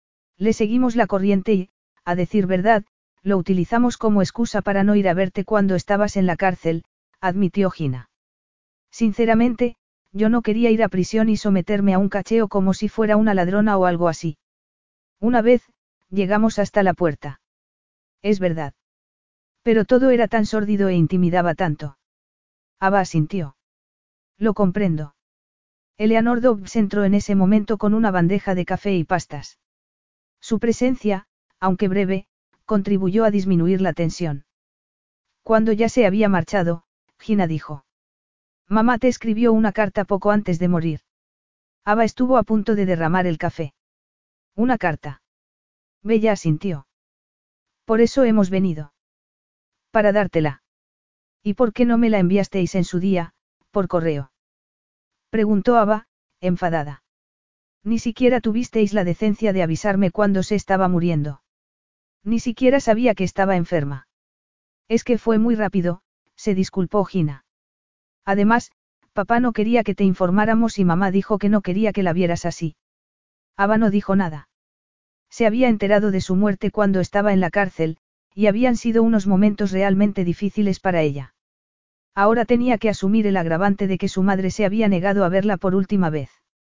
Le seguimos la corriente y, a decir verdad, lo utilizamos como excusa para no ir a verte cuando estabas en la cárcel, admitió Gina. Sinceramente, yo no quería ir a prisión y someterme a un cacheo como si fuera una ladrona o algo así. Una vez, llegamos hasta la puerta. Es verdad. Pero todo era tan sórdido e intimidaba tanto. Ava asintió. Lo comprendo. Eleanor Dobbs entró en ese momento con una bandeja de café y pastas. Su presencia, aunque breve, contribuyó a disminuir la tensión. Cuando ya se había marchado, Gina dijo. Mamá te escribió una carta poco antes de morir. Ava estuvo a punto de derramar el café. ¿Una carta? Bella asintió. Por eso hemos venido. Para dártela. ¿Y por qué no me la enviasteis en su día, por correo? Preguntó Ava, enfadada. Ni siquiera tuvisteis la decencia de avisarme cuando se estaba muriendo. Ni siquiera sabía que estaba enferma. Es que fue muy rápido, se disculpó Gina. Además, papá no quería que te informáramos y mamá dijo que no quería que la vieras así. Ava no dijo nada. Se había enterado de su muerte cuando estaba en la cárcel, y habían sido unos momentos realmente difíciles para ella. Ahora tenía que asumir el agravante de que su madre se había negado a verla por última vez.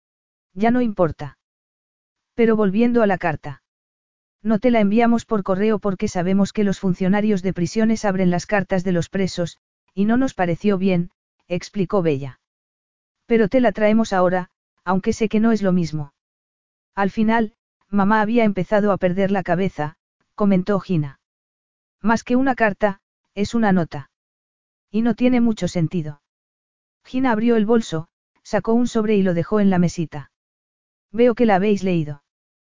Ya no importa. Pero volviendo a la carta. No te la enviamos por correo porque sabemos que los funcionarios de prisiones abren las cartas de los presos, y no nos pareció bien, explicó Bella. Pero te la traemos ahora, aunque sé que no es lo mismo. Al final, mamá había empezado a perder la cabeza, comentó Gina. Más que una carta, es una nota. Y no tiene mucho sentido. Gina abrió el bolso, sacó un sobre y lo dejó en la mesita. Veo que la habéis leído.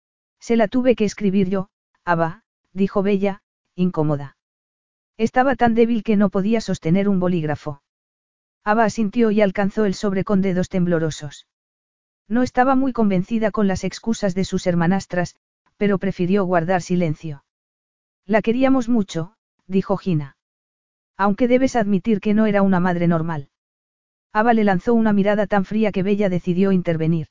Se la tuve que escribir yo, Ava, dijo Bella, incómoda. Estaba tan débil que no podía sostener un bolígrafo. Ava asintió y alcanzó el sobre con dedos temblorosos. No estaba muy convencida con las excusas de sus hermanastras, pero prefirió guardar silencio. La queríamos mucho, dijo Gina. Aunque debes admitir que no era una madre normal. Ava le lanzó una mirada tan fría que Bella decidió intervenir.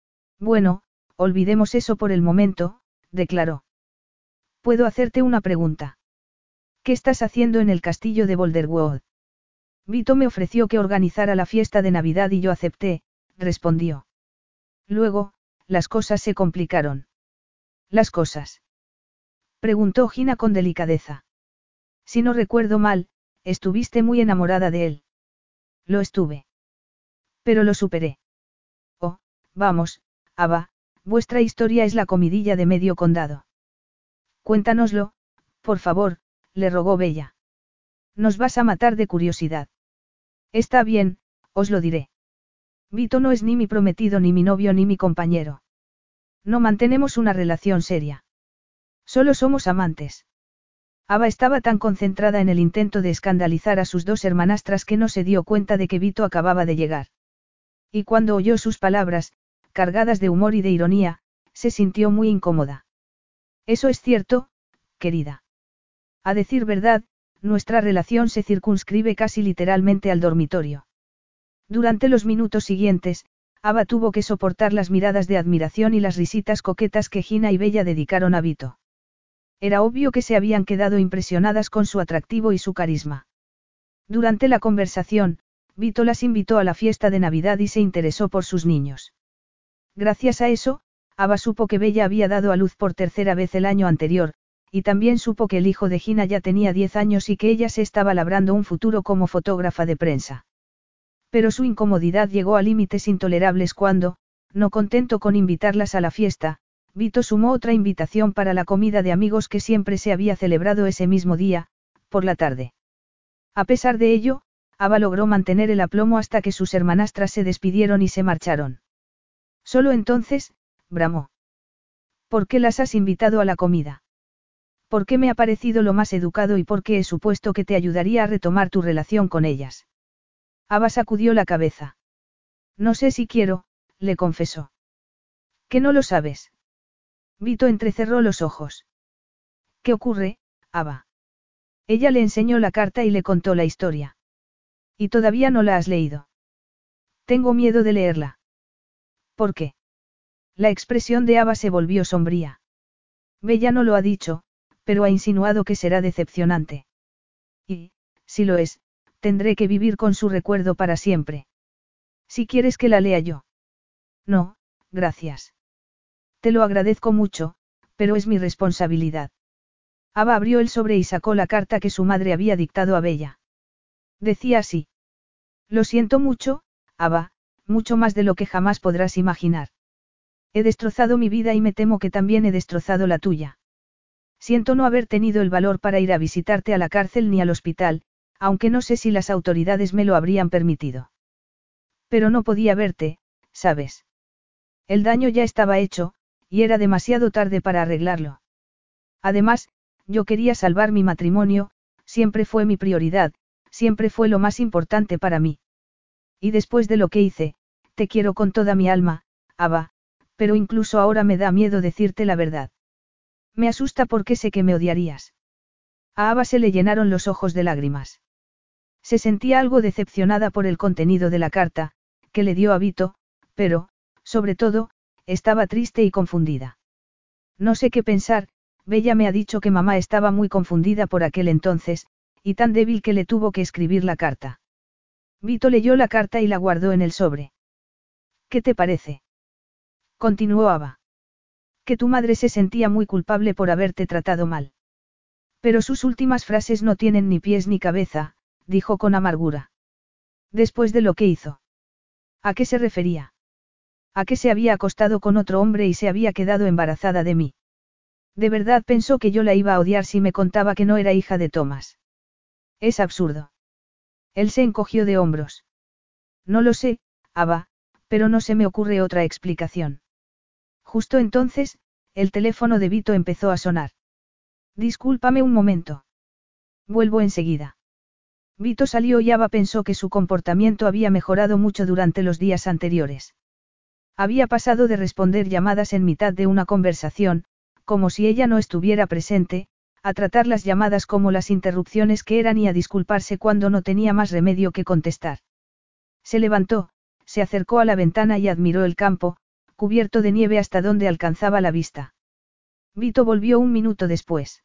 Bueno, olvidemos eso por el momento, declaró. ¿Puedo hacerte una pregunta? ¿Qué estás haciendo en el castillo de Boulderwood? Vito me ofreció que organizara la fiesta de Navidad y yo acepté, respondió. Luego, las cosas se complicaron. ¿Las cosas? Preguntó Gina con delicadeza. Si no recuerdo mal, estuviste muy enamorada de él. Lo estuve. Pero lo superé. Oh, vamos, Ava, vuestra historia es la comidilla de medio condado. Cuéntanoslo, por favor, le rogó Bella. Nos vas a matar de curiosidad. Está bien, os lo diré. Vito no es ni mi prometido ni mi novio ni mi compañero. No mantenemos una relación seria. Solo somos amantes. Ava estaba tan concentrada en el intento de escandalizar a sus dos hermanastras que no se dio cuenta de que Vito acababa de llegar. Y cuando oyó sus palabras, cargadas de humor y de ironía, se sintió muy incómoda. Eso es cierto, querida. A decir verdad, nuestra relación se circunscribe casi literalmente al dormitorio. Durante los minutos siguientes, Ava tuvo que soportar las miradas de admiración y las risitas coquetas que Gina y Bella dedicaron a Vito. Era obvio que se habían quedado impresionadas con su atractivo y su carisma. Durante la conversación, Vito las invitó a la fiesta de Navidad y se interesó por sus niños. Gracias a eso, Ava supo que Bella había dado a luz por tercera vez el año anterior, y también supo que el hijo de Gina ya tenía 10 años y que ella se estaba labrando un futuro como fotógrafa de prensa. Pero su incomodidad llegó a límites intolerables cuando, no contento con invitarlas a la fiesta, Vito sumó otra invitación para la comida de amigos que siempre se había celebrado ese mismo día, por la tarde. A pesar de ello, Ava logró mantener el aplomo hasta que sus hermanastras se despidieron y se marcharon. Solo entonces, bramó. ¿Por qué las has invitado a la comida? ¿Por qué me ha parecido lo más educado y por qué he supuesto que te ayudaría a retomar tu relación con ellas? Ava sacudió la cabeza. No sé si quiero, le confesó. ¿Que no lo sabes? Vito entrecerró los ojos. ¿Qué ocurre, Ava? Ella le enseñó la carta y le contó la historia. ¿Y todavía no la has leído? Tengo miedo de leerla. ¿Por qué? La expresión de Ava se volvió sombría. Bella no lo ha dicho, pero ha insinuado que será decepcionante. Y, si lo es, tendré que vivir con su recuerdo para siempre. Si quieres que la lea yo. No, gracias. Te lo agradezco mucho, pero es mi responsabilidad. Ava abrió el sobre y sacó la carta que su madre había dictado a Bella. Decía así. Lo siento mucho, Ava, mucho más de lo que jamás podrás imaginar. He destrozado mi vida y me temo que también he destrozado la tuya. Siento no haber tenido el valor para ir a visitarte a la cárcel ni al hospital, aunque no sé si las autoridades me lo habrían permitido. Pero no podía verte, ¿sabes? El daño ya estaba hecho, y era demasiado tarde para arreglarlo. Además, yo quería salvar mi matrimonio, siempre fue mi prioridad, siempre fue lo más importante para mí. Y después de lo que hice, te quiero con toda mi alma, Ava, pero incluso ahora me da miedo decirte la verdad. Me asusta porque sé que me odiarías. A Ava se le llenaron los ojos de lágrimas. Se sentía algo decepcionada por el contenido de la carta, que le dio a Vito, pero, sobre todo, estaba triste y confundida. No sé qué pensar, Bella me ha dicho que mamá estaba muy confundida por aquel entonces, y tan débil que le tuvo que escribir la carta. Vito leyó la carta y la guardó en el sobre. ¿Qué te parece? Continuó Ava. Que tu madre se sentía muy culpable por haberte tratado mal. Pero sus últimas frases no tienen ni pies ni cabeza, dijo con amargura. Después de lo que hizo. ¿A qué se refería? A que se había acostado con otro hombre y se había quedado embarazada de mí. De verdad pensó que yo la iba a odiar si me contaba que no era hija de Thomas. Es absurdo. Él se encogió de hombros. No lo sé, Ava, pero no se me ocurre otra explicación. Justo entonces, el teléfono de Vito empezó a sonar. Discúlpame un momento. Vuelvo enseguida. Vito salió y Ava pensó que su comportamiento había mejorado mucho durante los días anteriores. Había pasado de responder llamadas en mitad de una conversación, como si ella no estuviera presente, a tratar las llamadas como las interrupciones que eran y a disculparse cuando no tenía más remedio que contestar. Se levantó, se acercó a la ventana y admiró el campo, cubierto de nieve hasta donde alcanzaba la vista. Vito volvió un minuto después.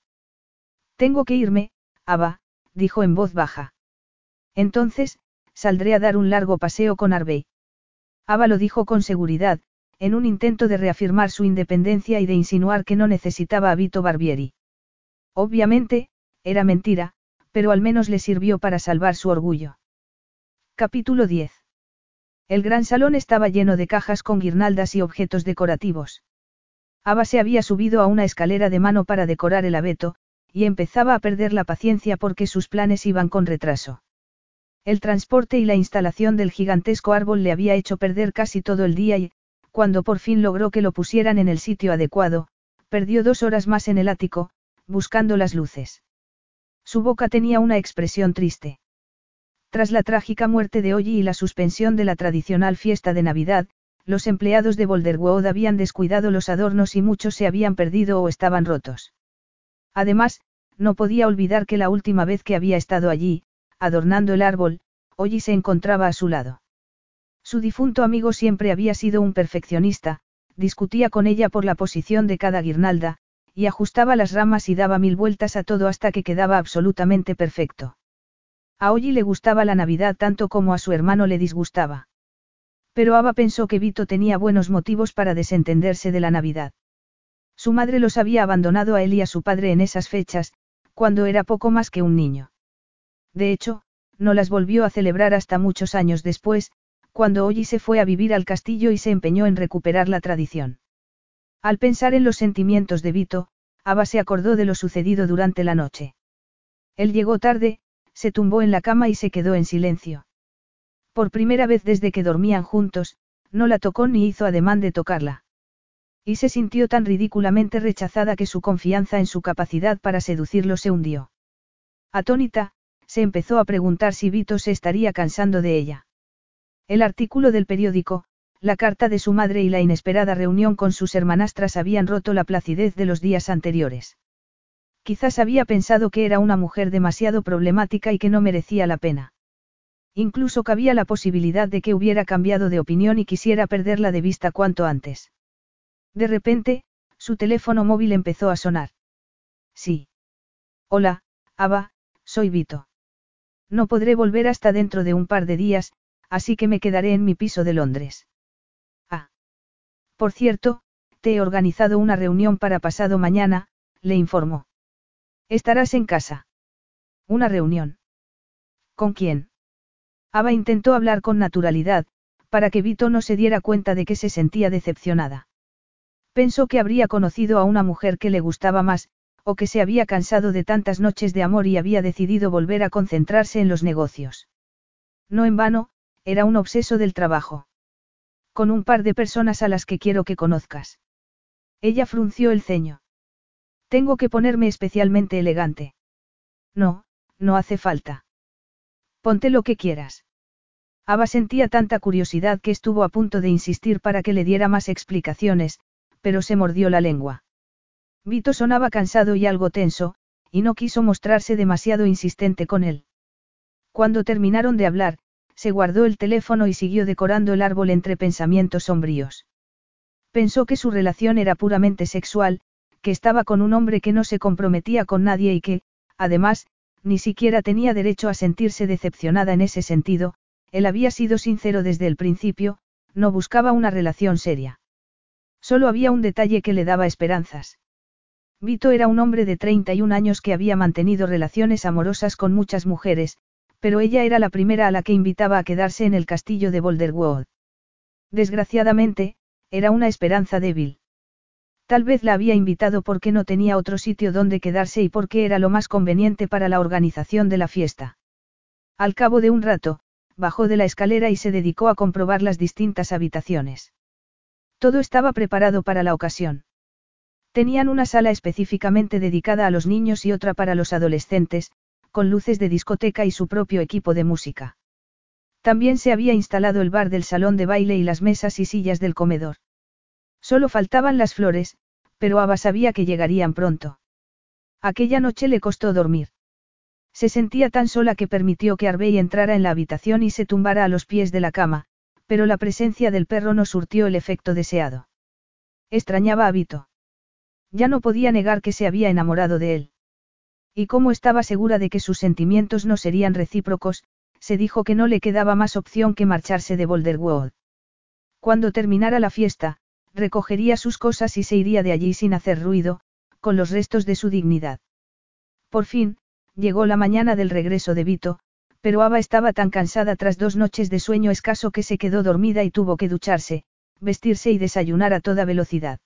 Tengo que irme, Ava, dijo en voz baja. Entonces, saldré a dar un largo paseo con Harvey. Ava lo dijo con seguridad, en un intento de reafirmar su independencia y de insinuar que no necesitaba a Vito Barbieri. Obviamente, era mentira, pero al menos le sirvió para salvar su orgullo. Capítulo 10. El gran salón estaba lleno de cajas con guirnaldas y objetos decorativos. Ava se había subido a una escalera de mano para decorar el abeto, y empezaba a perder la paciencia porque sus planes iban con retraso. El transporte y la instalación del gigantesco árbol le había hecho perder casi todo el día y, cuando por fin logró que lo pusieran en el sitio adecuado, perdió 2 horas más en el ático, buscando las luces. Su boca tenía una expresión triste. Tras la trágica muerte de Ollie y la suspensión de la tradicional fiesta de Navidad, los empleados de Boulderwood habían descuidado los adornos y muchos se habían perdido o estaban rotos. Además, no podía olvidar que la última vez que había estado allí, adornando el árbol, Ollie se encontraba a su lado. Su difunto amigo siempre había sido un perfeccionista, discutía con ella por la posición de cada guirnalda, y ajustaba las ramas y daba 1000 vueltas a todo hasta que quedaba absolutamente perfecto. A Ollie le gustaba la Navidad tanto como a su hermano le disgustaba. Pero Ava pensó que Vito tenía buenos motivos para desentenderse de la Navidad. Su madre los había abandonado a él y a su padre en esas fechas, cuando era poco más que un niño. De hecho, no las volvió a celebrar hasta muchos años después, cuando Ollie se fue a vivir al castillo y se empeñó en recuperar la tradición. Al pensar en los sentimientos de Vito, Ava se acordó de lo sucedido durante la noche. Él llegó tarde, se tumbó en la cama y se quedó en silencio. Por primera vez desde que dormían juntos, no la tocó ni hizo ademán de tocarla. Y se sintió tan ridículamente rechazada que su confianza en su capacidad para seducirlo se hundió. Atónita, se empezó a preguntar si Vito se estaría cansando de ella. El artículo del periódico, la carta de su madre y la inesperada reunión con sus hermanastras habían roto la placidez de los días anteriores. Quizás había pensado que era una mujer demasiado problemática y que no merecía la pena. Incluso cabía la posibilidad de que hubiera cambiado de opinión y quisiera perderla de vista cuanto antes. De repente, su teléfono móvil empezó a sonar. Sí. Hola, Ava, soy Vito. No podré volver hasta dentro de un par de días, así que me quedaré en mi piso de Londres. Ah. Por cierto, te he organizado una reunión para pasado mañana, le informó. Estarás en casa. Una reunión. ¿Con quién? Ava intentó hablar con naturalidad, para que Vito no se diera cuenta de que se sentía decepcionada. Pensó que habría conocido a una mujer que le gustaba más, o que se había cansado de tantas noches de amor y había decidido volver a concentrarse en los negocios. No en vano, era un obseso del trabajo. Con un par de personas a las que quiero que conozcas. Ella frunció el ceño. Tengo que ponerme especialmente elegante. No, no hace falta. Ponte lo que quieras. Ava sentía tanta curiosidad que estuvo a punto de insistir para que le diera más explicaciones, pero se mordió la lengua. Vito sonaba cansado y algo tenso, y no quiso mostrarse demasiado insistente con él. Cuando terminaron de hablar, se guardó el teléfono y siguió decorando el árbol entre pensamientos sombríos. Pensó que su relación era puramente sexual, que estaba con un hombre que no se comprometía con nadie y que, además, ni siquiera tenía derecho a sentirse decepcionada en ese sentido. Él había sido sincero desde el principio, no buscaba una relación seria. Solo había un detalle que le daba esperanzas. Vito era un hombre de 31 años que había mantenido relaciones amorosas con muchas mujeres, pero ella era la primera a la que invitaba a quedarse en el castillo de Boulderwood. Desgraciadamente, era una esperanza débil. Tal vez la había invitado porque no tenía otro sitio donde quedarse y porque era lo más conveniente para la organización de la fiesta. Al cabo de un rato, bajó de la escalera y se dedicó a comprobar las distintas habitaciones. Todo estaba preparado para la ocasión. Tenían una sala específicamente dedicada a los niños y otra para los adolescentes, con luces de discoteca y su propio equipo de música. También se había instalado el bar del salón de baile y las mesas y sillas del comedor. Solo faltaban las flores, pero Ava sabía que llegarían pronto. Aquella noche le costó dormir. Se sentía tan sola que permitió que Harvey entrara en la habitación y se tumbara a los pies de la cama, pero la presencia del perro no surtió el efecto deseado. Extrañaba a Vito. Ya no podía negar que se había enamorado de él. Y como estaba segura de que sus sentimientos no serían recíprocos, se dijo que no le quedaba más opción que marcharse de Boulderwood. Cuando terminara la fiesta, recogería sus cosas y se iría de allí sin hacer ruido, con los restos de su dignidad. Por fin, llegó la mañana del regreso de Vito, pero Ava estaba tan cansada tras 2 noches de sueño escaso que se quedó dormida y tuvo que ducharse, vestirse y desayunar a toda velocidad.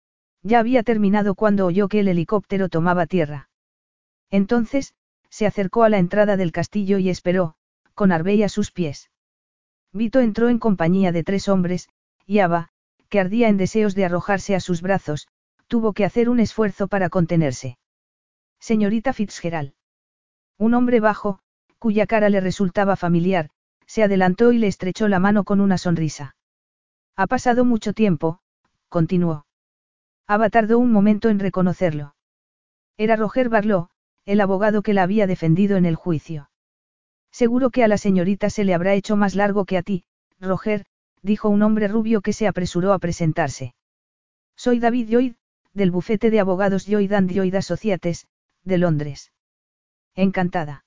Ya había terminado cuando oyó que el helicóptero tomaba tierra. Entonces, se acercó a la entrada del castillo y esperó, con Harvey a sus pies. Vito entró en compañía de 3 hombres, y Ava, que ardía en deseos de arrojarse a sus brazos, tuvo que hacer un esfuerzo para contenerse. Señorita Fitzgerald. Un hombre bajo, cuya cara le resultaba familiar, se adelantó y le estrechó la mano con una sonrisa. Ha pasado mucho tiempo, continuó. Ava tardó un momento en reconocerlo. Era Roger Barlow, el abogado que la había defendido en el juicio. Seguro que a la señorita se le habrá hecho más largo que a ti, Roger, dijo un hombre rubio que se apresuró a presentarse. Soy David Lloyd, del bufete de abogados Lloyd & Lloyd Associates, de Londres. Encantada.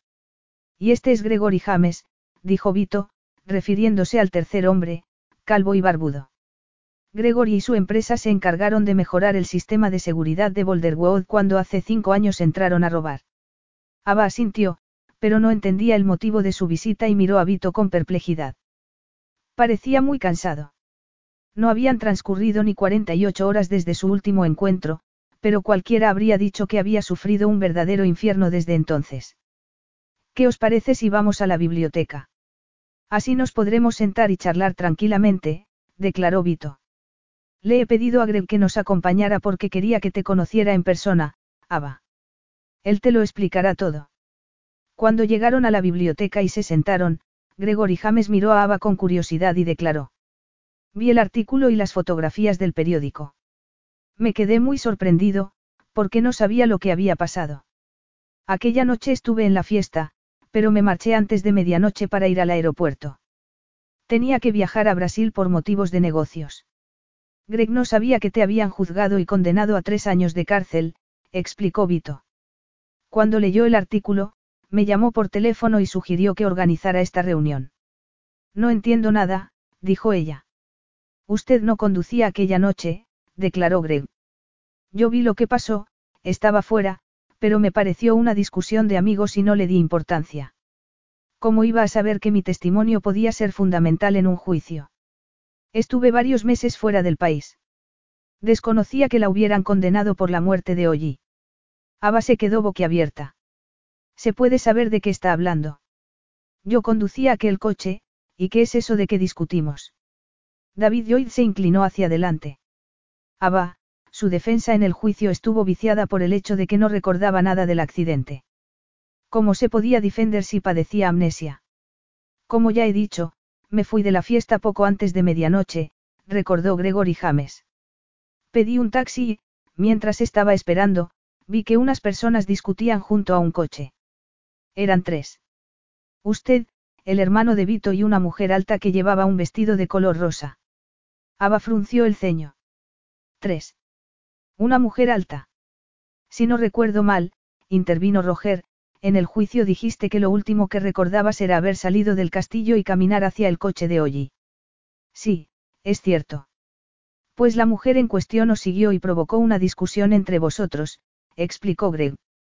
Y este es Gregory James, dijo Vito, refiriéndose al tercer hombre, calvo y barbudo. Gregory y su empresa se encargaron de mejorar el sistema de seguridad de Boulderwood cuando hace 5 años entraron a robar. Ava asintió, pero no entendía el motivo de su visita y miró a Vito con perplejidad. Parecía muy cansado. No habían transcurrido ni 48 horas desde su último encuentro, pero cualquiera habría dicho que había sufrido un verdadero infierno desde entonces. ¿Qué os parece si vamos a la biblioteca? Así nos podremos sentar y charlar tranquilamente, declaró Vito. Le he pedido a Greg que nos acompañara porque quería que te conociera en persona, Ava. Él te lo explicará todo. Cuando llegaron a la biblioteca y se sentaron, Gregory James miró a Ava con curiosidad y declaró. Vi el artículo y las fotografías del periódico. Me quedé muy sorprendido, porque no sabía lo que había pasado. Aquella noche estuve en la fiesta, pero me marché antes de medianoche para ir al aeropuerto. Tenía que viajar a Brasil por motivos de negocios. Greg no sabía que te habían juzgado y condenado a 3 años de cárcel, explicó Vito. Cuando leyó el artículo, me llamó por teléfono y sugirió que organizara esta reunión. No entiendo nada, dijo ella. Usted no conducía aquella noche, declaró Greg. Yo vi lo que pasó, estaba fuera, pero me pareció una discusión de amigos y no le di importancia. ¿Cómo iba a saber que mi testimonio podía ser fundamental en un juicio? Estuve varios meses fuera del país. Desconocía que la hubieran condenado por la muerte de Ollie. Ava se quedó boquiabierta. ¿Se puede saber de qué está hablando? Yo conducía aquel coche, ¿y qué es eso de que discutimos? David Lloyd se inclinó hacia adelante. Ava, su defensa en el juicio estuvo viciada por el hecho de que no recordaba nada del accidente. ¿Cómo se podía defender si padecía amnesia? Como ya he dicho, me fui de la fiesta poco antes de medianoche, recordó Gregory James. Pedí un taxi y, mientras estaba esperando, vi que unas personas discutían junto a un coche. Eran tres. Usted, el hermano de Vito y una mujer alta que llevaba un vestido de color rosa. Ava frunció el ceño. 3. Una mujer alta. Si no recuerdo mal, intervino Roger, en el juicio dijiste que lo último que recordabas era haber salido del castillo y caminar hacia el coche de Ollie. Sí, es cierto. Pues la mujer en cuestión os siguió y provocó una discusión entre vosotros, explicó Greg.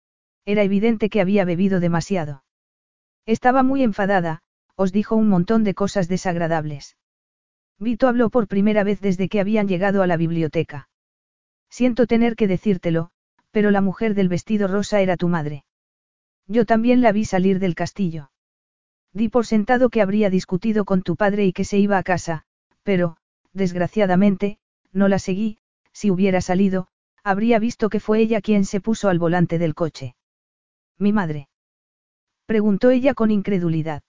Era evidente que había bebido demasiado. Estaba muy enfadada, os dijo un montón de cosas desagradables. Vito habló por primera vez desde que habían llegado a la biblioteca. Siento tener que decírtelo, pero la mujer del vestido rosa era tu madre. Yo también la vi salir del castillo. Di por sentado que habría discutido con tu padre y que se iba a casa, pero, desgraciadamente, no la seguí, si hubiera salido, habría visto que fue ella quien se puso al volante del coche. ¿Mi madre? Preguntó ella con incredulidad.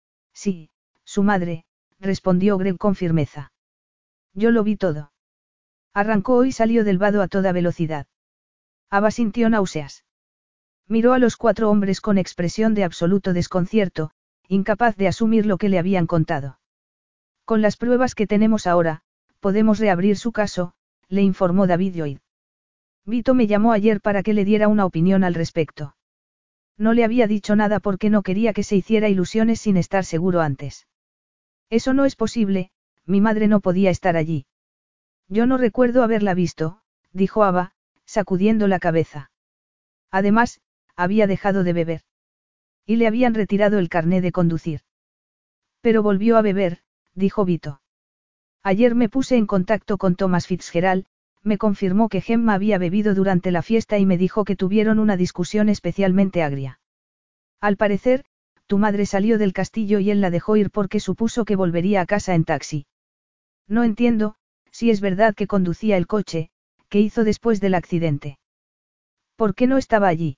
Sí, su madre, respondió Greg con firmeza. Yo lo vi todo. Arrancó y salió del vado a toda velocidad. Ava sintió náuseas. Miró a los 4 hombres con expresión de absoluto desconcierto, incapaz de asumir lo que le habían contado. Con las pruebas que tenemos ahora, podemos reabrir su caso, le informó David Lloyd. Vito me llamó ayer para que le diera una opinión al respecto. No le había dicho nada porque no quería que se hiciera ilusiones sin estar seguro antes. Eso no es posible, mi madre no podía estar allí. Yo no recuerdo haberla visto, dijo Ava, sacudiendo la cabeza. Además, había dejado de beber. Y le habían retirado el carné de conducir. Pero volvió a beber, dijo Vito. Ayer me puse en contacto con Thomas Fitzgerald, me confirmó que Gemma había bebido durante la fiesta y me dijo que tuvieron una discusión especialmente agria. Al parecer, tu madre salió del castillo y él la dejó ir porque supuso que volvería a casa en taxi. No entiendo, si es verdad que conducía el coche, ¿qué hizo después del accidente? ¿Por qué no estaba allí?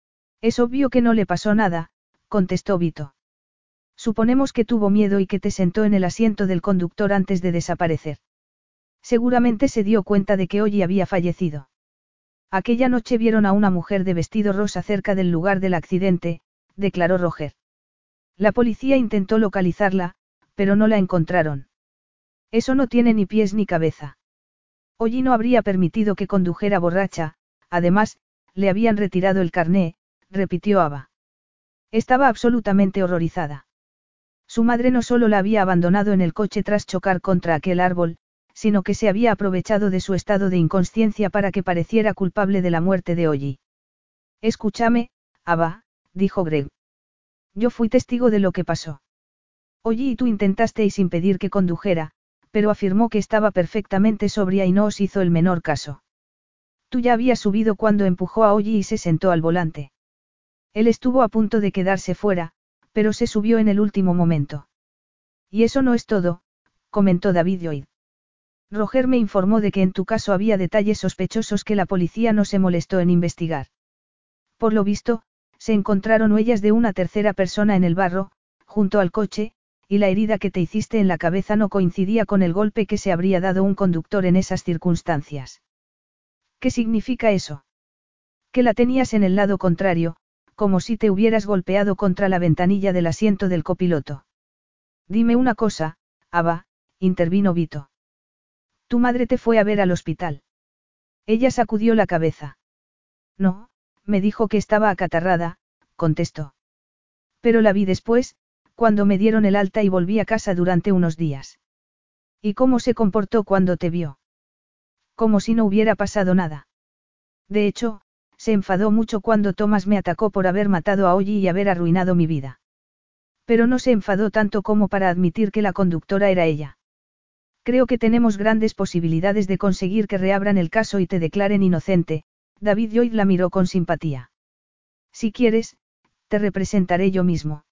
Es obvio que no le pasó nada, contestó Vito. Suponemos que tuvo miedo y que te sentó en el asiento del conductor antes de desaparecer. Seguramente se dio cuenta de que Ollie había fallecido. Aquella noche vieron a una mujer de vestido rosa cerca del lugar del accidente, declaró Roger. La policía intentó localizarla, pero no la encontraron. Eso no tiene ni pies ni cabeza. Ollie no habría permitido que condujera borracha, además, le habían retirado el carné, repitió Ava. Estaba absolutamente horrorizada. Su madre no solo la había abandonado en el coche tras chocar contra aquel árbol, sino que se había aprovechado de su estado de inconsciencia para que pareciera culpable de la muerte de Ollie. Escúchame, Ava, dijo Greg. Yo fui testigo de lo que pasó. Ollie y tú intentasteis impedir que condujera, pero afirmó que estaba perfectamente sobria y no os hizo el menor caso. Tú ya habías subido cuando empujó a Ollie y se sentó al volante. Él estuvo a punto de quedarse fuera, pero se subió en el último momento. Y eso no es todo, comentó David Lloyd. Roger me informó de que en tu caso había detalles sospechosos que la policía no se molestó en investigar. Por lo visto, se encontraron huellas de una tercera persona en el barro, junto al coche, y la herida que te hiciste en la cabeza no coincidía con el golpe que se habría dado un conductor en esas circunstancias. ¿Qué significa eso? Que la tenías en el lado contrario, como si te hubieras golpeado contra la ventanilla del asiento del copiloto. Dime una cosa, Ava, intervino Vito. Tu madre te fue a ver al hospital. Ella sacudió la cabeza. No, me dijo que estaba acatarrada, contestó. Pero la vi después, cuando me dieron el alta y volví a casa durante unos días. ¿Y cómo se comportó cuando te vio? Como si no hubiera pasado nada. De hecho, Se enfadó mucho cuando Thomas me atacó por haber matado a Ollie y haber arruinado mi vida. Pero no se enfadó tanto como para admitir que la conductora era ella. Creo que tenemos grandes posibilidades de conseguir que reabran el caso y te declaren inocente. David Lloyd la miró con simpatía. Si quieres, te representaré yo mismo.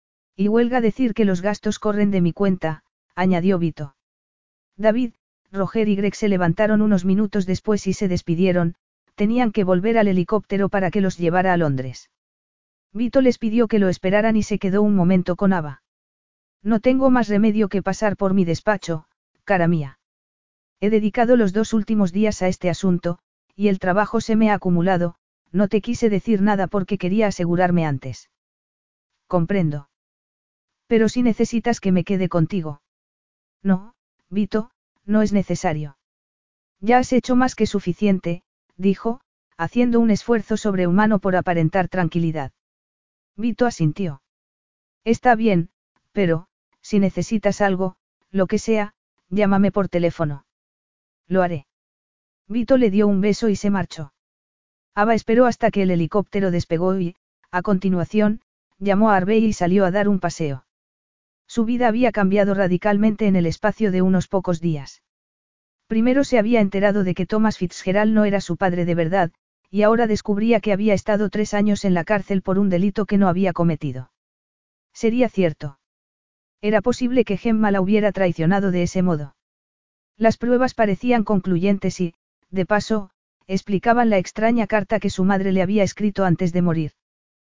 Y huelga decir que los gastos corren de mi cuenta, añadió Vito. David, Roger y Greg se levantaron unos minutos después y se despidieron, tenían que volver al helicóptero para que los llevara a Londres. Vito les pidió que lo esperaran y se quedó un momento con Ava. No tengo más remedio que pasar por mi despacho, cara mía. He dedicado los 2 últimos días a este asunto, y el trabajo se me ha acumulado, no te quise decir nada porque quería asegurarme antes. Comprendo. Pero si necesitas que me quede contigo. No, Vito, no es necesario. Ya has hecho más que suficiente, dijo, haciendo un esfuerzo sobrehumano por aparentar tranquilidad. Vito asintió. Está bien, pero, si necesitas algo, lo que sea, llámame por teléfono. Lo haré. Vito le dio un beso y se marchó. Ava esperó hasta que el helicóptero despegó y, a continuación, llamó a Harvey y salió a dar un paseo. Su vida había cambiado radicalmente en el espacio de unos pocos días. Primero se había enterado de que Thomas Fitzgerald no era su padre de verdad, y ahora descubría que había estado 3 años en la cárcel por un delito que no había cometido. Sería cierto. Era posible que Gemma la hubiera traicionado de ese modo. Las pruebas parecían concluyentes y, de paso, explicaban la extraña carta que su madre le había escrito antes de morir.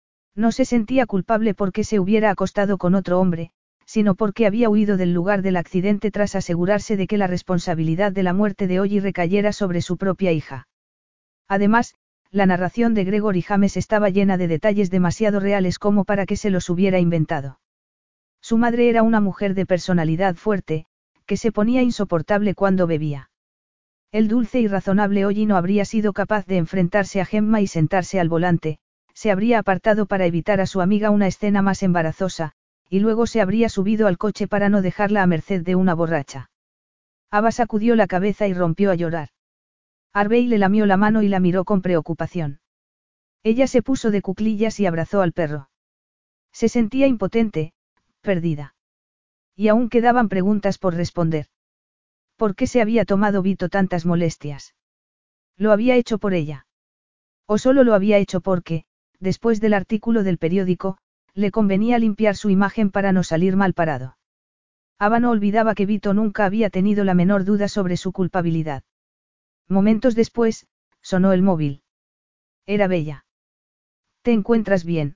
No se sentía culpable porque se hubiera acostado con otro hombre, sino porque había huido del lugar del accidente tras asegurarse de que la responsabilidad de la muerte de Ollie recayera sobre su propia hija. Además, la narración de Gregory James estaba llena de detalles demasiado reales como para que se los hubiera inventado. Su madre era una mujer de personalidad fuerte, que se ponía insoportable cuando bebía. El dulce y razonable Ollie no habría sido capaz de enfrentarse a Gemma y sentarse al volante, se habría apartado para evitar a su amiga una escena más embarazosa, y luego se habría subido al coche para no dejarla a merced de una borracha. Ava sacudió la cabeza y rompió a llorar. Harvey le lamió la mano y la miró con preocupación. Ella se puso de cuclillas y abrazó al perro. Se sentía impotente, perdida. Y aún quedaban preguntas por responder. ¿Por qué se había tomado Vito tantas molestias? ¿Lo había hecho por ella? ¿O solo lo había hecho porque, después del artículo del periódico, le convenía limpiar su imagen para no salir mal parado? Ava no olvidaba que Vito nunca había tenido la menor duda sobre su culpabilidad. Momentos después, sonó el móvil. Era Bella. ¿Te encuentras bien?,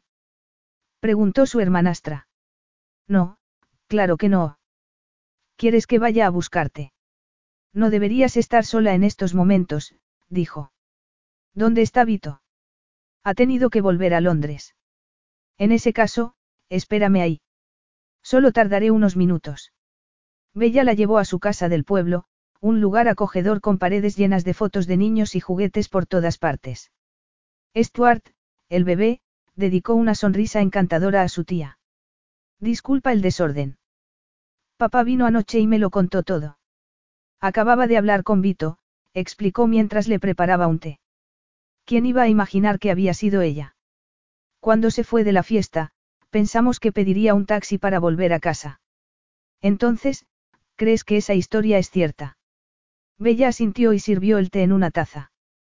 preguntó su hermanastra. No, claro que no. ¿Quieres que vaya a buscarte? No deberías estar sola en estos momentos, dijo. ¿Dónde está Vito? Ha tenido que volver a Londres. En ese caso, espérame ahí. Solo tardaré unos minutos. Bella la llevó a su casa del pueblo, un lugar acogedor con paredes llenas de fotos de niños y juguetes por todas partes. Stuart, el bebé, dedicó una sonrisa encantadora a su tía. Disculpa el desorden. Papá vino anoche y me lo contó todo. Acababa de hablar con Vito, explicó mientras le preparaba un té. ¿Quién iba a imaginar que había sido ella? Cuando se fue de la fiesta, pensamos que pediría un taxi para volver a casa. Entonces, ¿crees que esa historia es cierta? Bella asintió y sirvió el té en una taza.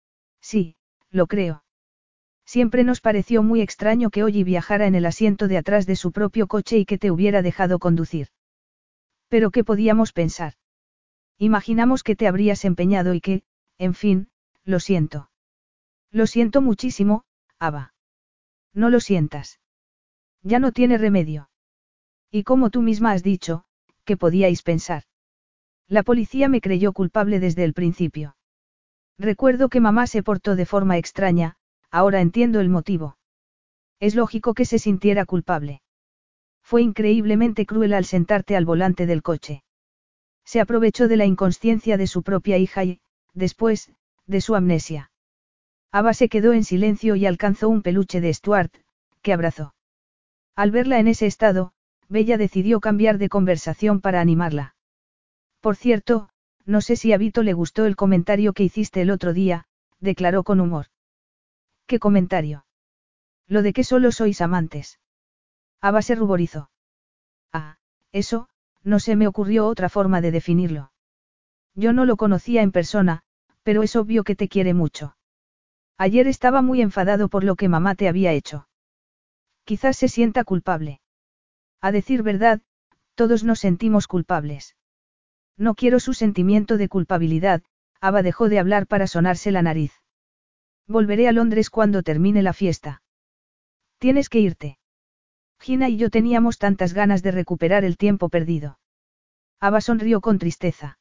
Sí, lo creo. Siempre nos pareció muy extraño que Ollie viajara en el asiento de atrás de su propio coche y que te hubiera dejado conducir. ¿Pero qué podíamos pensar? Imaginamos que te habrías empeñado y que, en fin, lo siento. Lo siento muchísimo, Ava. No lo sientas. Ya no tiene remedio. Y como tú misma has dicho, ¿qué podíais pensar? La policía me creyó culpable desde el principio. Recuerdo que mamá se portó de forma extraña, ahora entiendo el motivo. Es lógico que se sintiera culpable. Fue increíblemente cruel al sentarte al volante del coche. Se aprovechó de la inconsciencia de su propia hija y, después, de su amnesia. Ava se quedó en silencio y alcanzó un peluche de Stuart, que abrazó. Al verla en ese estado, Bella decidió cambiar de conversación para animarla. Por cierto, no sé si a Vito le gustó el comentario que hiciste el otro día, declaró con humor. ¿Qué comentario? Lo de que solo sois amantes. Ava se ruborizó. Ah, eso, no se me ocurrió otra forma de definirlo. Yo no lo conocía en persona, pero es obvio que te quiere mucho. Ayer estaba muy enfadado por lo que mamá te había hecho. Quizás se sienta culpable. A decir verdad, todos nos sentimos culpables. No quiero su sentimiento de culpabilidad. Ava dejó de hablar para sonarse la nariz. Volveré a Londres cuando termine la fiesta. Tienes que irte. Gina y yo teníamos tantas ganas de recuperar el tiempo perdido. Ava sonrió con tristeza.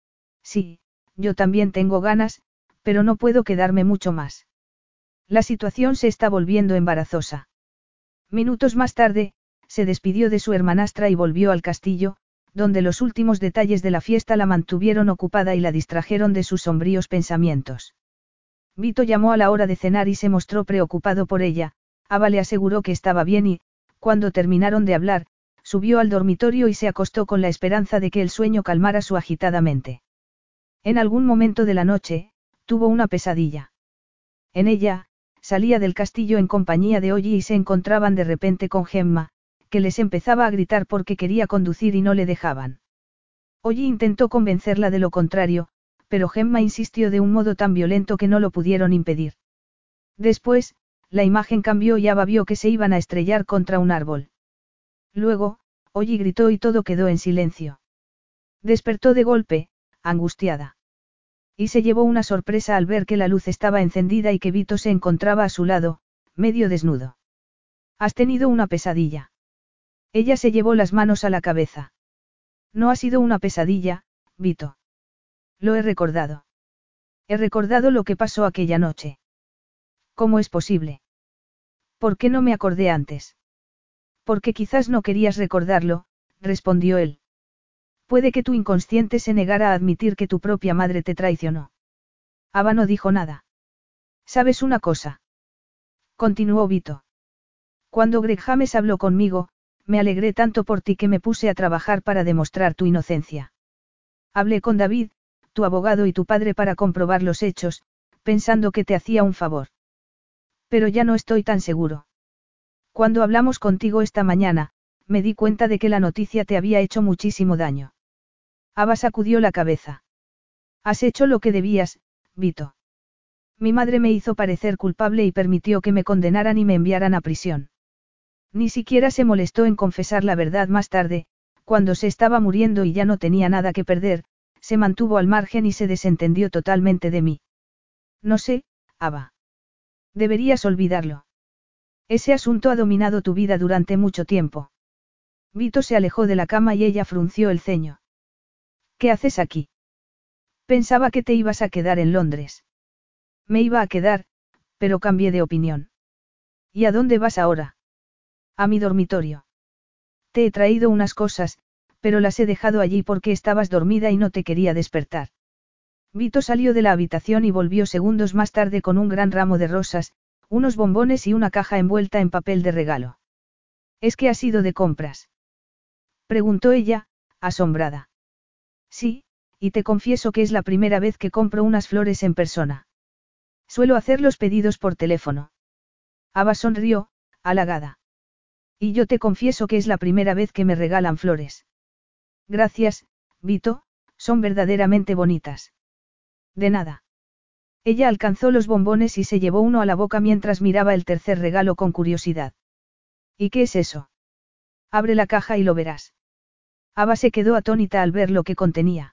Sí, yo también tengo ganas, pero no puedo quedarme mucho más. La situación se está volviendo embarazosa. Minutos más tarde, se despidió de su hermanastra y volvió al castillo, donde los últimos detalles de la fiesta la mantuvieron ocupada y la distrajeron de sus sombríos pensamientos. Vito llamó a la hora de cenar y se mostró preocupado por ella. Ava le aseguró que estaba bien y, cuando terminaron de hablar, subió al dormitorio y se acostó con la esperanza de que el sueño calmara su agitada mente. En algún momento de la noche, tuvo una pesadilla. En ella, salía del castillo en compañía de Ollie y se encontraban de repente con Gemma, que les empezaba a gritar porque quería conducir y no le dejaban. Ollie intentó convencerla de lo contrario, pero Gemma insistió de un modo tan violento que no lo pudieron impedir. Después, la imagen cambió y Ava vio que se iban a estrellar contra un árbol. Luego, Ollie gritó y todo quedó en silencio. Despertó de golpe, angustiada. Y se llevó una sorpresa al ver que la luz estaba encendida y que Vito se encontraba a su lado, medio desnudo. ¿Has tenido una pesadilla? Ella se llevó las manos a la cabeza. No ha sido una pesadilla, Vito. Lo he recordado. He recordado lo que pasó aquella noche. ¿Cómo es posible? ¿Por qué no me acordé antes? Porque quizás no querías recordarlo, respondió él. Puede que tu inconsciente se negara a admitir que tu propia madre te traicionó. Ava no dijo nada. ¿Sabes una cosa? Continuó Vito. Cuando Greg James habló conmigo, me alegré tanto por ti que me puse a trabajar para demostrar tu inocencia. Hablé con David, tu abogado y tu padre para comprobar los hechos, pensando que te hacía un favor. Pero ya no estoy tan seguro. Cuando hablamos contigo esta mañana, me di cuenta de que la noticia te había hecho muchísimo daño. Ava sacudió la cabeza. Has hecho lo que debías, Vito. Mi madre me hizo parecer culpable y permitió que me condenaran y me enviaran a prisión. Ni siquiera se molestó en confesar la verdad más tarde, cuando se estaba muriendo y ya no tenía nada que perder, se mantuvo al margen y se desentendió totalmente de mí. No sé, Ava. Deberías olvidarlo. Ese asunto ha dominado tu vida durante mucho tiempo. Vito se alejó de la cama y ella frunció el ceño. ¿Qué haces aquí? Pensaba que te ibas a quedar en Londres. Me iba a quedar, pero cambié de opinión. ¿Y a dónde vas ahora? A mi dormitorio. Te he traído unas cosas, pero las he dejado allí porque estabas dormida y no te quería despertar. Vito salió de la habitación y volvió segundos más tarde con un gran ramo de rosas, unos bombones y una caja envuelta en papel de regalo. ¿Es que has ido de compras? Preguntó ella, asombrada. Sí, y te confieso que es la primera vez que compro unas flores en persona. Suelo hacer los pedidos por teléfono. Ava sonrió, halagada. Y yo te confieso que es la primera vez que me regalan flores. Gracias, Vito, son verdaderamente bonitas. De nada. Ella alcanzó los bombones y se llevó uno a la boca mientras miraba el tercer regalo con curiosidad. ¿Y qué es eso? Abre la caja y lo verás. Ava se quedó atónita al ver lo que contenía.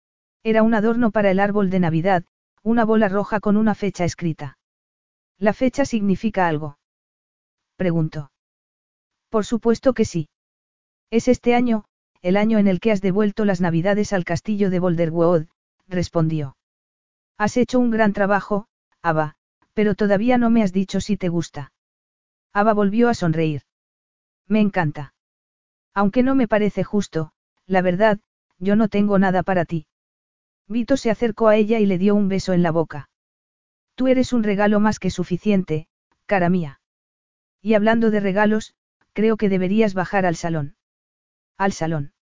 Era un adorno para el árbol de Navidad, una bola roja con una fecha escrita. ¿La fecha significa algo? Preguntó. Por supuesto que sí. Es este año, el año en el que has devuelto las Navidades al castillo de Boulderwood, respondió. Has hecho un gran trabajo, Ava, pero todavía no me has dicho si te gusta. Ava volvió a sonreír. Me encanta. Aunque no me parece justo, la verdad, yo no tengo nada para ti. Vito se acercó a ella y le dio un beso en la boca. Tú eres un regalo más que suficiente, cara mía. Y hablando de regalos, creo que deberías bajar al salón. ¿Al salón?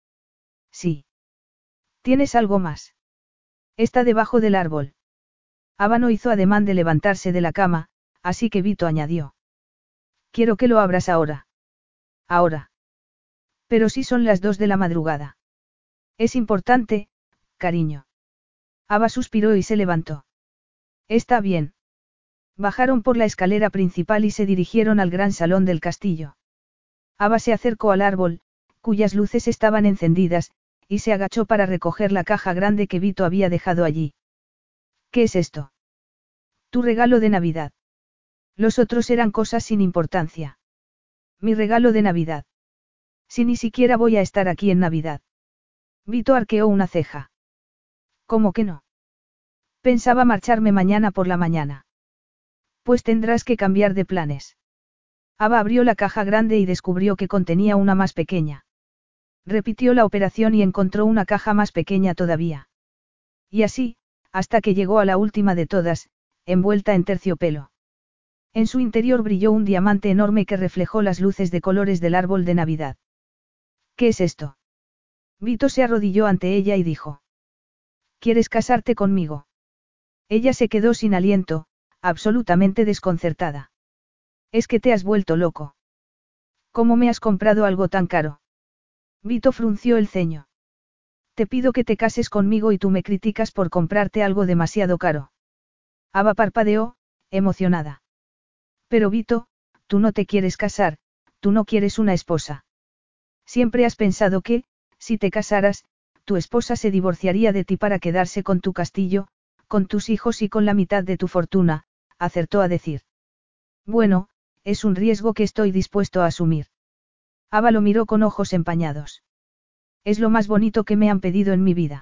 Sí. ¿Tienes algo más? Está debajo del árbol. Ava no hizo ademán de levantarse de la cama, así que Vito añadió. Quiero que lo abras ahora. Ahora. Pero si son las 2 de la madrugada. Es importante, cariño. Ava suspiró y se levantó. Está bien. Bajaron por la escalera principal y se dirigieron al gran salón del castillo. Ava se acercó al árbol, cuyas luces estaban encendidas, y se agachó para recoger la caja grande que Vito había dejado allí. ¿Qué es esto? Tu regalo de Navidad. Los otros eran cosas sin importancia. Mi regalo de Navidad. Si ni siquiera voy a estar aquí en Navidad. Vito arqueó una ceja. ¿Cómo que no? Pensaba marcharme mañana por la mañana. Pues tendrás que cambiar de planes. Ava abrió la caja grande y descubrió que contenía una más pequeña. Repitió la operación y encontró una caja más pequeña todavía. Y así, hasta que llegó a la última de todas, envuelta en terciopelo. En su interior brilló un diamante enorme que reflejó las luces de colores del árbol de Navidad. ¿Qué es esto? Vito se arrodilló ante ella y dijo. ¿Quieres casarte conmigo? Ella se quedó sin aliento, absolutamente desconcertada. Es que te has vuelto loco. ¿Cómo me has comprado algo tan caro? Vito frunció el ceño. Te pido que te cases conmigo y tú me criticas por comprarte algo demasiado caro. Ava parpadeó, emocionada. Pero Vito, tú no te quieres casar, tú no quieres una esposa. Siempre has pensado que, si te casaras, tu esposa se divorciaría de ti para quedarse con tu castillo, con tus hijos y con la mitad de tu fortuna, acertó a decir. Bueno, es un riesgo que estoy dispuesto a asumir. Ava lo miró con ojos empañados. Es lo más bonito que me han pedido en mi vida.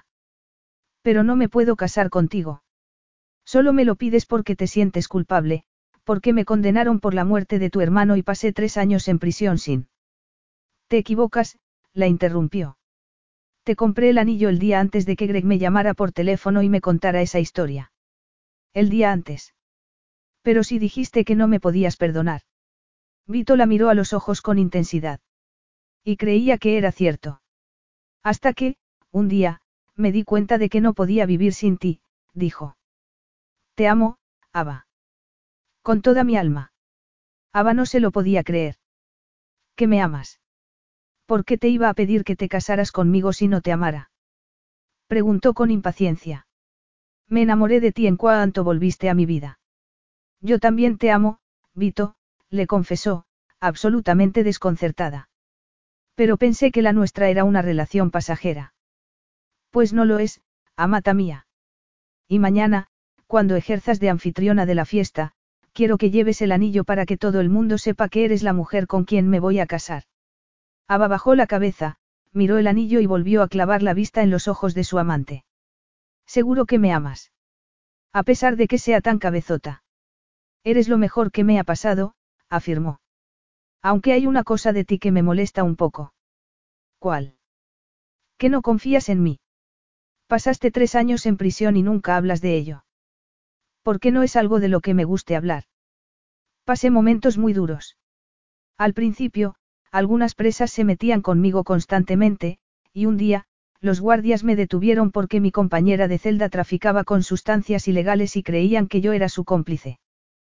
Pero no me puedo casar contigo. Solo me lo pides porque te sientes culpable, porque me condenaron por la muerte de tu hermano y pasé 3 años en prisión sin. Te equivocas, la interrumpió. Te compré el anillo el día antes de que Greg me llamara por teléfono y me contara esa historia. El día antes. Pero si dijiste que no me podías perdonar. Vito la miró a los ojos con intensidad. Y creía que era cierto. Hasta que, un día, me di cuenta de que no podía vivir sin ti, dijo. Te amo, Ava. Con toda mi alma. Ava no se lo podía creer. ¿Que me amas? ¿Por qué te iba a pedir que te casaras conmigo si no te amara? Preguntó con impaciencia. Me enamoré de ti en cuanto volviste a mi vida. Yo también te amo, Vito, le confesó, absolutamente desconcertada. Pero pensé que la nuestra era una relación pasajera. Pues no lo es, amata mía. Y mañana, cuando ejerzas de anfitriona de la fiesta, quiero que lleves el anillo para que todo el mundo sepa que eres la mujer con quien me voy a casar. Ava bajó la cabeza, miró el anillo y volvió a clavar la vista en los ojos de su amante. Seguro que me amas. A pesar de que sea tan cabezota. Eres lo mejor que me ha pasado, afirmó. Aunque hay una cosa de ti que me molesta un poco. ¿Cuál? Que no confías en mí. Pasaste 3 años en prisión y nunca hablas de ello. ¿Por qué no es algo de lo que me guste hablar? Pasé momentos muy duros. Al principio, algunas presas se metían conmigo constantemente, y un día, los guardias me detuvieron porque mi compañera de celda traficaba con sustancias ilegales y creían que yo era su cómplice.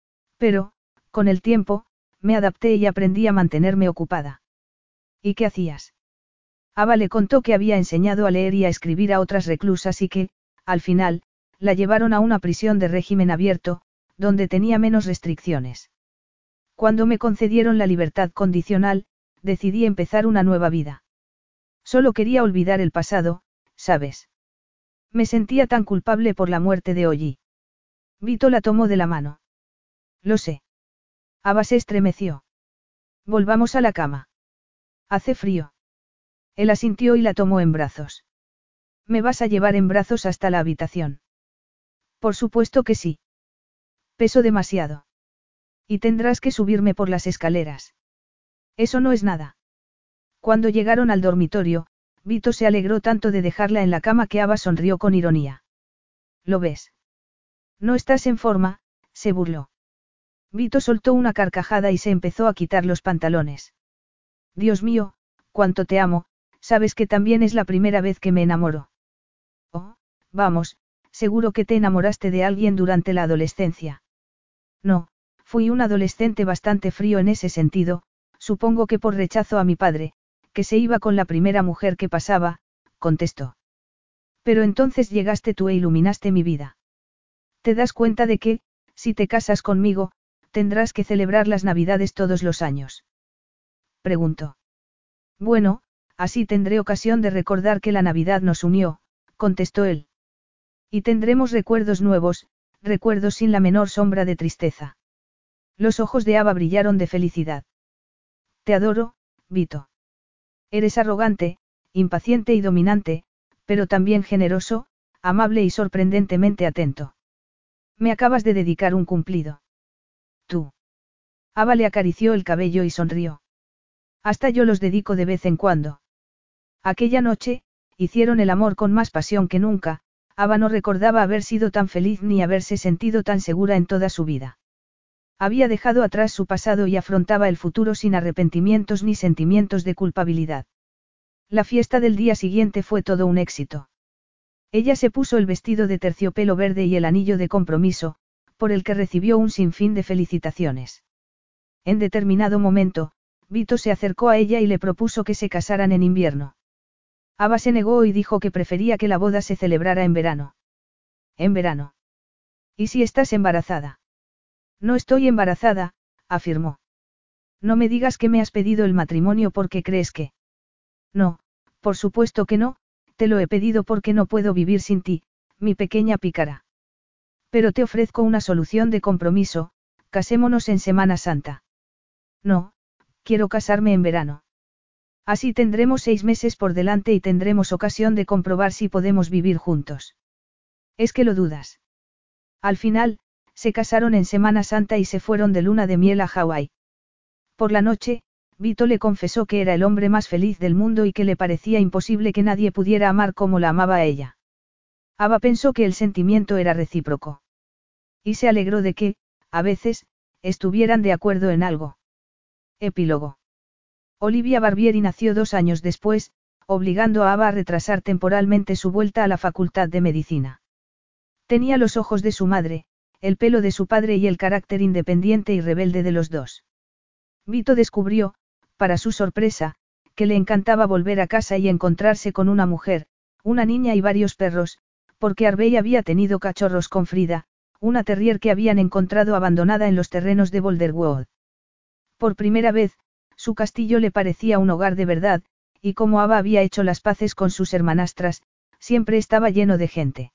Pero, con el tiempo, me adapté y aprendí a mantenerme ocupada. ¿Y qué hacías? Ava le contó que había enseñado a leer y a escribir a otras reclusas y que, al final, la llevaron a una prisión de régimen abierto, donde tenía menos restricciones. Cuando me concedieron la libertad condicional, decidí empezar una nueva vida. Solo quería olvidar el pasado, ¿sabes? Me sentía tan culpable por la muerte de Ollie. Vito la tomó de la mano. Lo sé. Ava se estremeció. Volvamos a la cama. Hace frío. Él asintió y la tomó en brazos. ¿Me vas a llevar en brazos hasta la habitación? Por supuesto que sí. Peso demasiado. Y tendrás que subirme por las escaleras. Eso no es nada. Cuando llegaron al dormitorio, Vito se alegró tanto de dejarla en la cama que Ava sonrió con ironía. ¿Lo ves? No estás en forma, se burló. Vito soltó una carcajada y se empezó a quitar los pantalones. Dios mío, cuánto te amo, sabes que también es la primera vez que me enamoro. Oh, vamos, seguro que te enamoraste de alguien durante la adolescencia. No, Fui un adolescente bastante frío en ese sentido, supongo que por rechazo a mi padre, que se iba con la primera mujer que pasaba, contestó. Pero entonces llegaste tú e iluminaste mi vida. ¿Te das cuenta de que, si te casas conmigo, tendrás que celebrar las Navidades todos los años? Preguntó. Bueno, así tendré ocasión de recordar que la Navidad nos unió, contestó él. Y tendremos recuerdos nuevos, recuerdos sin la menor sombra de tristeza. Los ojos de Ava brillaron de felicidad. Te adoro, Vito. Eres arrogante, impaciente y dominante, pero también generoso, amable y sorprendentemente atento. Me acabas de dedicar un cumplido. Tú. Ava le acarició el cabello y sonrió. Hasta yo los dedico de vez en cuando. Aquella noche, hicieron el amor con más pasión que nunca. Ava no recordaba haber sido tan feliz ni haberse sentido tan segura en toda su vida. Había dejado atrás su pasado y afrontaba el futuro sin arrepentimientos ni sentimientos de culpabilidad. La fiesta del día siguiente fue todo un éxito. Ella se puso el vestido de terciopelo verde y el anillo de compromiso, por el que recibió un sinfín de felicitaciones. En determinado momento, Vito se acercó a ella y le propuso que se casaran en invierno. Ava se negó y dijo que prefería que la boda se celebrara en verano. ¿En verano? ¿Y si estás embarazada? No estoy embarazada, afirmó. No me digas que me has pedido el matrimonio porque crees que... No, por supuesto que no, te lo he pedido porque no puedo vivir sin ti, mi pequeña pícara. Pero te ofrezco una solución de compromiso, casémonos en Semana Santa. No, quiero casarme en verano. Así tendremos 6 meses por delante y tendremos ocasión de comprobar si podemos vivir juntos. ¿Es que lo dudas? Al final, se casaron en Semana Santa y se fueron de luna de miel a Hawái. Por la noche, Vito le confesó que era el hombre más feliz del mundo y que le parecía imposible que nadie pudiera amar como la amaba a ella. Ava pensó que el sentimiento era recíproco. Y se alegró de que, a veces, estuvieran de acuerdo en algo. Epílogo. Olivia Barbieri nació 2 años después, obligando a Ava a retrasar temporalmente su vuelta a la Facultad de Medicina. Tenía los ojos de su madre, el pelo de su padre y el carácter independiente y rebelde de los dos. Vito descubrió, para su sorpresa, que le encantaba volver a casa y encontrarse con una mujer, una niña y varios perros, porque Harvey había tenido cachorros con Frida, una terrier que habían encontrado abandonada en los terrenos de Boulderwood. Por primera vez, su castillo le parecía un hogar de verdad, y como Ava había hecho las paces con sus hermanastras, siempre estaba lleno de gente.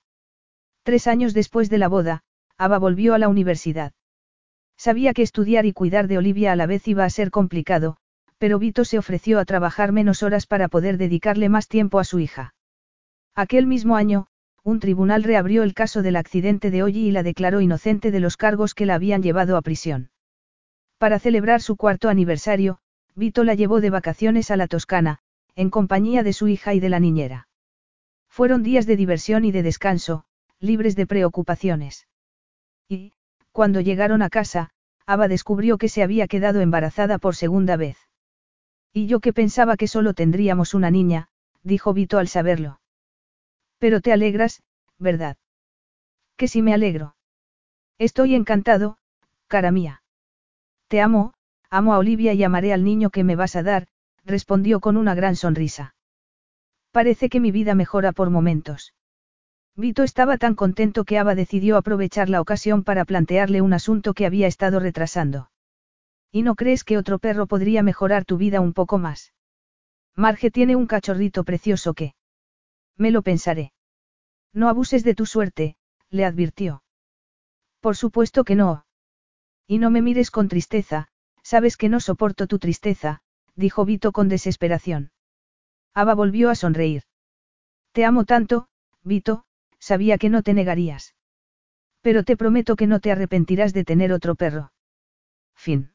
3 años después de la boda, Ava volvió a la universidad. Sabía que estudiar y cuidar de Olivia a la vez iba a ser complicado, pero Vito se ofreció a trabajar menos horas para poder dedicarle más tiempo a su hija. Aquel mismo año, un tribunal reabrió el caso del accidente de Ollie y la declaró inocente de los cargos que la habían llevado a prisión. Para celebrar su 4º aniversario, Vito la llevó de vacaciones a la Toscana, en compañía de su hija y de la niñera. Fueron días de diversión y de descanso, libres de preocupaciones. Y, cuando llegaron a casa, Ava descubrió que se había quedado embarazada por segunda vez. Y yo que pensaba que solo tendríamos una niña, dijo Vito al saberlo. Pero te alegras, ¿verdad? Que sí me alegro. Estoy encantado, cara mía. Te amo, amo a Olivia y amaré al niño que me vas a dar, respondió con una gran sonrisa. Parece que mi vida mejora por momentos. Vito estaba tan contento que Ava decidió aprovechar la ocasión para plantearle un asunto que había estado retrasando. ¿Y no crees que otro perro podría mejorar tu vida un poco más? Marge tiene un cachorrito precioso que... Me lo pensaré. No abuses de tu suerte, le advirtió. Por supuesto que no. Y no me mires con tristeza, sabes que no soporto tu tristeza, dijo Vito con desesperación. Ava volvió a sonreír. Te amo tanto, Vito, sabía que no te negarías. Pero te prometo que no te arrepentirás de tener otro perro. Fin.